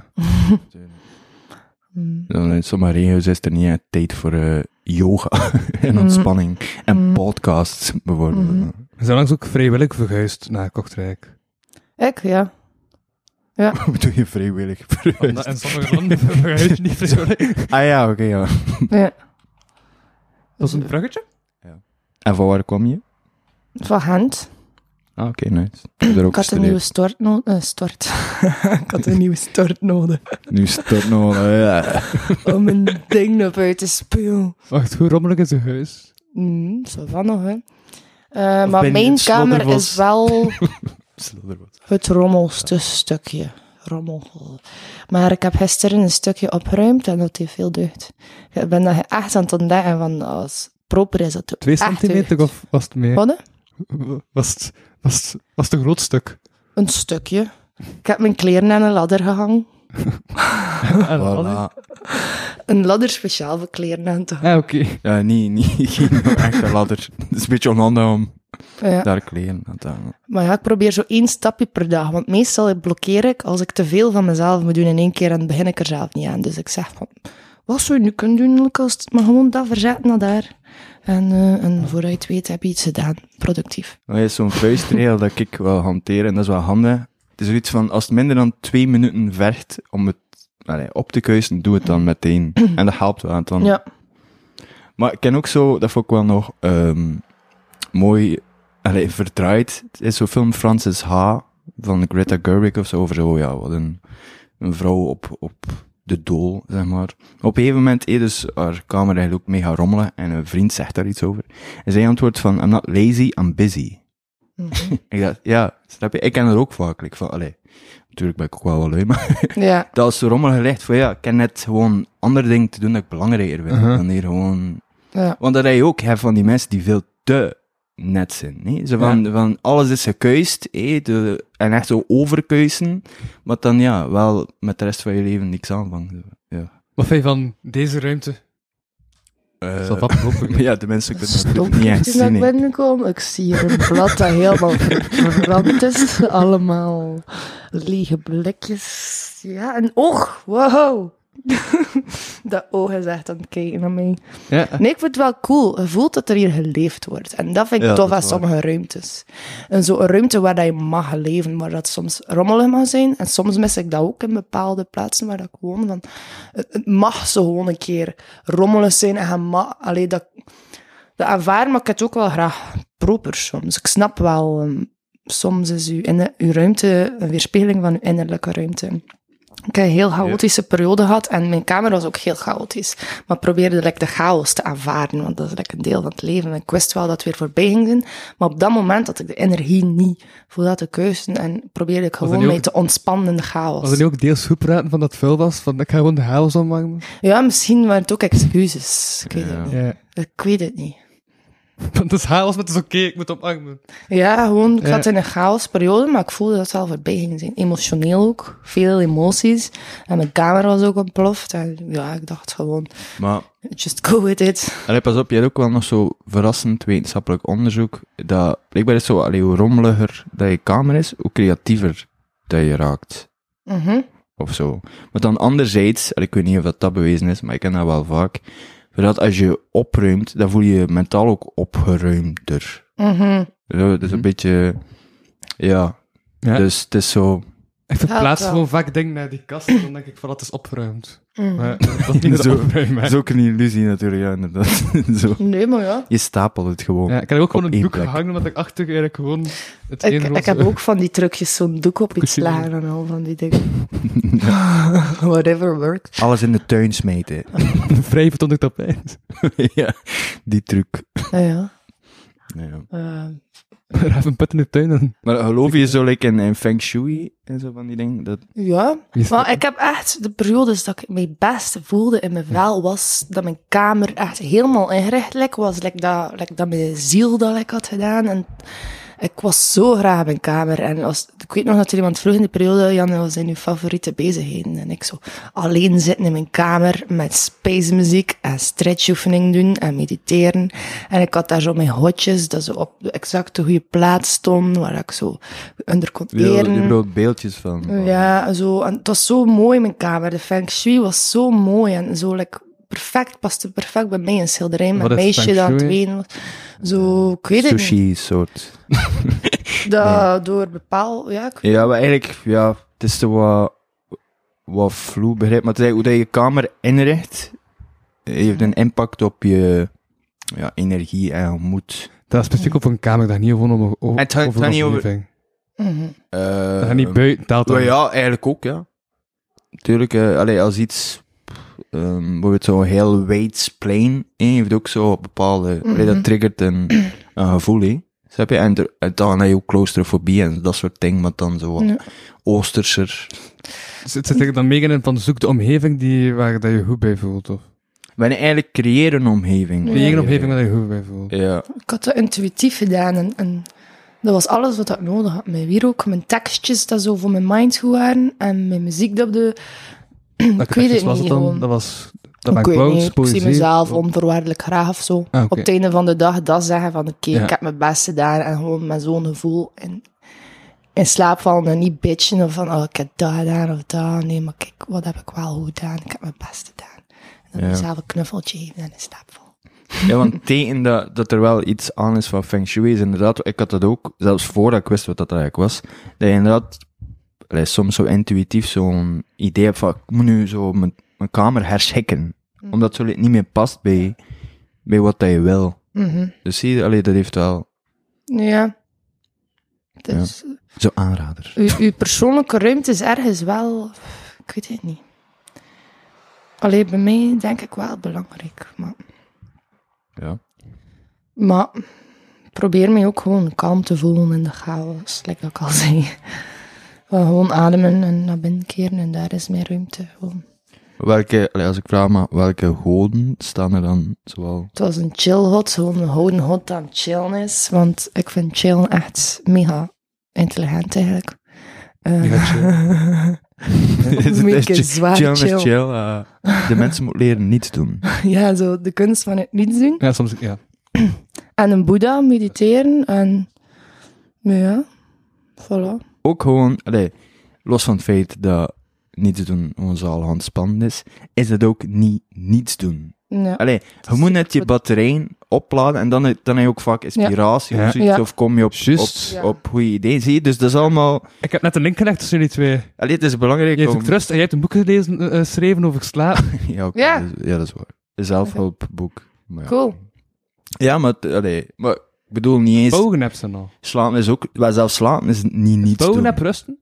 Mm. Dan in sommige regio's is er niet echt tijd voor uh, yoga en ontspanning en Mm. podcasts, bijvoorbeeld. Mhm. We zijn langs ook vrijwillig verhuisd naar Kortrijk. Ik, ja. Hoe doe je vrijwillig verhuisd? Omdat in sommige landen verhuis je niet vrijwillig. Ah ja, oké, ja. ja. Dat is een bruggetje? En van waar kwam je? Van Gent. Ah, oké, nice. Ik heb er ook Ik had een nieuwe stort nodig. Uh, stort. ik had een nieuwe stort nodig. Nu stort nog wel, ja. Om mijn ding naar buiten te spuwen. Wacht, hoe rommelig is een huis? Mm, zo van nog, hè. Uh, Of maar ben je mijn het kamer sloddervos? is wel Sloddervos. het rommelste stukje. Rommel. Maar ik heb gisteren een stukje opgeruimd en dat heeft veel deugd. Ik ben dat echt aan het ontdekken van als proper is dat Twee echt centimeter deugd. of was het meer? Wat, hè? Was het, was het, was het een groot stuk? Een stukje. Ik heb mijn kleren aan een ladder gehangen. En dan- Voilà. Een ladder speciaal voor kleren aan te hangen. Ah, oké. Ja, niet, niet, geen echte ladder. Het is een beetje onhandig om Ja. daar kleren aan te hangen. Maar ja, ik probeer zo één stapje per dag. Want meestal blokkeer ik als ik te veel van mezelf moet doen in één keer en dan begin ik er zelf niet aan. Dus ik zeg van, wat zou je nu kunnen doen, Lucas? Maar gewoon dat verzetten naar daar. En, uh, en vooruit je het weet heb je iets gedaan. Productief. Dat is zo'n vuistregel dat ik wel hanteer en dat is wel handig. Het is zoiets van, als het minder dan twee minuten vergt om het allee, op te kuisen, doe het dan meteen. En dat helpt wel. Dan. Ja. Maar ik ken ook zo, dat vond ik wel nog um, mooi allee, verdraaid. Het is zo'n film Frances H. van Greta Gerwig of zo, over zo, ja, wat een, een vrouw op, op de dool, zeg maar. Op een gegeven moment, eh, dus haar kamer eigenlijk ook mee gaan rommelen en een vriend zegt daar iets over. En zij antwoordt van, I'm not lazy, I'm busy. Mhm. Ik dacht, ja, snap je? Ik ken dat ook vaak. Like, van, allee, natuurlijk ben ik ook wel wel lui, maar Ja. dat is zo rommelig ligt van, ja, ik ken net gewoon andere dingen te doen dat ik belangrijker vind. Uh-huh. Dan hier gewoon... Ja. Want dat je ook hebt van die mensen die veel te net zijn. Nee? Zo van, van, alles is gekuist, eh, de, en echt zo overkuisen, maar dan ja, wel met de rest van je leven niks aanvangen. Zo, ja. Wat vind je van deze ruimte? Uh, Zal dat lopen? ja, de mensen kunnen dat Stop. niet echt Toen zien. ik hè. binnenkom, ik zie hier een blad dat helemaal ver- verbrand is. Allemaal lege blikjes. Ja, een oog. Wow. Dat oog is echt aan het kijken naar mij. Ja. Nee, ik vind het wel cool. Je voelt dat er hier geleefd wordt. En dat vind ik Ja, tof dat aan is waar. sommige ruimtes. En zo'n ruimte waar dat je mag leven, waar dat soms rommelig mag zijn. En soms mis ik dat ook in bepaalde plaatsen waar dat ik woon. Van, het, het mag zo gewoon een keer rommelig zijn. En je mag, allee, dat, dat aanvaarden, maar ik heb het ook wel graag proper soms. Ik snap wel, um, soms is uw, inne- uw ruimte een weerspiegeling van uw innerlijke ruimte. Ik heb een heel chaotische periode gehad en mijn kamer was ook heel chaotisch. Maar ik probeerde like, de chaos te aanvaarden, want dat is like, een deel van het leven. En ik wist wel dat het weer voorbij ging zijn, maar op dat moment had ik de energie niet voor dat te keuzen en probeerde ik er gewoon nu mij ook- te ontspannen in de chaos. Was er nu ook deels goed praten van dat vuil was? Van, ik ga gewoon de chaos ommaken? Ja, misschien waren het ook excuses. Ik weet, Ja. het, niet. Ja. ik weet het niet. Want het is chaos, maar het is oké, ik moet omarmen. Ja, gewoon, ik Ja. zat in een chaosperiode, maar ik voelde dat het wel voorbij ging zijn. Emotioneel ook, veel emoties. En mijn camera was ook ontploft. En ja, ik dacht gewoon, Maar, just go with it. allee, pas op, je hebt ook wel nog zo verrassend wetenschappelijk onderzoek, dat blijkbaar is zo, allee, hoe rommeliger dat je kamer is, hoe creatiever dat je raakt. Mhm. Of zo. Maar dan anderzijds, en ik weet niet of dat, dat bewezen is, maar ik ken dat wel vaak, dat als je opruimt, dan voel je je mentaal ook opgeruimder. Mhm. Zo, het is een beetje, ja, Ja. dus het is zo, Ik verplaats wel. gewoon vaak dingen naar die kast en dan denk ik van, dat is opgeruimd. Mhm. Maar dat is niet Zo. zo opruimen. dat is ook een illusie natuurlijk, ja, inderdaad. Zo. Nee, maar ja. Je stapelt het gewoon. Ja, ik heb ook gewoon Op een één doek plek. gehangen, omdat ik achter eigenlijk gewoon het Ik, ene ik heb ook van die trucjes zo'n doek op iets Kussje. slaan en al van die dingen. Whatever works. Alles in de tuin smijten. wrijven tot ik tapijt. Ja, die truc. Ja, ja. Ja. Eh, Even een put in de tuin en... Maar geloof je zo like in, in Feng Shui en zo van die dingen? Dat... ja, Wie is maar dat? ik heb echt de periodes dat ik mij best voelde in mijn vel, was dat mijn kamer echt helemaal ingericht like, was. Like dat, like dat mijn ziel dat ik had gedaan. En ik was zo graag in mijn kamer. En als, ik weet nog dat er iemand vroeg in de periode, Jan, wat zijn uw favoriete bezigheden? En ik zo alleen zitten in mijn kamer met space muziek en stretchoefening doen en mediteren. En ik had daar zo mijn hotjes, dat ze op de exacte goede plaats stonden, waar ik zo onder kon Je bedoelt- eren. je bedoelt beeldjes van. Ja, zo. En het was zo mooi, mijn kamer. De feng shui was zo mooi en zo like, perfect, paste perfect bij mij. Een schilderij met Wat een is meisje feng dat aan het shui? wenen was. Zo, ik weet het niet. Sushi soort. Dat door bepaal, ja, ik weet Ja, maar eigenlijk, ja, het is te wat, wat vloe begrijp. Maar het is eigenlijk hoe dat je kamer inricht, heeft een impact op je ja, energie en je moed. Dat is specifiek op een kamer, dat niet gewoon over, over, Het gaat- over gaat de niet over- omgeving. Mhm. Uh, Dat gaat niet buiten, telt Maar dan. ja, eigenlijk ook, ja. Tuurlijk, uh, allee, als iets, um, bijvoorbeeld zo'n heel weightsplein, eh, heeft ook zo bepaalde, Mhm. allee, dat triggert een, een gevoel, hè. Snap je? En, er- en dan heb je ook claustrofobie en dat soort dingen, maar dan zo wat Ja. oosterser. Dus het zit er dan mee in van zoek de omgeving die, waar dat je goed bij voelt, of? We eigenlijk creëren een omgeving. Ja. Die eigen omgeving waar je goed bij voelt. Ja. Ik had dat intuïtief gedaan en, en dat was alles wat ik nodig had. Mijn wierook, mijn tekstjes dat zo voor mijn mind goed waren en mijn muziek dat op de... Welke ik weet tekstjes het was niet het dan? gewoon. Dat was... Dat Ik waren weet quotes, niet, ik zie poëzie? mezelf onvoorwaardelijk graag of zo. Ah, oké. Op het einde van de dag dat zeggen van oké, Ja. ik heb mijn best gedaan en gewoon met zo'n gevoel in, in slaap vallen en niet bitchen of van oh, ik heb dat gedaan of dat. Nee, maar kijk, wat heb ik wel goed gedaan? Ik heb mijn best gedaan. En dan Ja. mezelf een knuffeltje geven en in slaap vallen. Ja, want teken dat, dat er wel iets aan is van Feng Shui is inderdaad, ik had dat ook, zelfs voordat ik wist wat dat eigenlijk was, dat je inderdaad allee, soms zo intuïtief zo'n idee hebt van, ik moet nu zo mijn, mijn kamer herschikken, omdat het zo niet meer past bij, bij wat dat je wil. Mhm. Dus zie je, allee, dat heeft wel Ja. Dus zo aanrader. uw, uw persoonlijke ruimte is ergens wel, ik weet het niet. Alleen bij mij denk ik wel belangrijk. Maar, Ja. maar probeer mij ook gewoon kalm te voelen in de chaos, like dat ik al zei. Wel gewoon ademen en naar binnen keren en daar is mijn ruimte. Gewoon. Welke, allee, als ik vraag maar, welke goden staan er dan zoal? Het was een chill hot, zo'n een houden hot dat aan het chillen is, want ik vind chillen echt mega intelligent eigenlijk. Eh, Mega chill. Is Mega het echt zwaar chill is chill. chill? uh, de mensen moeten leren niets doen. Ja, zo de kunst van het niets doen. Ja, soms, ja. En een boeddha, mediteren en... Ja, voilà. Ook gewoon, allee, los van het feit dat niets doen ons al handspannend is, is het ook niet niets doen. Ja. Allee, je moet net je batterijen opladen en dan, dan heb je ook vaak inspiratie Ja. of zoiets, Ja. of kom je op, Juist. op, Ja. op goede ideeën. Zie je, dus dat is allemaal... Ik heb net een link gelegd tussen jullie twee. Allee, het is belangrijk Jij om... zoekt rust en jij hebt een boek gelezen, uh, schreven over slaap. Ja, oké, Ja. dat is- ja, dat is waar. Een zelfhulpboek. Maar ja. Cool. Ja, maar, het- allee, maar ik bedoel niet eens... Bouwen heb ze nog. Slapen is ook... Maar zelfs slapen is niet niets Bouwen doen. heb rusten.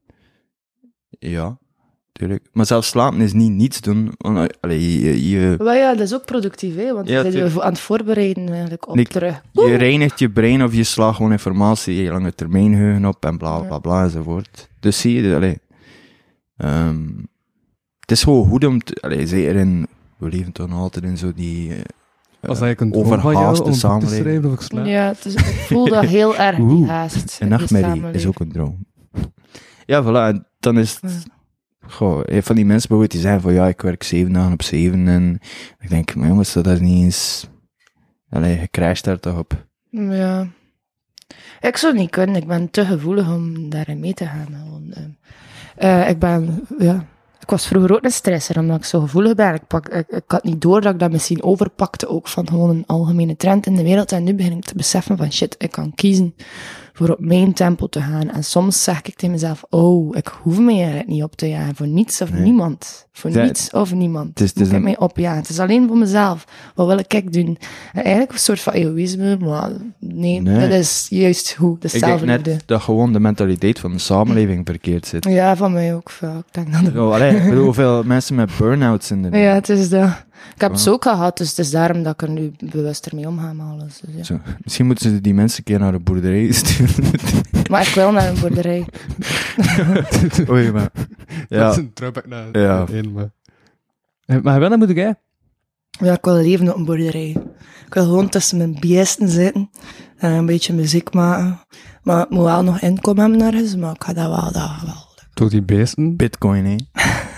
Ja, tuurlijk. Maar zelfs slapen is niet niets doen. Want, allee, je, je, Maar ja, dat is ook productief, hè, want Ja, je bent tuurlijk. je aan het voorbereiden eigenlijk op Nee, terug. je reinigt je brein of je slaat gewoon informatie, je lange termijn geheugen op en bla bla bla enzovoort. Dus zie je, allee, ehm, het is gewoon goed om te, allee, zeker in, we leven toch nog altijd in zo die, eh, Was eigenlijk een droom van jou overhaaste om een boek te samenleving. schrijven over slaap? Ja, het is, ik voel dat heel erg, die Oeh, haast. Een in die nachtmerrie is samenleving. ook een droom. Ja, voilà. En dan is het... Goh, een van die mensen bijvoorbeeld die zeggen van ja, ik werk zeven dagen op zeven. En ik denk, maar jongens, dat is niet eens... Allee, je crasht daar toch op. Ja. Ik zou het niet kunnen. Ik ben te gevoelig om daarin mee te gaan. Gewoon, eh. Eh, ik ben, ja... Ik was vroeger ook een stresser, omdat ik zo gevoelig ben. Ik, pak, ik, ik had niet door dat ik dat misschien overpakte, ook van gewoon een algemene trend in de wereld. En nu begin ik te beseffen van shit, ik kan kiezen voor op mijn tempo te gaan. En soms zeg ik tegen mezelf, oh, ik hoef me eigenlijk niet op te jagen. Voor niets of Nee. niemand. Voor Ja, niets of niemand. het is- het Moet is ik een- mij opjagen. Het is alleen voor mezelf. Wat wil ik doen? En eigenlijk een soort van egoïsme, maar nee, Nee. dat is juist hoe. De Ik denk zelfliefde. net dat gewoon de mentaliteit van de samenleving verkeerd zit. Ja, van mij ook. Ja, ik denk dat Oh, allee, ik bedoel, hoeveel mensen met burn-outs in de... Ja, het is dat. Ik heb Ja. het ook gehad, dus het is daarom dat ik er nu bewuster mee omga met alles. Dus ja. Zo, misschien moeten ze die mensen een keer naar de boerderij sturen. Maar ik wil naar een boerderij. Oei, maar... Dat Ja, is een throwback naar Ja. één, maar... Eh, Maar wel, dan moet ik, hè? Ja, ik wil leven op een boerderij. Ik wil gewoon tussen mijn beesten zitten en een beetje muziek maken. Maar ik moet wel nog inkomen hebben nergens, maar ik ga dat wel, dat wel. Door die beesten, bitcoin, hè.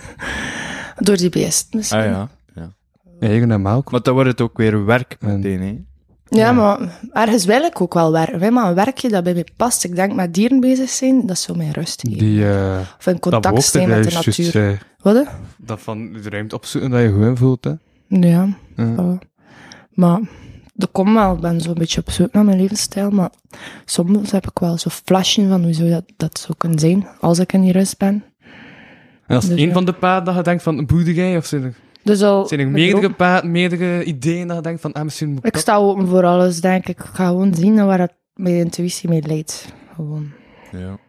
Door die beesten misschien. Ah ja. ja. eigen en melk. Maar dan wordt het ook weer werk En- meteen, hè. Ja, maar ergens wil ik ook wel werken. Hè, maar een werkje dat bij mij past. Ik denk met dieren bezig zijn, dat zou mij rust geven. Die, eh Of in dat contact woord zijn met de natuur. zei. Wat? hè? Dat van de ruimte opzoeken dat je gewoon voelt, hè. Ja. Ja. Ja. Maar dat komt wel. Ik ben zo'n beetje op zoek naar mijn levensstijl. Maar soms heb ik wel zo'n flashje van hoe zou dat, dat zou kunnen zijn als ik in die rust ben. En als Dus één ja. van de paden dat je denkt van een boerderij, of zijn er, Dus al, zijn er ik meerdere hoop- paden, meerdere ideeën dat je denkt van, ah, misschien moet ik Ik dat... sta open voor alles, denk ik. Ik ga gewoon zien naar waar het mijn intuïtie mee leidt. Gewoon. Ja.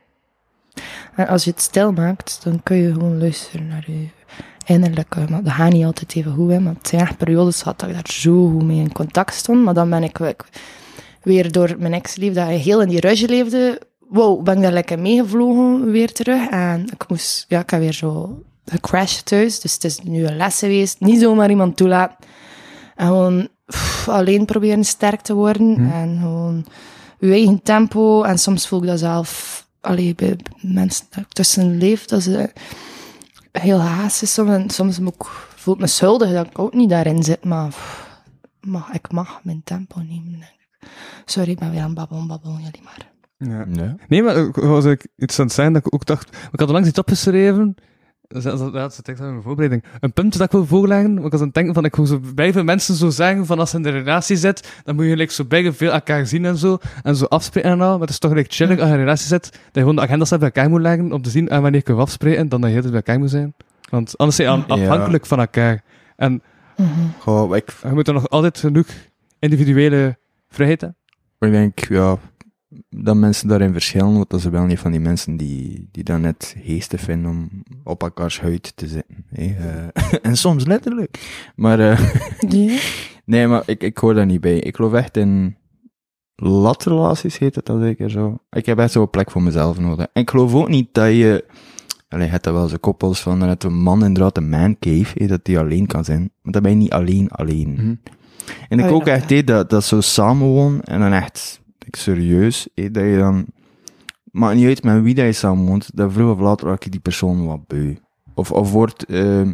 En als je het stil maakt, dan kun je gewoon luisteren naar je innerlijke. Maar dat gaat niet altijd even goed, hè. Maar het zijn echt periodes gehad dat ik daar zo goed mee in contact stond. Maar dan ben ik, ik weer door mijn ex-lief, dat hij heel in die rush leefde. Wow, ben ik daar lekker meegevlogen weer terug. En ik moest, ja, ik heb weer zo gecrashed thuis. Dus het is nu een les geweest. Niet zomaar iemand toelaten. En gewoon pff, alleen proberen sterk te worden. Hm. En gewoon je eigen tempo. En soms voel ik dat zelf... Allee, bij mensen dat ik tussen leef, dat ze heel haast is soms. En soms moet ik, voel ik me schuldig dat ik ook niet daarin zit. Maar pff, mag, ik mag mijn tempo nemen, denk ik. Sorry, ik ben weer aan het babbelen, babbelen jullie maar. Ja. Ja. Nee, maar ik was ik iets aan het zijn dat ik ook dacht... Ik had er langs iets opgeschreven. Dat is dat is de tekst van mijn voorbereiding. Een punt dat ik wil voorleggen. Want ik was aan het denken van... Ik wil zo bij veel mensen zo zeggen van als je in de relatie zit, dan moet je gelijk zo bij veel elkaar zien en zo. En zo afspreken en al. Maar het is toch gelijk chillig als je in een relatie zit. Dat je gewoon de agendas bij elkaar moet leggen om te zien en wanneer je kunt afspreken. Dan dat je heel bij elkaar moet zijn. Want anders zijn je aan- Ja. afhankelijk van elkaar. En Goh, ik, je moet er nog altijd genoeg individuele vrijheid hebben. ik denk, ja, dat mensen daarin verschillen, want dat zijn wel niet van die mensen die, die dat net geestig vinden om op elkaars huid te zitten. Hè. Eh, en soms letterlijk. Maar, eh, Ja? nee, maar ik, ik hoor daar niet bij. Ik geloof echt in latrelaties, heet het dan zeker zo. Ik heb echt zo'n plek voor mezelf nodig. En ik geloof ook niet dat je... Allee, je hebt dat wel zo koppels van, dan heb je een man inderdaad een man cave, hè, dat die alleen kan zijn. Maar dan ben je niet alleen, alleen. Mhm. En ik Oh ja, ook echt, hè, dat, dat zo samenwonen, en dan echt, ik serieus, hè, dat je dan... Maakt niet uit met wie dat je samenwoont, dat vroeg of later raak je die persoon wat beu. Of, of wordt... ehm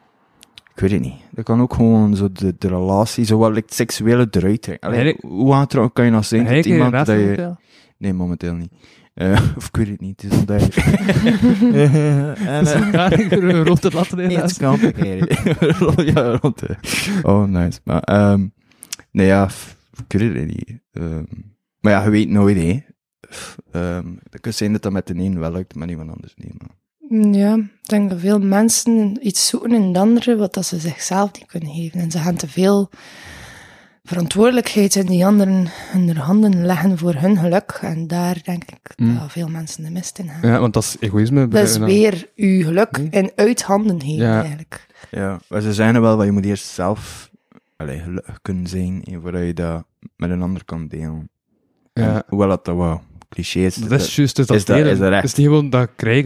ik weet het niet. Dat kan ook gewoon zo de, de relatie, zo wat like, seksuele eruit. Allee, Eigenlijk- hoe aantrouwend kan je nog zijn Heb tot je een iemand dat relatie je... momenteel? Nee, momenteel niet. Eh, of ik weet het niet, het is onduidelijk. Eh, en, eh, Ja, ik wil een rode latten in. Nee, het is complicated. Ja, rond de... Oh, nice. Maar, ehm nee, ja, f- ik weet het niet. Ehm maar ja, je weet nooit, hè. F- ehm het kan zijn dat dat met de een wel lukt, maar iemand anders niet. Maar... Ja, ik denk dat veel mensen iets zoeken in de andere wat dat ze zichzelf niet kunnen geven. En ze gaan te veel verantwoordelijkheid in die anderen hun handen leggen voor hun geluk. En daar denk ik Mm. dat veel mensen de mist in gaan. Ja, want dat is egoïsme. Dat is bijna. weer uw geluk Mm. in uit handen geven, Ja. eigenlijk. Ja, maar ze zijn er wel, want je moet eerst zelf allee, gelukkig kunnen zijn, hè, voordat je dat met een ander kan delen. Ja. En hoewel dat dat wel cliché is. Dat is juist, dus dat is dat- delen. is dat echt? Het is niet gewoon dat krijgen.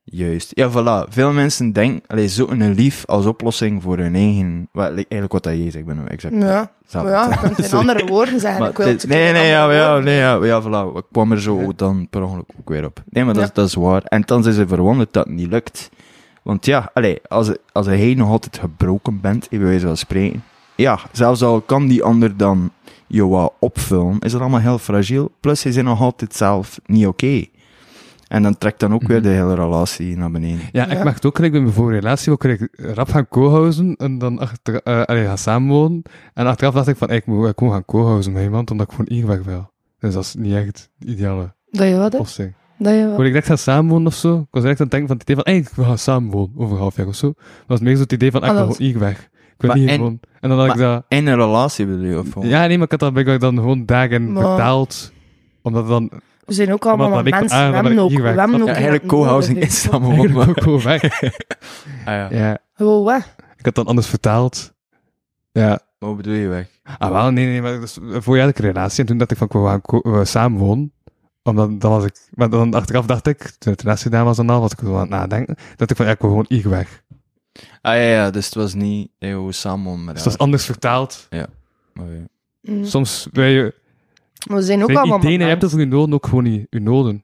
Juist. Ja, voilà. Veel mensen denken, allee, zoeken een lief als oplossing voor hun eigen... Well, eigenlijk wat dat je zegt, ik ben nou exact... Ja, hetzelfde. maar ja, je kunt het in Sorry. andere woorden zeggen. Maar Ik wil het het is- nee, in nee, ja, andere ja, woorden. nee, ja, ja, voilà. Ik kwam er zo dan per ongeluk ook weer op. Nee, maar dat, is- Ja. dat is waar. En dan zijn ze verwonderd dat het niet lukt. Want ja, allee, als, als hij nog altijd gebroken bent, bij wijze van spreken, ja, zelfs al kan die ander dan je wat opvullen, is het allemaal heel fragiel. Plus, hij is nog altijd zelf niet oké. En dan trekt dan ook weer de hele relatie naar beneden. Ja, Ja. ik mag het ook gelijk bij mijn vorige relatie, ook gelijk rap gaan co-housen en dan achter, uh, allee, gaan samenwonen. En achteraf dacht ik van, ik moet, ik moet gaan co-housen met iemand, omdat ik gewoon hier weg wil. Dus dat is niet echt de ideale Dat je wat, hè? oplossing. Dat je wat. Wil ik direct gaan samenwonen of zo? Ik was direct aan het denken van het idee van, hey, we gaan samenwonen over een half jaar of zo. Dat was meer zo het idee van, ah, ik Ah, wil dat- gewoon hier weg. Ik wil Maar hier en- gewoon. En dan had ik dat... In een relatie bedoel je? Of gewoon? Ja, nee, maar ik had dat blijkbaar dan gewoon dagen Maar- betaald. Omdat het dan... We zijn ook allemaal Omdat maar dat ik- mensen. ah, We dat hebben ik ook, hier we weg- hebben ook Ja, eigenlijk iemand co-housing nodig, is hè. dan Eigenlijk gewoon... ook gewoon weg. Ah, ja. Ja, Gewoon weg. ik had dan anders vertaald. Ja. Wat bedoel je weg? Ah, wel, nee, nee, maar dus, voor jaar had ik een relatie en toen dacht ik van, ik wil gaan co- uh, samenwonen. Omdat, dan was ik... Maar dan achteraf dacht ik, toen het relatie gedaan was en al, was ik zo aan het nadenken, dacht ik van, ja, ik wil gewoon hier weg. Ah ja, ja, dus het was niet... Nee, we samen met Dus dat is anders vertaald. Maar ja. Mm. Soms ben je... Maar we zijn ook Zijn allemaal ideeën, je maar hebt dat voor je noden ook gewoon niet je noden.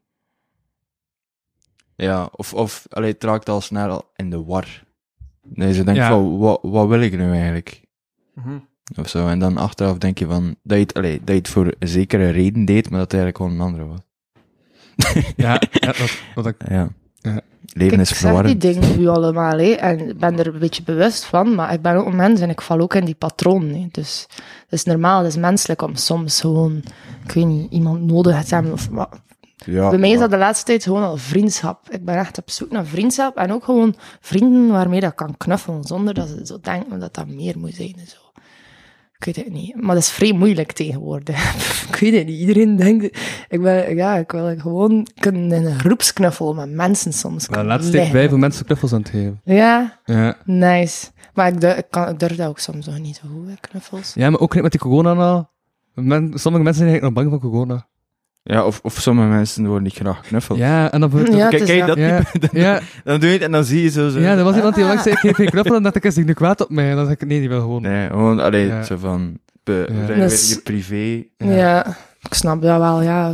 Ja, of, of allee, het raakt al snel in de war. Nee, ze denkt Ja. van, wat, wat wil ik nu eigenlijk? Of zo. En dan achteraf denk je van, dat je het, allee, dat je het voor een zekere reden deed, maar dat het eigenlijk gewoon een andere was. Ja, ja dat, dat ik... Ja. Ja. Leven Kijk, is ik zeg die verwarrend. dingen nu allemaal, hè, en ik ben er een beetje bewust van, maar ik ben ook een mens en ik val ook in die patroon. Hè. Dus het is normaal, het is menselijk om soms gewoon, ik weet niet, iemand nodig te hebben. Of, wat. Ja, Bij mij is ja. dat de laatste tijd gewoon al vriendschap. Ik ben echt op zoek naar vriendschap en ook gewoon vrienden waarmee dat ik kan knuffelen, zonder dat ze zo denken dat dat meer moet zijn en zo. Ik weet het niet. Maar dat is vrij moeilijk tegenwoordig. Ik weet het niet. Iedereen denkt... Ik, ben, ja, ik wil gewoon kunnen in een groepsknuffel met mensen soms. Maar de laatste tijd liggen. wij voor mensen knuffels aan het geven. Ja, Ja. nice. Maar ik, durf- ik, kan, ik durf dat ook soms nog niet zo goed, hè, knuffels. Ja, maar ook niet met die corona nou. Men, sommige mensen zijn eigenlijk nog bang van corona. Ja, of, of sommige mensen worden niet graag geknuffeld. Ja, en dan... Ja, Kijk, het is kijk, dat. dat ja, type, dan, ja, dan doe je het en dan zie je zo... zo ja, er was iemand die Ah. langs zei, ik geef geen knuffel, en dacht ik, is die nu kwaad op mij? En dan zei ik, nee, die wil gewoon... Nee, gewoon, allee, Ja. zo van... Be, Ja. vrij- Dus- je privé... Ja. ik snap dat wel, ja.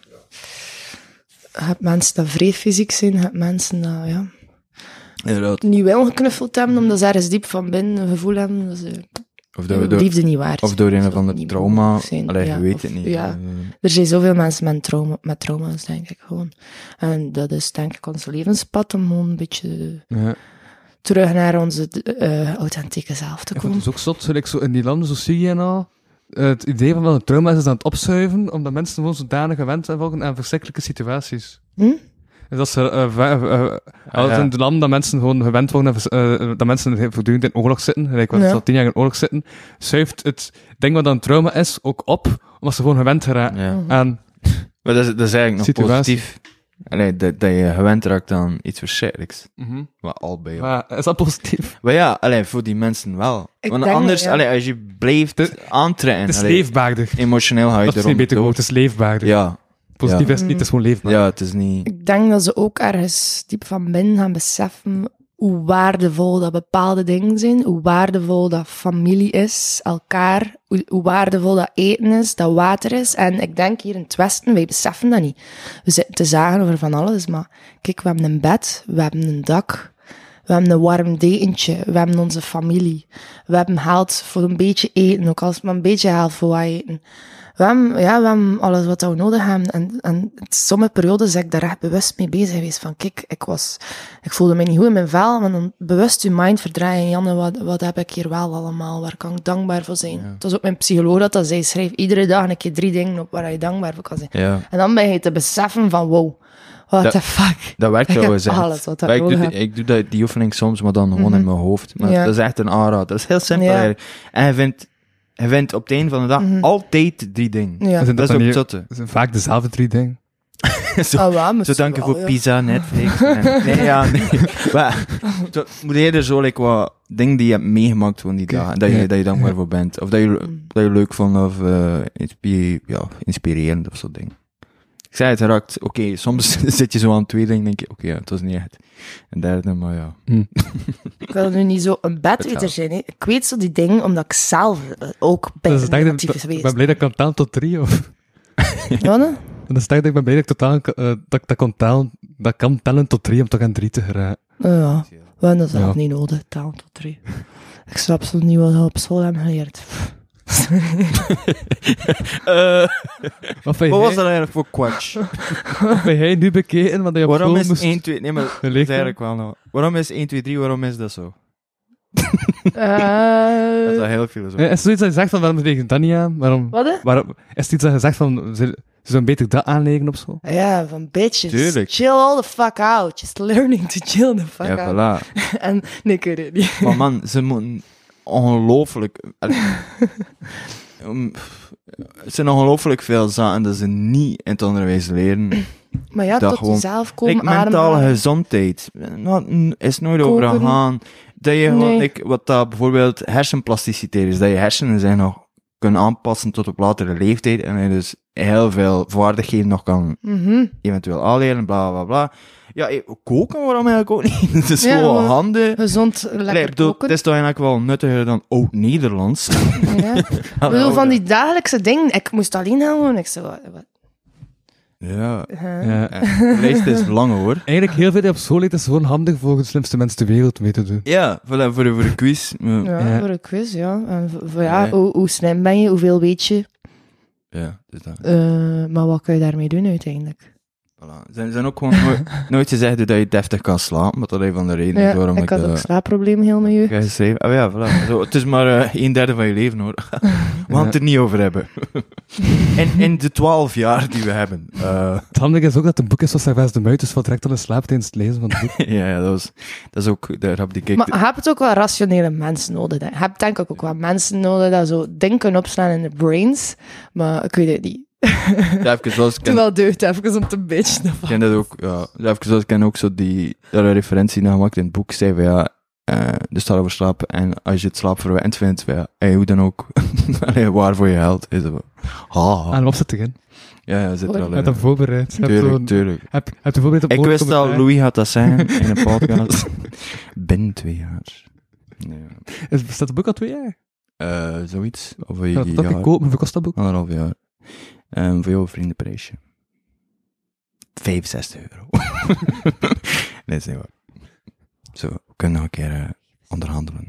Je hebt mensen dat vrij fysiek zijn, je hebt mensen dat, ja, Inderdaad. niet willen geknuffeld hebben, omdat ze ergens diep van binnen een gevoel hebben dat ze Of dat we door, liefde niet waard of door een zijn. of ander Niet trauma... mogelijk zijn. Allee, Ja, je weet of- het niet. Ja. Eh, Er zijn zoveel mensen met, trauma, met trauma's, denk ik gewoon. En dat is denk ik ons levenspad om gewoon een beetje Ja. terug naar onze eh, authentieke zelf te Ik vond komen. het dus ook zot, zo, like, zo in die landen, zo Syrië en al, eh, het idee van wel een trauma is aan het opzuiven, omdat mensen gewoon zodanig gewend zijn volgen aan verschrikkelijke situaties. Hm? Dus dat ze, uh, uh, uh, Ah, ja. in de landen dat mensen gewoon gewend worden, aan vers- uh, dat mensen voortdurend in oorlog zitten, gelijk wat Ja. ze al tien jaar in oorlog zitten, zuift het ding wat dan trauma is ook op, omdat ze gewoon gewend geraken Ja. aan... Maar dat is, dat is eigenlijk nog Situatie. positief. Allee, dat, dat je gewend raakt aan iets verschrikkelijks. Mhm. Wat al bij jou. Maar is dat positief? Maar ja, allee, voor die mensen wel. Ik Want denk anders, dat, ja. allee, als je blijft Het- aantrekken, Het is allee, leefbaarder. emotioneel ga je Dat is geen erom beter woord, dood. het is leefbaarder. Ja, Positief ja. is het niet, het is gewoon leefbaar. ja, het is niet... Ik denk dat ze ook ergens diep van binnen gaan beseffen hoe waardevol dat bepaalde dingen zijn, hoe waardevol dat familie is, elkaar, hoe, hoe waardevol dat eten is, dat water is. En ik denk hier in het Westen, wij beseffen dat niet. We zitten te zagen over van alles, maar kijk, we hebben een bed, we hebben een dak, we hebben een warm dekentje, we hebben onze familie, we hebben geld voor een beetje eten, ook als het maar een beetje geld voor wat eten. We hebben, ja, we hebben alles wat we nodig hebben. En, en sommige periodes ben ik daar echt bewust mee bezig geweest. Van, kijk, ik was, ik voelde me niet goed in mijn vel, maar dan bewust je mind verdraaien. Janne, wat, wat heb ik hier wel allemaal? Waar kan ik dankbaar voor zijn? Het was ook mijn psycholoog dat dat zei. Schrijf iedere dag een keer drie dingen op waar je dankbaar voor kan zijn. Ja. En dan ben je te beseffen van, wow, what Dat- the fuck. Dat werkt Ik heb trouwens echt. alles wat dat Maar ik, nodig doe, heb. die- ik doe dat, die oefening soms, maar dan gewoon Mhm. in mijn hoofd. Maar Ja. dat is echt een aanraad. Dat is heel simpel Ja. eigenlijk. En je vindt, je vindt op het einde van de dag Mhm. altijd drie dingen. Ja. Zijn Dat is dan ook niet- zotte. Het zijn vaak dezelfde drie dingen. Zo, Ah, wel, zo misschien dank je wel, voor ja. pizza, Netflix. en- nee, ja, nee. Maar, zo, moet je er zo like, wat dingen die je hebt meegemaakt van die Oké. dagen, dat je, Ja. dat je dankbaar voor bent. Of dat je, Mm. dat je leuk vond, of uh, inspi- ja, inspirerend of zo dingen. Ik zei het raakt, oké, okay, soms zit je zo aan het tweede en denk je, oké, okay, ja, het was niet echt. En derde, maar ja. Hm. Ik wil nu niet zo een bedweter zijn, hè. Ik weet zo die dingen, omdat ik zelf uh, ook bij Dus negatief ik, is ik geweest. ben blij dat ik kan tellen tot drie, of... Ja, nee? En dan sta ik dat ik ben blij dat ik, totaal, uh, dat, ik dat, kan tellen, dat ik kan tellen tot drie om toch aan drie te geraken. Ja, we hebben dat zelf Ja. niet nodig, tellen tot drie. Ik snap zo niet wat we op school hebben geleerd. Uh, Wat vind wat was jij, dat eigenlijk voor kwatsch? wat vind jij nu bekeken, want je op Waarom school is moest... één, twee... Nee, maar dat is geleerd eigenlijk wel nou. Waarom is één, twee, drie, waarom is dat zo? Uh, Dat is wel heel veel zo. Eh, Is er zoiets dat je zegt van, waarom tegen dat niet aan? Waarom, Wat, hè? waarom, is er iets dat je zegt van, ze, ze zouden beter dat aanleggen op school? Ja, van bitches. Tuurlijk. Chill all the fuck out. Just learning to chill the fuck Ja, out. voilà. En nee, ik weet het niet. Maar man, ze moeten ongelooflijk... Allee, um, het zijn ongelooflijk veel zaken dat ze niet in het onderwijs leren. Maar ja, Dat tot gewoon- jezelf komen, Like, mentale ademhalen. gezondheid. Nou, n- is nooit over Koken. gegaan. Dat je gewoon, Nee. like, wat dat bijvoorbeeld hersenplasticiteit is, dat je hersenen zijn nog kunnen aanpassen tot op latere leeftijd en je dus heel veel vaardigheden nog kan Mhm. eventueel aanleren, bla bla bla. Ja, eh, koken waarom eigenlijk ook niet? Het is Ja, gewoon maar- handen. Gezond, Allee, lekker ik bedoel, koken. het is toch eigenlijk wel nuttiger dan Oud-Nederlands. Ja. Ik bedoel, van die dagelijkse dingen. Ik moest alleen gaan wonen. Ik zei, wat? wat? Ja, Huh? Ja. eh, de lijst is lang hoor. Eigenlijk heel veel die op school leert is gewoon handig voor de slimste mensen ter wereld mee te doen. Ja, voilà, voor, de, voor de quiz. Ja, Ja, Ja. voor een quiz, ja. En voor, voor ja, Nee. hoe, hoe slim ben je, hoeveel weet je. ja dus dat. Uh, maar wat kun je daarmee doen uiteindelijk? Voilà. Ze zijn ook gewoon nooit, nooit gezegd dat je deftig kan slapen, wat dat een van de redenen is Ja, waarom ik ik had dat ook slaapproblemen heel mijn heb jeugd. geschreven. Ah ja, voilà. Zo, het is maar uh, een derde van je leven hoor. We gaan het er niet over hebben. in, in de twaalf jaar die we hebben. Uh, Het handige is ook dat het een boek is zoals Servaas de Muit, dus wat direct al in slaap tijdens het lezen van het boek. ja, ja, dat, was, dat is ook, daar heb ik... Maar je hebt ook wel rationele mensen nodig. Hè. Je hebt denk ik ook wel mensen nodig dat zo denken opslaan in de brains. Maar ik weet het niet. Ja, even zoals ik Toen ken, wel deugd even om te bitchen. ik ken dat ook, ja, ja, even zoals ik ken ook zo die, daar een referentie naar gemaakt in het boek, zei van ja, uh, er staat over slapen en als je het slaap verwend vindt, van, ja, hey, hoe dan ook, allee, waar voor je geld is het. Ha, Aan hem opzetten in. ja, ja, zit er al Je hebt in. hem voorbereid. Je hebt Tuurlijk, zo'n- tuurlijk. Heb, heb je voorbereid op Ik woord wist al, commentaar? Louis had dat zeggen in een podcast. Binnen twee jaar. Ja. Is, bestaat het boek al twee jaar? Uh, zoiets. Of een Ja, dat heb ik jaar. gekocht. Hoeveel kost dat boek? Anderhalf jaar. Um, voor jouw vriendenprijsje. vijfenzestig euro. Nee, dat is niet waar. Zo, we kunnen nog een keer uh, onderhandelen.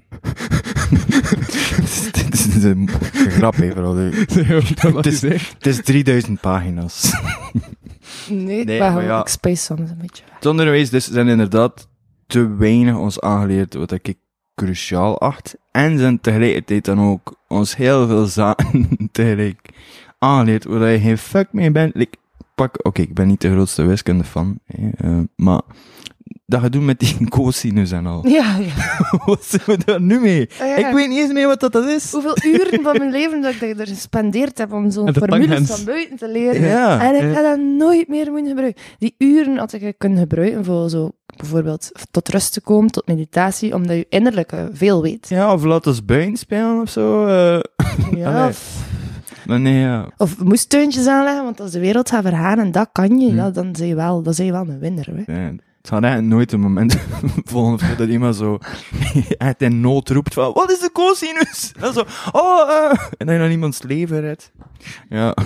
Dit is een grap, hè, vooral. Het is, het is drieduizend pagina's. Nee, ik Nee, ben maar ja. ik space soms een beetje. Het onderwijs dus zijn inderdaad te weinig ons aangeleerd, wat ik cruciaal acht. En zijn tegelijkertijd dan ook ons heel veel zaken tegelijk aangeleerd, waar je geen fuck mee bent. Like, pak, oké, ik ben niet de grootste wiskunde fan, hè, uh, maar dat je doet met die cosinus en al. Ja, ja. Wat zijn we daar nu mee? Ah, ja. Ik weet niet eens meer wat dat, dat is. Hoeveel uren van mijn leven dat ik er gespendeerd heb om zo'n En de formules tangent. van buiten te leren. Ja. En ik Ja. heb dat nooit meer moeten gebruiken. Die uren had ik kunnen gebruiken voor zo, bijvoorbeeld tot rust te komen, tot meditatie, omdat je innerlijk eh, veel weet. Ja, of laat ons buiten spelen of zo. Uh, Ja, Allee. of, maar nee, ja. of moestuintjes aanleggen, want als de wereld gaat vergaan en dat kan je, Hm. ja, dan ben je wel, dan ben je wel een winnaar. Hè. Nee, het gaat eigenlijk nooit een moment volgen of zo dat iemand zo echt in nood roept van, wat is de cosinus? En dan zo, oh, uh, en dan je dan iemands leven redt. Ja.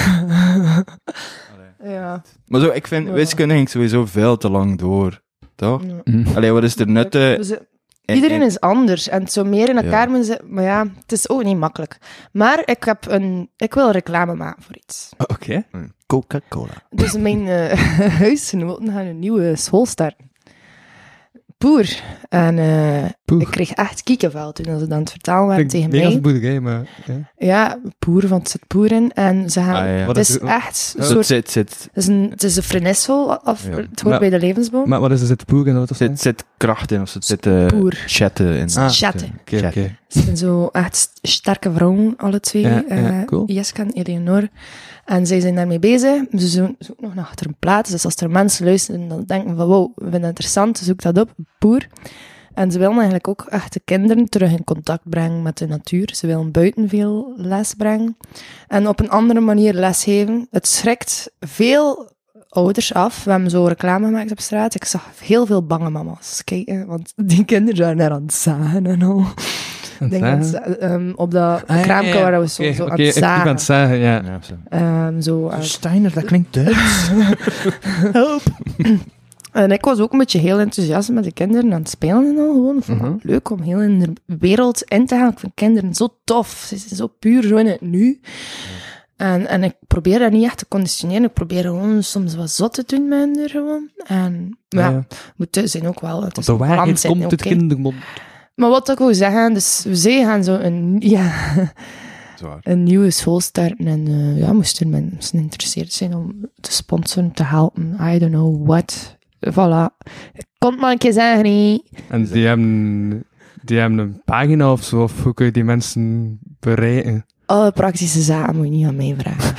Ja. Maar zo, ik vind, Ja. wiskunde ging sowieso veel te lang door. Toch? Ja. Mhm. Allee, wat is er nut? eh, Dus, eh, en- Iedereen en- is anders en het zo meer in elkaar moeten zitten. Maar ja, het is ook niet makkelijk. Maar ik, heb een, ik wil reclame maken voor iets. Oké. Coca-Cola. Dus mijn uh, huisgenoten gaan een nieuwe school starten. Poer. En uh, Poer. ik kreeg echt kiekenvel toen ze dan het vertalen waren Ik tegen denk als mij. boerderij, maar... Ja. Ja, poer, want het zit poer in. En ze gaan... Ah, ja. Het Wat is is het? echt een Zit, soort... zit, zit, Het is een, het is een frenessel, of Ja. het hoort Maar- bij de levensboom. Maar wat is er zit poer en wat of zo? zit, zit kracht in, of zit, zit uh, Poer. chatten in. Ah, Chatten. Oké, Chat. oké. Ze zijn zo echt st- sterke vrouwen, alle twee. Ja, ja, eh, cool. Jeska en Eleonore. En zij zijn daarmee bezig. Ze zoeken, zoeken nog naar achter een plaat. Dus als er mensen luisteren, dan denken van wow, we vinden het interessant, zoek dat op. Poer. En ze willen eigenlijk ook echt de kinderen terug in contact brengen met de natuur. Ze willen buiten veel les brengen. En op een andere manier lesgeven. Het schrikt veel ouders af. We hebben zo reclame gemaakt op straat. Ik zag heel veel bange mama's kijken, want die kinderen zijn er aan het zagen en al. Ik denk dat ze, um, op dat Ah, ja, kraampje ja, ja. waar we zo, Oké, zo oké, aan het ik ben aan zagen. het zagen, ja. Ja, zo. Um, zo, uh, Steiner, dat klinkt Duits. Help. En ik was ook een beetje heel enthousiast met de kinderen aan het spelen en al gewoon. Ik vond het Mhm. leuk om heel in de wereld in te gaan. Ik vind kinderen zo tof. Ze zijn zo puur zo in het nu. En, en ik probeer dat niet echt te conditioneren. Ik probeer gewoon soms wat zot te doen met hen er gewoon. En maar ja, Ja. moet thuis zijn ook wel. Het is De een plan waarheid zijn, komt uit oké. kindermond. Maar wat ik wil zeggen, dus zij gaan zo een, ja, Zwaar. een nieuwe school starten. En uh, ja, moesten mensen geïnteresseerd zijn om te sponsoren, te helpen. I don't know what. Voilà. Ik kon het maar een keer zeggen, nee. En die hebben, die hebben een pagina of zo, of hoe kun je die mensen bereiken? Alle praktische zaken moet je niet aan mij vragen.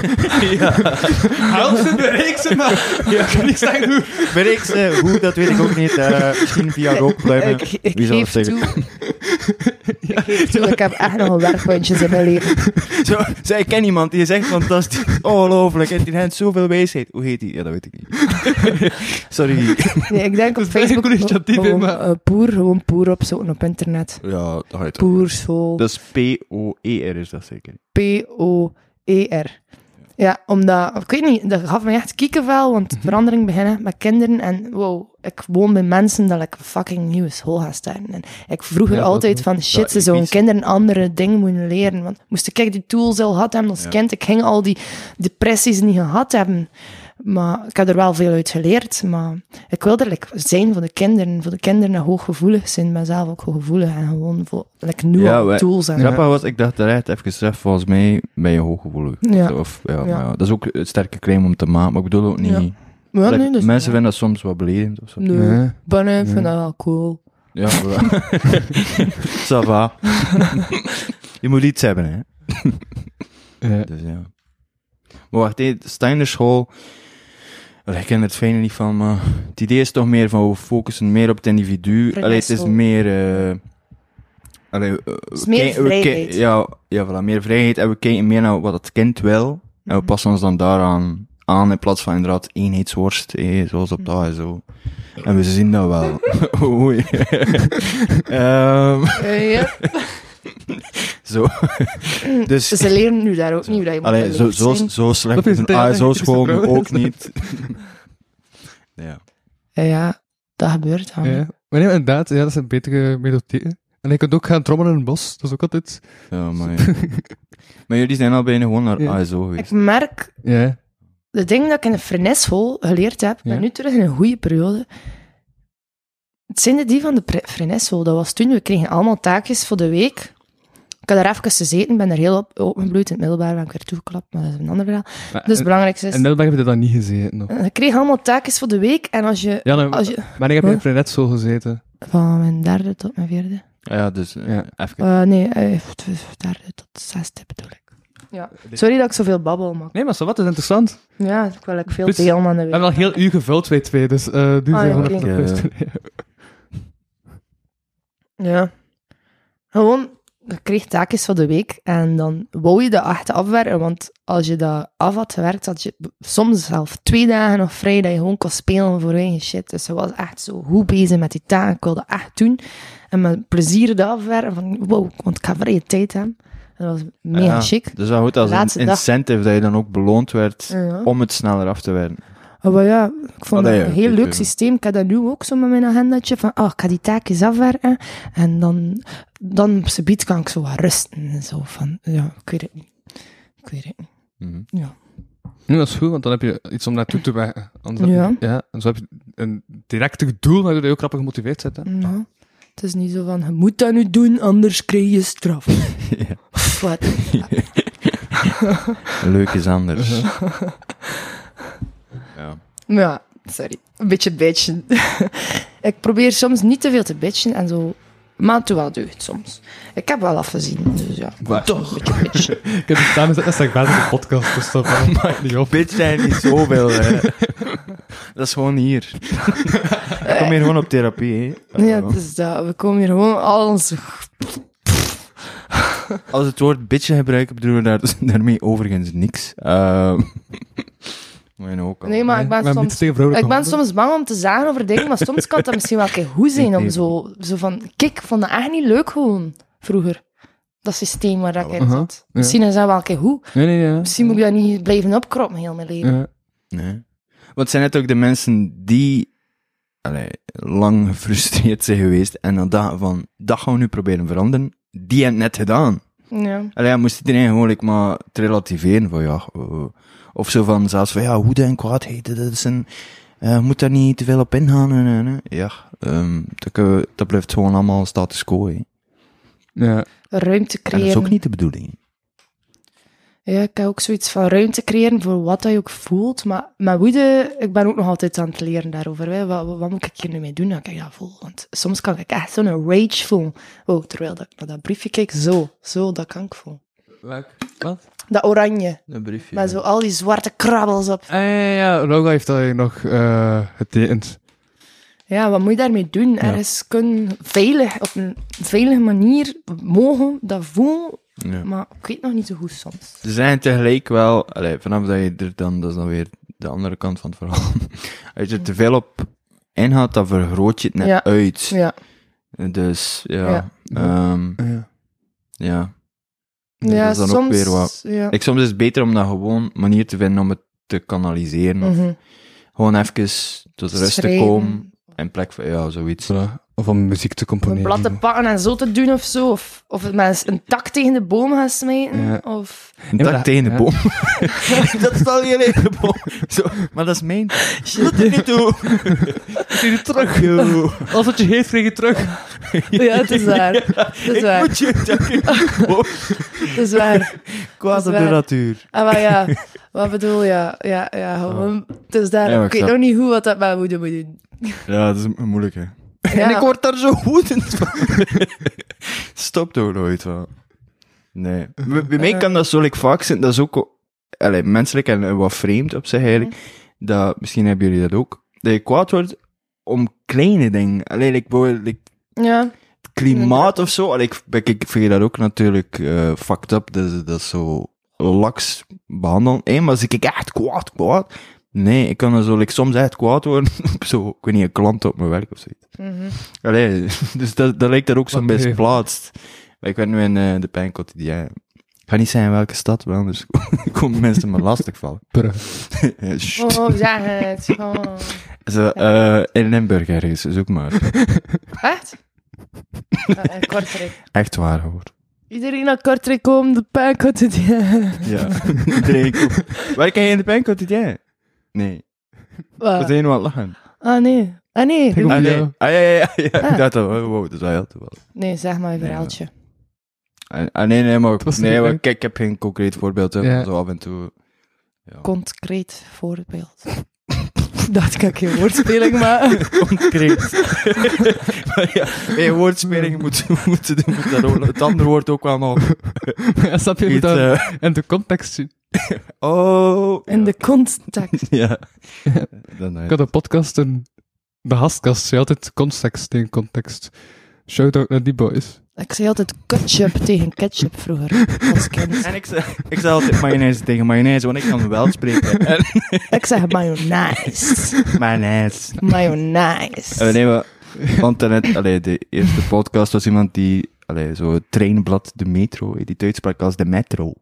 Help ze, bereik ze maar! Ja, kan ik zeggen hoe? Bereik ze, hoe, dat weet ik ook niet. Uh, misschien via rookpluimen. Ik, ik Wie zal het geef zeggen? toe. Ik geef toe, ik heb echt nog een werkpuntjes in mijn leven. Zo, zo, ik ken iemand die is echt fantastisch. Ongelooflijk. En die heeft zoveel wijsheid. Hoe heet die? Ja, dat weet ik niet. Sorry. Nee, ik denk op is eigenlijk Facebook een initiatief, hè, gewoon maar- uh, poer, gewoon poer opzoeken op internet. Ja, dat ga je toch. Poerschool. Dat is P O E R is dat zeker. P O E R. Ja, omdat, ik weet niet, dat gaf me echt kiekenvel, want verandering beginnen met kinderen en wow, ik woon bij mensen dat ik een fucking nieuwe school ga starten. En ik vroeg er Ja, altijd dat- van, shit, dat ze is zouden iets. kinderen andere dingen moeten leren, want moest ik die tools al gehad hebben als Ja. kind, ik ging al die depressies niet gehad hebben. Maar ik heb er wel veel uit geleerd, maar ik wil er like, zijn voor de kinderen, voor de kinderen die hooggevoelig zijn, ik ben zelf ook hooggevoelig en gewoon voor like, nieuwe Ja, wij- tools. En, Grappig was, ik dacht terecht even gezegd, volgens mij ben je hooggevoelig. Ja. Zo, Of, ja, Ja. Maar ja, dat is ook een sterke claim om te maken, maar ik bedoel ook niet... Ja. Ja, Like, nee, dus, mensen ja. vinden dat soms wat beledigend of zo. Nee, Nee. maar nee, ik vind Ja. dat wel cool. Ja, voilà. Ça va. Je moet iets hebben, hè. Ja. Dus ja. Maar wacht, hé, de Steinerschool... Allee, ik ken het fijne niet van, maar... Het idee is toch meer van, we focussen meer op het individu. Allee, het is Vrijheidschool. meer... eh allee, eh, we is meer kijken- we kijken- vrijheid. ja, ja, voilà, meer vrijheid. En we kijken meer naar wat het kind wil. En we Mhm. passen ons dan daaraan aan, in plaats van inderdaad eenheidsworst, hé, zoals op dat en zo. En we zien dat wel. Oei. Ehm, Uh, ja. zo. Dus... Ze leren nu daar ook niet hoe dat je moet Allee, zo, beleefd zo, zijn. zo slecht Dat is is een het, ja, A S O-school dat is het ook niet. Ja. Uh, ja, dat gebeurt dan. Ja. Maar nee, inderdaad, ja, dat zijn betere methodieken. En je kunt ook gaan trommelen in het bos, dat is ook altijd... Ja, maar ja. Maar jullie zijn al bijna gewoon naar Ja. A S O Ik geweest. merk, Ja. de dingen dat ik in de Fresnesschool geleerd heb, Ja. ben nu terug in een goede periode. Het zijn de die van de Fresnesschool. Dat was toen, we kregen allemaal taakjes voor de week. Ik had daar even gezeten, ben er heel op opengebloeid. In het middelbaar ben ik weer toegeklapt, maar dat is een ander verhaal. Maar, Dus het en, belangrijkste is, en Middelberg heb je dat niet gezeten, of? je kreeg allemaal taakjes voor de week. En als je, Ja, nou, als je maar ik heb Huh? in Frenet zo gezeten. van mijn derde tot mijn vierde. Ja, dus uh, Ja. even. Uh, nee, uh, derde tot zesde bedoel ik. Ja. Sorry dat ik zoveel babbel, maar Nee, maar zo wat, dat is interessant. ja, ik wil ik veel Dus, delen aan de We hebben al heel uur gevuld, wij twee, dus uh, doe Ah, ze ja, gewoon oké. even Ja. luisteren. Ja. Gewoon, je kreeg taakjes voor de week en dan wou je dat echt afwerken, want als je dat af had gewerkt, had je soms zelf twee dagen nog vrij dat je gewoon kon spelen voor eigen shit. Dus ze was echt zo goed bezig met die taak. Ik wilde dat echt doen. En met plezier dat afwerken, van wow, want ik ga vrije tijd hebben. En dat was mega Ja, chic. Dus dat goed als Laatste een dag. incentive dat je dan ook beloond werd Ja. om het sneller af te werken. Oh, maar ja, ik vond Allee, dat een ja, heel ik leuk weet het. systeem. Ik heb dat nu ook zo met mijn agendatje. Van, oh, ik ga die taakjes afwerken. En dan, dan op z'n bied kan ik zo wat rusten. En zo van, ja, ik weet het niet. Ik weet het niet. Mhm. Ja. Nee, dat is goed, want dan heb je iets om naartoe te werken. Anders Ja. heb je- ja. En zo heb je een directer doel, waardoor je ook grappig gemotiveerd zit. Hè. Ja. Het is niet zo van, je moet dat nu doen, anders krijg je straf. Ja. Of wat? Leuk is anders. Ja. Ja, sorry. Een beetje bitchen. Ik probeer soms niet te veel te bitchen en zo. Maar het doet wel deugd soms. Ik heb wel afgezien, dus ja. Waar? Toch een beetje bitchen. Ik heb het staan gezet, dat is ik bezig in de podcast, dus dat valt niet op. Bitch zijn niet zoveel, hè. Dat is gewoon hier. Ik kom hier gewoon op therapie, hè. Ja, Uh, het is dat. We komen hier gewoon al onze... Als we het woord bitje gebruiken, bedoelen we daar, daarmee overigens niks. Uh, maar je nou ook al. Nee, maar ik ben We hebben soms... niets tegen vrouwelijke Ik ben handen. soms bang om te zeggen over dingen, maar soms kan dat misschien wel een keer goed zijn om zo, zo van... Kijk, ik vond dat echt niet leuk gewoon, vroeger. Dat systeem waar ik in Aha, zat. ja. Misschien is dat wel een keer goed. Nee, nee, ja. Misschien moet ik dat niet blijven opkroppen heel mijn leven. Ja. Nee. Want zijn het ook de mensen die allee, lang gefrustreerd zijn geweest en dan dachten van, dat gaan we nu proberen veranderen, die hebben het net gedaan. Ja. Allee, ja, moest iedereen gewoon like, maar het relativeren van, ja, uh, of zo van, zelfs van, ja, hoe en kwaadheid, dat is een, uh, je moet daar niet te veel op ingaan, en, en, en. Ja, um, dat, kun we- dat blijft gewoon allemaal status quo, hè. Ja. Ruimte En dat is creëren. ook niet de bedoeling. Ja, ik heb ook zoiets van ruimte creëren voor wat dat je ook voelt. Maar met woede, ik ben ook nog altijd aan het leren daarover. Hè. Wat, wat moet ik hier nu mee doen dat ik dat voel? Want soms kan ik echt zo'n rage voelen. Oh, terwijl dat ik naar dat briefje kijk, zo. Zo, dat kan ik voelen. Welk? Wat? Dat oranje. Een briefje. Met zo al die zwarte krabbels op. Ah, ja, ja, ja. Roga heeft dat hier nog uh, getekend. Ja, wat moet je daarmee doen? Ergens kunnen veilig, op een veilige manier mogen dat voelen. Ja. Maar ik weet nog niet zo goed soms. Ze zijn tegelijk wel, allee, vanaf dat je er dan, dat is dan weer de andere kant van het verhaal. Als je er te veel op ingaat, dan vergroot je het net Ja. uit. Ja. Dus, ja. Ja. ehm, Ja. ja. Dus Ja, dat is dan soms... ook weer wat. Ja. Ik, soms is het beter om dat gewoon manier te vinden om het te kanaliseren. Of Mhm. gewoon even tot rust te Schrijven. komen. In plek van, ja, zoiets. Voilà. Of om muziek te Of een componeren. blad te pakken en zo te doen of zo. Of, of het met een tak tegen de boom gaan smijten. Ja. Of... Een Ja, tak maar tegen de ja. boom. Dat is al je eigen boom. Zo, maar dat is mijn. Dat er niet toe. Zie je terug? Yo. Als wat je heeft, krijg je terug. Ja, het is waar. Het is waar. Ik moet je tak in de boom. Het is waar. Kwaad Dat op is de waar. natuur. Ah, maar ja. Wat bedoel je? Ja, ja, gewoon... Het is daar. Ja, maar ik ik weet snap- nog niet goed wat dat met moeder moet doen. Ja, dat is moeilijk, hè. Ja. En ik word daar zo woedend van. Stop toch nooit van. Nee. Bij bij mij kan dat zo like, vaak zijn, dat is ook allee, menselijk en eh, wat vreemd op zich eigenlijk. Dat, misschien hebben jullie dat ook. Dat je kwaad wordt om kleine dingen. Allee, like, bijvoorbeeld, like, Ja. het klimaat of zo. Allee, ik, ik, ik vind dat ook natuurlijk eh fucked up. Dat, is- dat is zo laks behandelen. Hé, maar als ik echt kwaad, kwaad. Nee, ik kan er zo like, soms echt kwaad worden. op zo, ik weet niet, een klant op mijn werk of zoiets. Mhm. Allee, dus dat, dat lijkt daar ook zo'n Wat bij nee. geplaatst. Maar ik ben nu in uh, de Pijn Quotidien. Ik ga niet zeggen in welke stad wel, dus komen mensen me lastig vallen. Brugge. Ja, sst. Oh, zeg het. Oh. Zo, eh, in Limburg ergens, zoek maar. Echt? Ja, en Kortrijk. Echt waar, hoor. Iedereen naar Kortrijk komt, de pijn komt het. Ja. Ja, iedereen komt. Waar ken je in de Pijn Quotidien? Nee. Wat? Wat zijn je nou aan het lachen? Ah, nee. Ah, nee. Ik Ah, ook. nee. Ja. Ah, ja, ja, ja. ja. Ah. Ik dacht al, oh, wow, dat is wel heel toevallig. Nee, zeg maar een Nee, verhaaltje. Ah, ah, nee, nee, maar, was nee, niet maar leuk. kijk, ik heb geen concreet voorbeeld, hè, Ja. maar zo af en toe. Ja. Concreet voorbeeld. Dat kan ik geen woordspeling maken. Concreet. Maar ja, bij woordspeling moet moeten doen, moet dat ook, het andere woord ook wel nog Ja, snap je? Je moet iets, dat eh, in de context zien. oh. In de context. Ja. Dan, eh, Ik had een podcast en de gastkast zei altijd context tegen context. Shout-out naar die boys. Ik zei altijd ketchup tegen ketchup vroeger, als kind. En ik zei, ik zei altijd mayonaise tegen mayonaise, want ik kan wel spreken. En, Ik zeg mayonaise. mayonaise. Mayonaise. Uh, nee, maar, want daarnet, allee, de eerste podcast was iemand die, allee, zo het treinblad, de metro, die het uitsprak als de metro.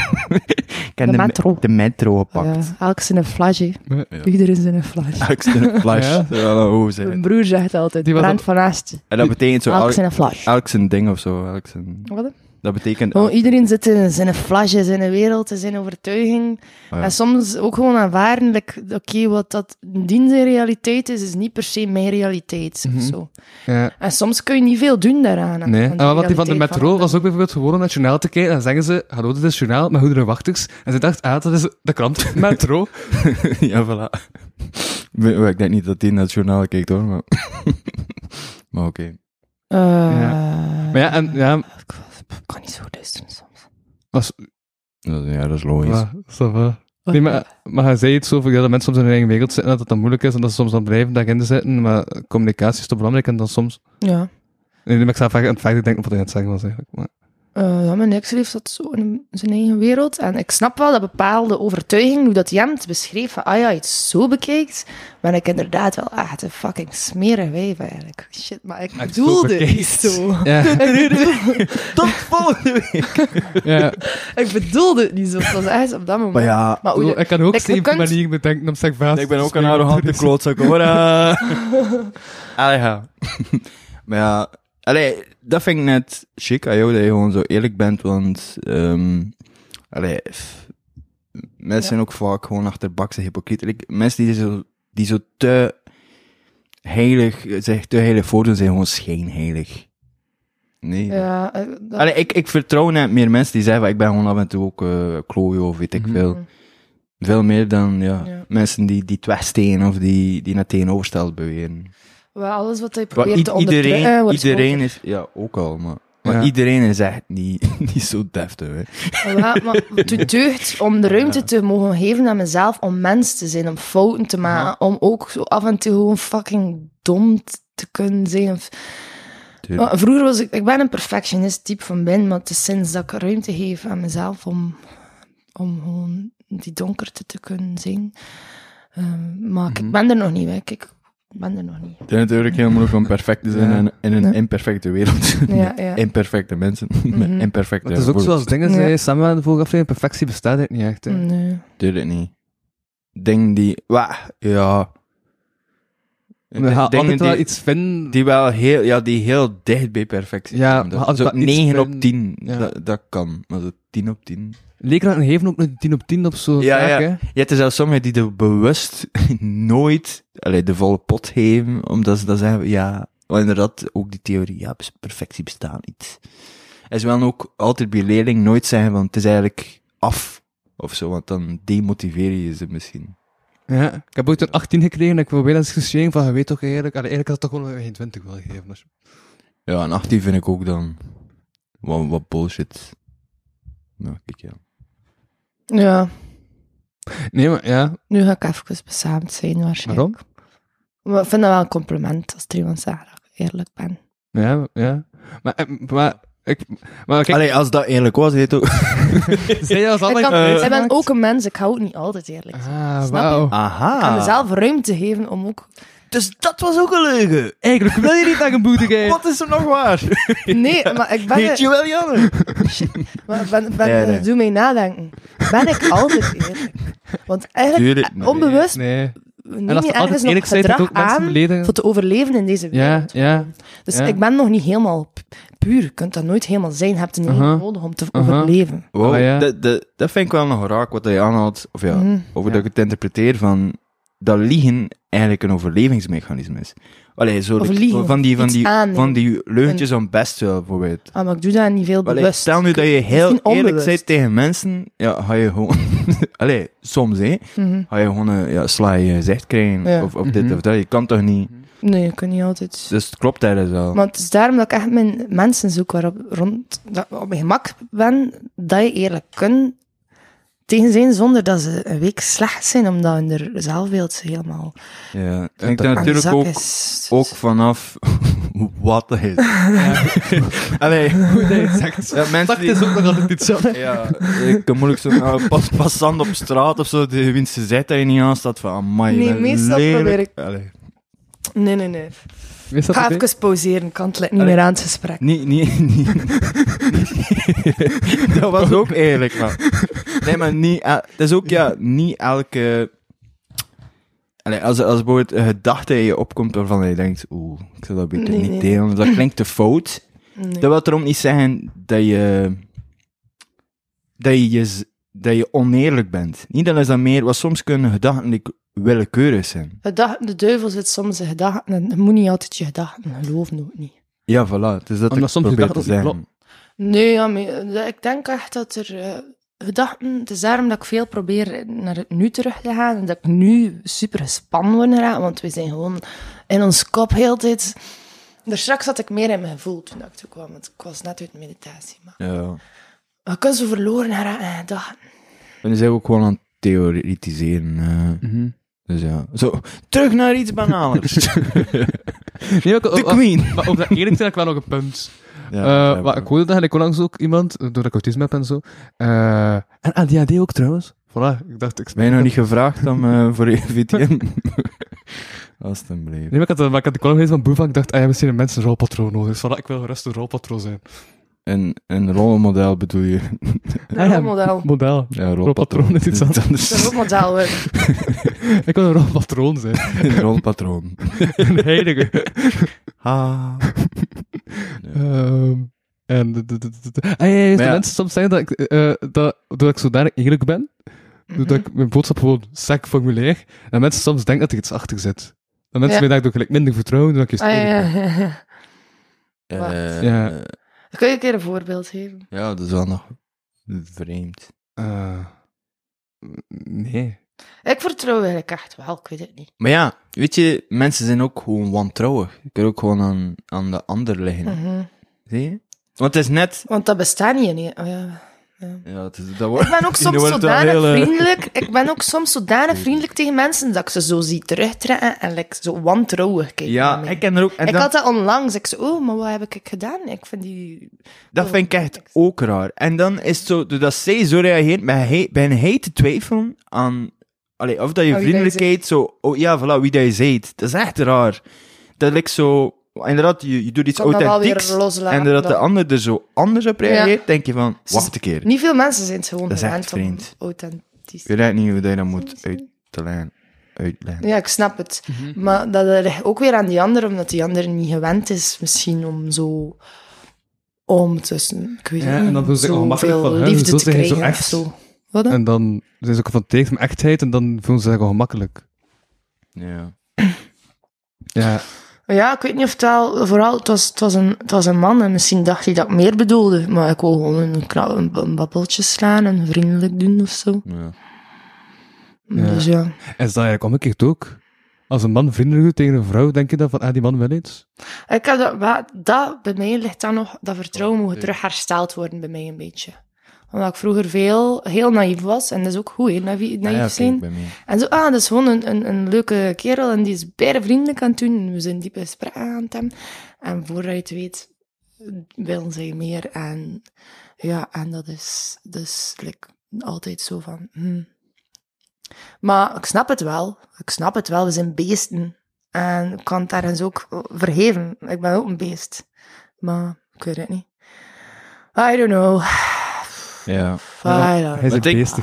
Ik heb De me- metro. De metro gepakt. Ja, elk zijn een flagje. Ja. Iedereen zijn een flagje. Elk zijn flash. Ja. Ja. Hoe zeg Mijn het? broer zegt altijd, Die was brand op- van Ast. En dat betekent zo, Elk elk, zijn een flash. elk zijn ding of zo. Elk zijn, Wat? dat betekent... Gewoon, iedereen zit in zijn flash, in zijn wereld, in zijn overtuiging. Oh ja. En soms ook gewoon aanvaarden, like, oké, wat dat dien zijn realiteit is, is niet per se mijn realiteit. Mhm. Of zo. Ja. En soms kun je niet veel doen daaraan. aan- Nee. aan En de wat die van de realiteit metro anderen. was ook bijvoorbeeld gewoon om naar het journaal te kijken. En dan zeggen ze, hallo, dit is het journaal met goederen en wachters. En ze dacht, ah, dat is de krant Metro. Ja, voilà. Ik ik denk niet dat die naar het journaal kijkt, hoor. Maar, maar oké. Eh, Maar ja, en ja, Ik kan niet zo luisteren soms. was, Dat- Ja, dat is logisch. ja, ça va. Nee, maar, maar hij zei iets over ja, dat mensen soms in hun eigen wereld zitten, dat het dan moeilijk is en dat ze soms dan blijven daarin zitten, maar communicatie is toch belangrijk en dan soms... Ja. Nee, maar ik sta vaak aan het feit denken wat hij aan het zeggen was eigenlijk. Maar... Uh, ja, mijn ex heeft dat zo in zijn eigen wereld. En ik snap wel dat bepaalde overtuigingen, hoe dat hij het beschreef, van, ah ja, iets zo bekijkt, ben ik inderdaad wel echt een fucking smerig wijf eigenlijk. Shit, maar ik Echt bedoelde zo niet zo. Ja. Tot volgende week. Ja. Ik bedoelde het niet zo. Het was echt op dat moment. Maar ja, maar hoe je- Ik kan ook Like, je zeventig kunt- manieren bedenken om zeggen ik ben ook een arrogante klootzak, hoor. Uh. Allee, ja. Maar ja, allee, dat vind ik net chic aan jou, dat je gewoon zo eerlijk bent, want um, allee, f- mensen Ja. zijn ook vaak gewoon achterbakse hypocriet. Like, mensen die zo, die zo te heilig, zich te heilig voordoen, zijn gewoon schijnheilig. Nee. Ja, eh, dat- Allee, ik, ik vertrouw net meer mensen die zeggen, van, ik ben gewoon af en toe ook uh, klojo of weet ik Mhm. veel. Veel meer dan ja, Ja. mensen die, die het wegsteken of die, die net tegenovergesteld beweren. wel, alles wat hij Maar probeert i- te onderdrukken, iedereen, wordt iedereen groter. is, ja, ook al, maar, maar Ja. iedereen is echt niet, niet zo deftig, hè. Ja, maar het deugd om de ruimte te mogen geven aan mezelf, om mens te zijn, om fouten te maken, om ook zo af en toe gewoon fucking dom t- te kunnen zijn. Of- Tuurlijk. Maar vroeger was ik, ik ben een perfectionist type van binnen, maar het is sinds dat ik ruimte geef aan mezelf om, om gewoon die donkerte te kunnen zijn. Ehm, maar ik- ik ben er nog niet, hè. Kijk, ik ben er nog niet. Het is natuurlijk heel moeilijk om perfect te zijn Ja. in, in een Ja. imperfecte wereld. Ja, Met ja. imperfecte mensen. Mhm. Met imperfecte Het is ook zoals dingen Ja. zei, samen aan de vorige aflevering, perfectie bestaat eigenlijk niet echt. Hè. Nee. Tuurlijk niet. Dingen die, wah, ja. We gaan Dingen altijd wel die, iets vinden... die wel heel, ja, die heel dicht bij perfectie Ja, zijn. maar Dat- als Zo dat iets negen vinden- op tien, ja. dat, dat kan. Maar zo tien op tien. Leerkrachten geven ook nog tien op tien op zo'n Ja, taak, ja. hè. Je hebt er zelfs sommigen die er bewust nooit allee, de volle pot geven, omdat ze dan zeggen, ja, maar inderdaad, ook die theorie, ja, perfectie bestaat niet. En ze willen ook altijd bij leerling nooit zeggen, want het is eigenlijk af, of zo, want dan demotiveer je ze misschien. Ja, ik heb ooit een achttien gekregen en ik wil wel eens geschreven van, je weet toch eigenlijk, allee, eigenlijk had het toch gewoon geen twintig willen geven. Dus. Ja, en achttien vind ik ook dan wat, wat bullshit. Nou, kijk, ja. Ja, Nee, maar ja, nu ga ik even besaamd zijn waarschijnlijk. waarom? Maar ik vind dat wel een compliment als er iemand zegt dat ik eerlijk ben. Ja, ja. Maar, eh, maar, ik, maar kijk, Allee, als dat eerlijk was, heet het ook... zei je als Ik, andere kan, keuze ik ben maakt? ook een mens, ik hou ook niet altijd eerlijk. Ah, Snap je? wauw. Aha. Ik kan mezelf ruimte geven om ook... Dus dat was ook een leugen. Eigenlijk wil je niet naar een boete geven. Wat is er nog waar? Nee, maar ik ben... Heet je wel Janne? Maar ik ben, ben, Nee, nee. doe mij nadenken. Ben ik altijd eerlijk? Want eigenlijk, Tuurlijk niet. eh, onbewust, Nee. neem En als je je altijd ergens nog eerlijk bent, dat gedrag ook mensen aan beledigen. voor te overleven in deze Ja, wereld. ja. Dus ja. ik ben nog niet helemaal pu- puur. Je kunt dat nooit helemaal zijn. Je hebt het niet Aha. nodig om te Aha. overleven. Wow, Ah, ja. dat, dat, dat vind ik wel nog raar, wat je aanhaalt, of ja, Mhm. over dat ik het interpreteer, van dat liegen eigenlijk een overlevingsmechanisme is. Allee, zo Of like, liegen, van die, van iets die, aannemen. van die leugentjes om best wel, bijvoorbeeld. Ah, maar ik doe dat niet veel Allee, bewust. stel nu dat je heel Misschien eerlijk onbewust. bent tegen mensen, ja, ga je gewoon, allee, soms hè, Mhm. ga je gewoon een ja, sla je gezicht krijgen, Ja. of, of dit Mhm. of dat, je kan toch niet, Nee, ik kan niet altijd. dus het klopt ergens wel. Maar het is daarom dat ik echt mijn mensen zoek waarop rond, dat ik op mijn gemak ben, dat je eerlijk kunt tegen zijn zonder dat ze een week slecht zijn, omdat hun zelfbeeld helemaal Ja, het hangt dat- er aan de natuurlijk zak ook, is. ook vanaf wat dat is. Allee, ja, mensen Dat die... is ook nog altijd iets zo. Ja, ik kan moeilijk zo nou, pas, passant op straat of zo, de winst ze zegt dat je niet aanstaat van, amai, je Nee, bent meestal lelijk. probeer ik- Allee, Nee, nee, nee. Is Ik dat ga oké? even pauzeren, kan het niet Allee. meer aan het gesprek. niet, niet, niet. Dat was ook eerlijk, man. Nee, maar niet, el- het is ook, ja, niet elke... Allee, als, als bijvoorbeeld een gedachte in je opkomt waarvan je denkt, oeh, ik zou dat beter Nee, niet nee. delen, dat klinkt te fout. Nee. Dat wil erom niet zeggen dat je, dat je, je z- dat je oneerlijk bent. Niet dat is dat meer, want soms kunnen gedachten like, willekeurig zijn. Gedachten- De duivel zit soms in gedachten en je moet niet altijd je gedachten geloven, ook niet. Ja, voilà. Het is dat Omdat ik soms probeer gedachten te ook niet zeggen. Nee, ja, maar ik denk echt dat er eh, gedachten... Het is daarom dat ik veel probeer naar het nu terug te gaan en dat ik nu super gespannen word geraakt, want we zijn gewoon in ons kop heel de tijd... Daar straks had ik meer in mijn gevoel toen ik toe kwam, want ik was net uit meditatie. Maar Ja. ik kan zo verloren geraken in gedachten. En je bent ook gewoon aan het theoretiseren. eh. Mhm. Dus ja. Zo, terug naar iets banalers. Nee, maar, De maar- Queen. Maar op dat eerlijk zijn, heb ik wel nog een punt. Ja, Eh, maar ik hoorde dat ik onlangs ook iemand, doordat ik autisme heb en zo. eh, en A D H D ook trouwens. Voilà, ik dacht... Ik ben je nog niet gevraagd om uh, voor E V T M? Alsjeblieft. Nee, maar ik had, maar ik had de column gelezen van Boeva en ik dacht, ah, ja, misschien een mensen een rolpatroon nodig. Dus voilà, ik wil gerust een rolpatroon zijn. Een, een rolmodel bedoel je? Een rolmodel. Model. Ja, Rolpatroon is iets anders. Een rolmodel worden. Ik wil een rolpatroon zijn. Een rolpatroon. Een heilige. Ha. Ehm, en de, de, de, de, de- ah, ja, ja, ja, Maar ja. mensen soms zeggen dat ik, eh, dat, doordat ik zodanig eerlijk ben, doordat ik mijn boodschap gewoon sec formuleer, en mensen soms denken dat er iets achter zit. Dat mensen Ja. mij daardoor gelijk minder vertrouwen, doordat ik Ah, juist ja, eerlijk ben. ja, ja. Wat? Eh, Ja. eh, Kun je een keer een voorbeeld geven? ja, dat is wel nog vreemd. Eh, nee. Ik vertrouw eigenlijk echt wel, ik weet het niet. Maar ja, weet je, mensen zijn ook gewoon wantrouwig. Je kunt ook gewoon aan, aan de ander liggen. Mhm. Zie je? Want het is net... Want dat bestaat niet in... Oh, ja. Ja, het is, dat wordt, Ik ben ook nu soms wordt het wel zodanig heel, eh, vriendelijk. Ik ben ook soms zodanig vriendelijk tegen mensen dat ik ze zo zie terugtrekken en like, zo wantrouwig kijken Ja, naar mij. ik ken er ook... En ik dan- had dat onlangs. Ik zei, oh, maar wat heb ik gedaan? Ik vind die... Dat vind ik echt ook raar. En dan is het zo, doordat zij zo reageert, ben hij, ben hij te twijfelen aan... Allee, of dat je Oh, wie dat je vriendelijkheid zo... Oh ja, voilà, wie dat je zijt. Dat is echt raar. Dat lijkt zo... Inderdaad, je, je doet iets Kan dat wel weer authentieks. loslaten, En doordat de dat- ander er zo anders op reageert, Ja. denk je van, wacht een keer. Niet veel mensen zijn het gewoon Dat is echt gewend om vreemd. authentisch Ik weet niet hoe dat je dat moet uitleggen. uitleggen. Ja, ik snap het. Maar dat ligt ook weer aan die ander, omdat die ander niet gewend is misschien om zo... Om tussen... Ik weet Ja, het niet. en dan voelt ze zich ongemakkelijk zoveel van, hè, liefde zo te zeg je zo krijgen of echt. zo. Wat dan? En dan zijn ze geconfronteerd met echtheid en dan voelen ze zich ongemakkelijk. Ja. Ja. Ja, ik weet niet of het wel... Vooral, het was, het was, een, het was een man en misschien dacht hij dat ik meer bedoelde. Maar ik wil gewoon een, knap, een, een babbeltje slaan en vriendelijk doen of zo. Ja. Dus ja. En is dat eigenlijk omgekeerd ook? Als een man vriendelijk doet tegen een vrouw, denk je dan van, ah, die man wil iets? Ik heb dat, wa- dat, bij mij ligt dan nog, dat vertrouwen moet terug hersteld worden bij mij een beetje. Omdat ik vroeger veel, heel naïef was, en dat is ook goed, hè, naïef, naïef Ah ja, zijn. kijk, bij mij. En zo, ah, dat is gewoon een, een, een leuke kerel, en die is bijna vriendelijk aan het doen, en we zijn diepe gesprekken aan het hebben. En voordat je het weet, willen zij meer, en ja, en dat is dus like, altijd zo van, hmm. Maar ik snap het wel, ik snap het wel, we zijn beesten. En ik kan het ergens ook vergeven. Ik ben ook een beest. Maar ik weet het niet. I don't know. Ja. I don't Hij is een denk- beestig.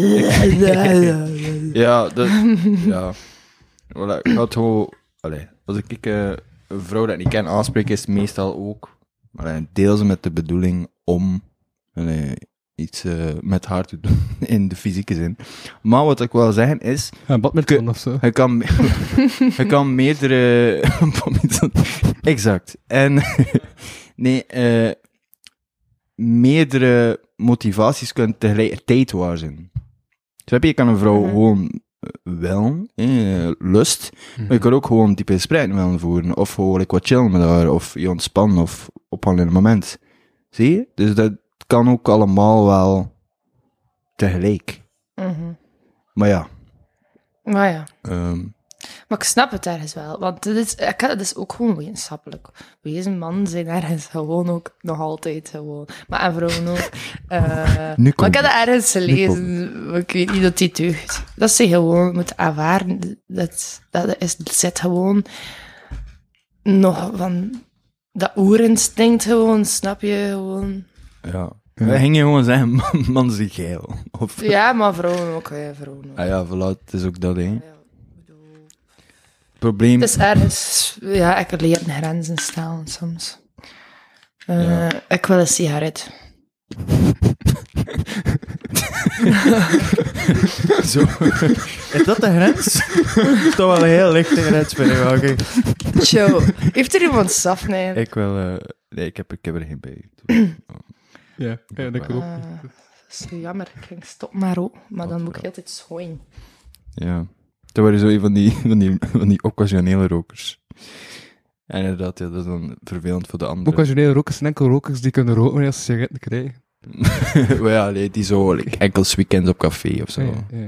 know. Ja, dat... ja. Voilà, ik had gewoon... Allee, als ik eh, een vrouw dat ik niet ken aanspreek, is het meestal ook... Allee, deels met de bedoeling om allee, iets eh, met haar te doen, in de fysieke zin. Maar wat ik wil zeggen is... Een badminton of zo. Je kan, je kan meerdere... exact. En... nee, eh... meerdere motivaties kunnen tegelijkertijd waar zijn. Snap je? Je kan een vrouw Mhm. gewoon eh, wel, eh, lust, maar je kan ook gewoon diepe gesprekken willen voeren, of gewoon like, wat chillen met haar, of je ontspannen, of op een moment. Zie je? Dus dat kan ook allemaal wel tegelijk. Mhm. Maar ja, Maar ja. ehm, Maar ik snap het ergens wel. Want het is, ik, het is ook gewoon wetenschappelijk. Wezen mannen zijn ergens gewoon ook nog altijd gewoon. Maar en vrouwen ook. Eh, Nu maar komt ik heb het. het ergens gelezen. Maar ik weet niet dat die deugt. Dat ze gewoon moeten aanvaarden. Dat, dat is, zit gewoon nog van dat oerinstinct gewoon, snap je? Gewoon. ja. We gingen gewoon zeggen, man, man is geil. Of, Ja, maar vrouwen ook. Ja, vrouwen ook. ah ja, voilà, het is ook dat, hè. Probleem... Het is ergens, ja, ik leer grenzen stellen soms. Eh, Ja. Ik wil een sigaret. Zo. Is dat de grens? Dat is toch wel een heel lichte grens, vind ik wel. Oké. Show. Heeft er iemand saf? Nee. Ik wil... eh, nee, ik heb, ik heb er geen bij. Ja, ja, dat klopt. Eh, dat is zo jammer. Ik ging stop maar ook. Maar dan moet ik altijd schooien. Ja. Toen waren zo een van die, van die, van die occasionele rokers. En inderdaad, ja, dat is dan vervelend voor de anderen. Occasionele rokers zijn enkel rokers die kunnen roken als ze sigaretten krijgen. Maar ja, nee, die zo like, enkels weekends op café of zo. Ja, ja.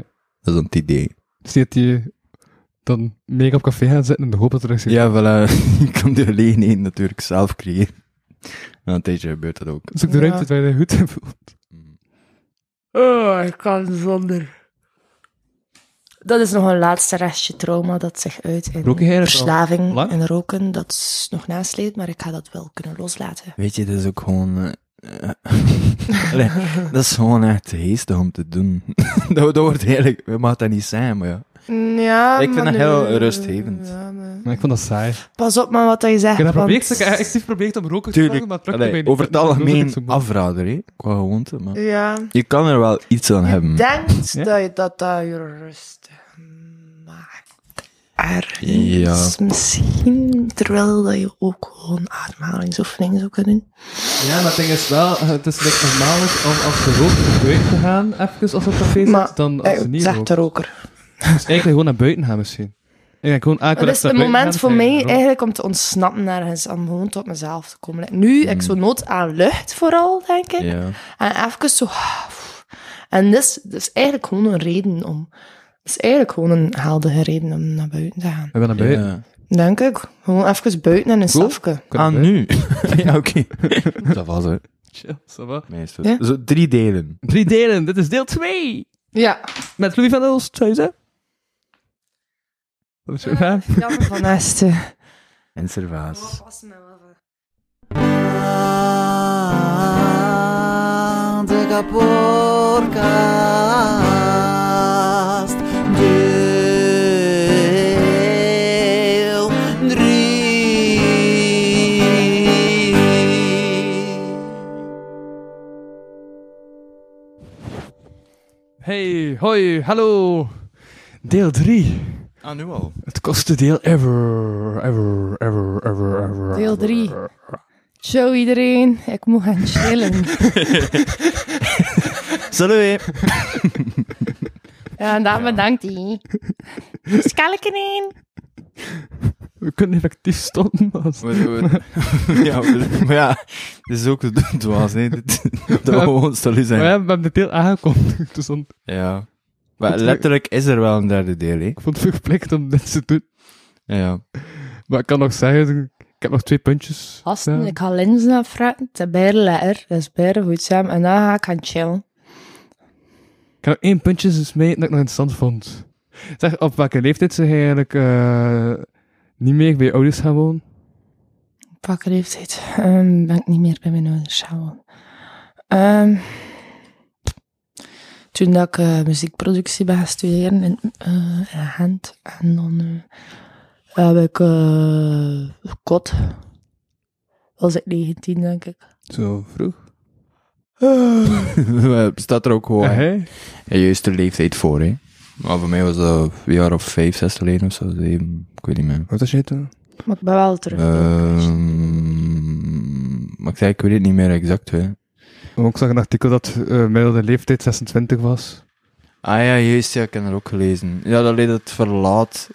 Dat is dan het idee. Zie dat die dan mega op café gaan zitten en de hoop dat er is. Ja, voilà. Je kan de gelegenheid natuurlijk zelf creëren. En een tijdje gebeurt dat ook. Dus ook de Ja. ruimte waar je goed in voelt. Oh, ik kan zonder. Dat is nog een laatste restje trauma dat zich uit in Rook je eigenlijk al verslaving lang? en roken. Dat is nog nasleept, maar ik ga dat wel kunnen loslaten. Weet je, dat is ook gewoon... eh, eh, Allee, dat is gewoon echt geestig om te doen. dat, dat wordt eigenlijk... We mag dat niet zijn, maar ja. Ja, Ik vind maar dat heel nu- rustgevend. Ja, maar... Maar ik vond dat saai. Pas op met wat je zegt. Ik heb dat want- geprobeerd, ik heb actief geprobeerd om roken te Tuurlijk. vangen, maar het lukte Allee, mij niet. over het Dat was ook algemeen niet zo mooi. afrader, hè. Qua gewoonte, maar... Ja. Je kan er wel iets aan hebben. Je denkt Ja? dat je dat, dat je rust maakt. Er Ja. is misschien, terwijl dat je ook gewoon ademhalingsoefeningen zou kunnen doen. Ja, maar het ding is wel, het is like normaal om als je rookt naar buiten te gaan, even als op café zit, Maar, dan als je eh, niet zegt rookt. de roker. Dus eigenlijk gewoon naar buiten gaan misschien. Ik denk gewoon, ah, ik wil Dat is even het naar buiten moment gaan, voor dan ga je mij roken. eigenlijk om te ontsnappen nergens, om gewoon tot mezelf te komen. Like, nu, ik zo nood aan lucht vooral, denk ik. Ja. En even zo... En dat is, dat is eigenlijk gewoon een reden om... Dat is eigenlijk gewoon een heldige reden om naar buiten te gaan. We gaan naar buiten. Ja. Denk ik. Gewoon even buiten en een Cool. stafje. Ah, nu? ja, oké. Dat was het. Chill, ça va. Meestal. Ja? Zo drie delen. Drie delen, dit is deel twee. Ja. Met Louis van Oosthuizen. Wat is je naam? Jan van Esten. En Servaas. De kapotkast. Deel drie. Hey, hoi, hallo. Deel drie. Ah, nu al. Het kortste deel ever, ever, ever, ever, ever. Deel ever. drie. Ciao iedereen, ik moet gaan chillen. Salut. Ja, en dan bedankt hij. Skalken in. We kunnen effectief stoppen. Als... We- we- ja, we- maar ja, dit is ook dwaas, nee. Dit- Dat we gewoon salut zijn. Maar ja, we hebben het deel aangekondigd, dus dan, Ja. Maar Goed, letterlijk is er wel een derde deel, hè. ik vond het verplicht om dit te doen. Ja. Maar ik kan nog zeggen, ik heb nog twee puntjes. Gasten, Ja. ik ga linzen afvragen. Het is bijna lekker. Dat is bijna goed samen. En dan ga ik gaan chillen. Ik heb nog één puntje dus mee dat ik nog interessant vond. Zeg, op welke leeftijd ze eigenlijk uh, niet meer bij je ouders gaan wonen? Op welke leeftijd um, ben ik niet meer bij mijn ouders gaan wonen. Um, toen dat ik uh, muziekproductie ben gaan studeren in, uh, in Gent. En dan uh, heb ik uh, kot. Was ik negentien, denk ik. Zo vroeg? Staat er ook gewoon Ja, hè? een juiste leeftijd voor, hè. Maar voor mij was dat een jaar of vijf, zes geleden of zo, zeven, ik weet niet meer. Wat was jij toen? Maar ik ben wel terug. Ehm, maar ik zei, ik weet het niet meer exact, hè. Ik zag een artikel dat uh, gemiddelde leeftijd zesentwintig was. Ah ja, juist, ja, ik heb er ook gelezen. Ja, dat leed het verlaat.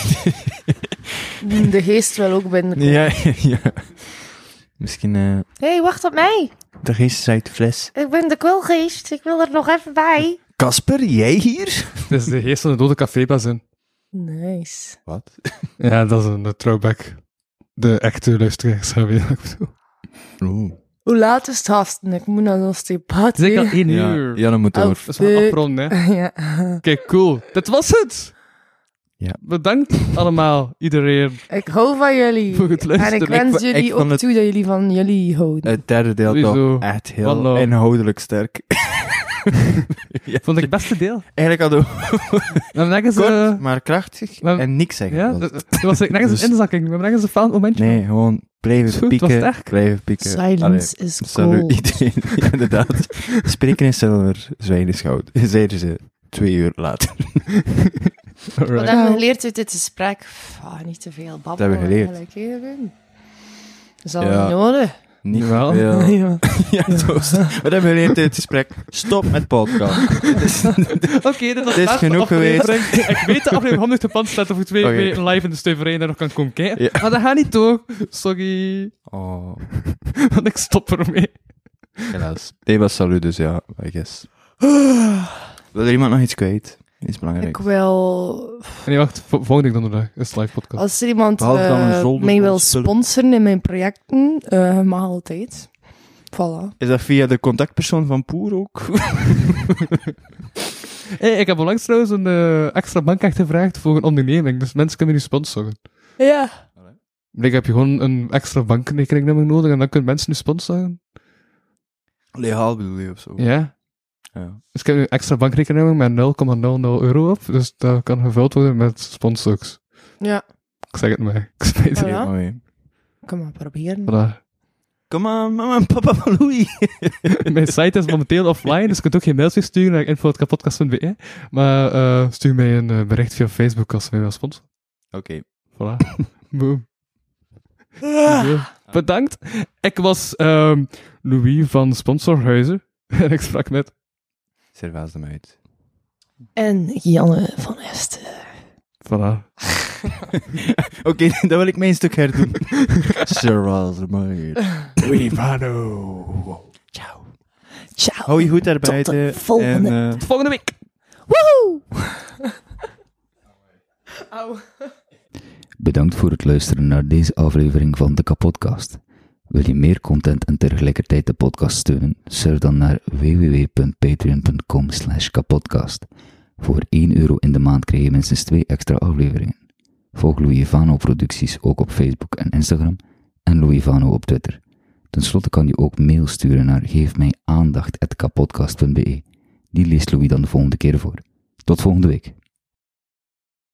De geest wil ook binnenkomen. ja, ja. Misschien, eh, Hé, hey, wacht op mij. de geest is uit de fles. Ik ben de kwilgeest. Ik wil er nog even bij. Kasper, jij hier? Het is de geest van de dode cafébazin. Nice. Wat? Ja, dat is een uh, throwback. De echte luisteraars gaan weer. Oeh. Hoe laat is het, gasten? Ik moet naar de osteopaat. Het is al één Ja, uur. ja, dan moet Oh. door. Dat is wel Fuck. afronden, hè. Ja. Kijk, cool. Dit was het. Ja. Bedankt allemaal, iedereen, Ik hou van jullie. voor het En luisteren. ik wens Ik- jullie ik vond ook het- toe dat jullie van jullie houden. Het derde deel Sowieso. toch echt One heel love. inhoudelijk sterk. ja, Vond ik het beste deel. eigenlijk hadden we Dan zeggen ze... kort, maar krachtig maar- en niks zeggen. Ja, was dat het. dat was nergens Dus- een inzakking. We hebben nergens een fout momentje. Nee, gewoon Is blijven goed, het was pieken. sterk. Blijven pieken. Silence is Salut gold. iedereen. Ja, inderdaad. Spreken is zilver, zwijgen is goud. Zeiden ze twee uur later. Wat Alright. hebben we geleerd uit dit gesprek? Ah, niet te veel babbelen. hebben we geleerd. eigenlijk, hè, Wim? Dat is al Ja. niet nodig. Niet Jawel. veel. Ja. Ja, zo is het. Wat hebben we geleerd uit het gesprek? Stop met podcast. Dit is- Oké, dit was Dit is laatste genoeg aflevering. Ik weet de aflevering honderd gepland staat over twee Oké. weken live in de stuiverij en nog kan komen kijken. Ja. Maar dat gaat niet door. Sorry. Oh, Want ik stop ermee. helaas. Nee, was salut, dus ja, I guess. Wil er iemand nog iets kwijt? Is belangrijk. Ik wil... Nee, wacht, vo- volgende week donderdag is de live podcast. Als er iemand Behalve dan een eh, zolder mij vol wil spullen. sponsoren in mijn projecten, eh, mag altijd. Voilà. Is dat via de contactpersoon van Poer ook? Hey, ik heb onlangs trouwens een uh, extra bankkaart gevraagd voor een onderneming, dus mensen kunnen nu sponsoren. Ja. Ik heb je gewoon een extra bankrekeningnummer nodig en dan kunnen mensen nu sponsoren. Legaal bedoel je of zo? Ja. Ja. Dus ik heb nu een extra bankrekening met nul komma nul nul euro op, dus dat kan gevuld worden met sponsors. Ja. Ik zeg het maar. Ik spijt het. Voilà. Mooi. Kom maar proberen. Voilà. Kom aan, mama en papa van Louis. Mijn site is momenteel offline, dus je kunt ook geen mailtjes sturen naar info at kapodcast punt b e. Maar uh, stuur mij een uh, bericht via Facebook als je mij wil sponsoren. Oké. Voilà. Boom. Ja. Bedankt. Ik was um, Louis van Sponsorhuizen. En ik sprak met... Servaas hem uit. En Janne van Esten. Voilà. Oké, okay, dan wil ik mijn stuk herdoen. Servaas hem uit. Louis Vano. Ciao. Ciao. Hou je goed daar Tot buiten. de volgende. En, uh... Tot volgende week. Woehoe! Au. Bedankt voor het luisteren naar deze aflevering van de Kapodcast. Wil je meer content en tegelijkertijd de podcast steunen? Surf dan naar w w w punt patreon punt com slash kapodcast. Voor één euro in de maand krijg je minstens twee extra afleveringen. Volg Louis Vano producties ook op Facebook en Instagram en Louis Vano op Twitter. Ten slotte kan je ook mail sturen naar geefmijaandacht at kapodcast punt b e. Die leest Louis dan de volgende keer voor. Tot volgende week.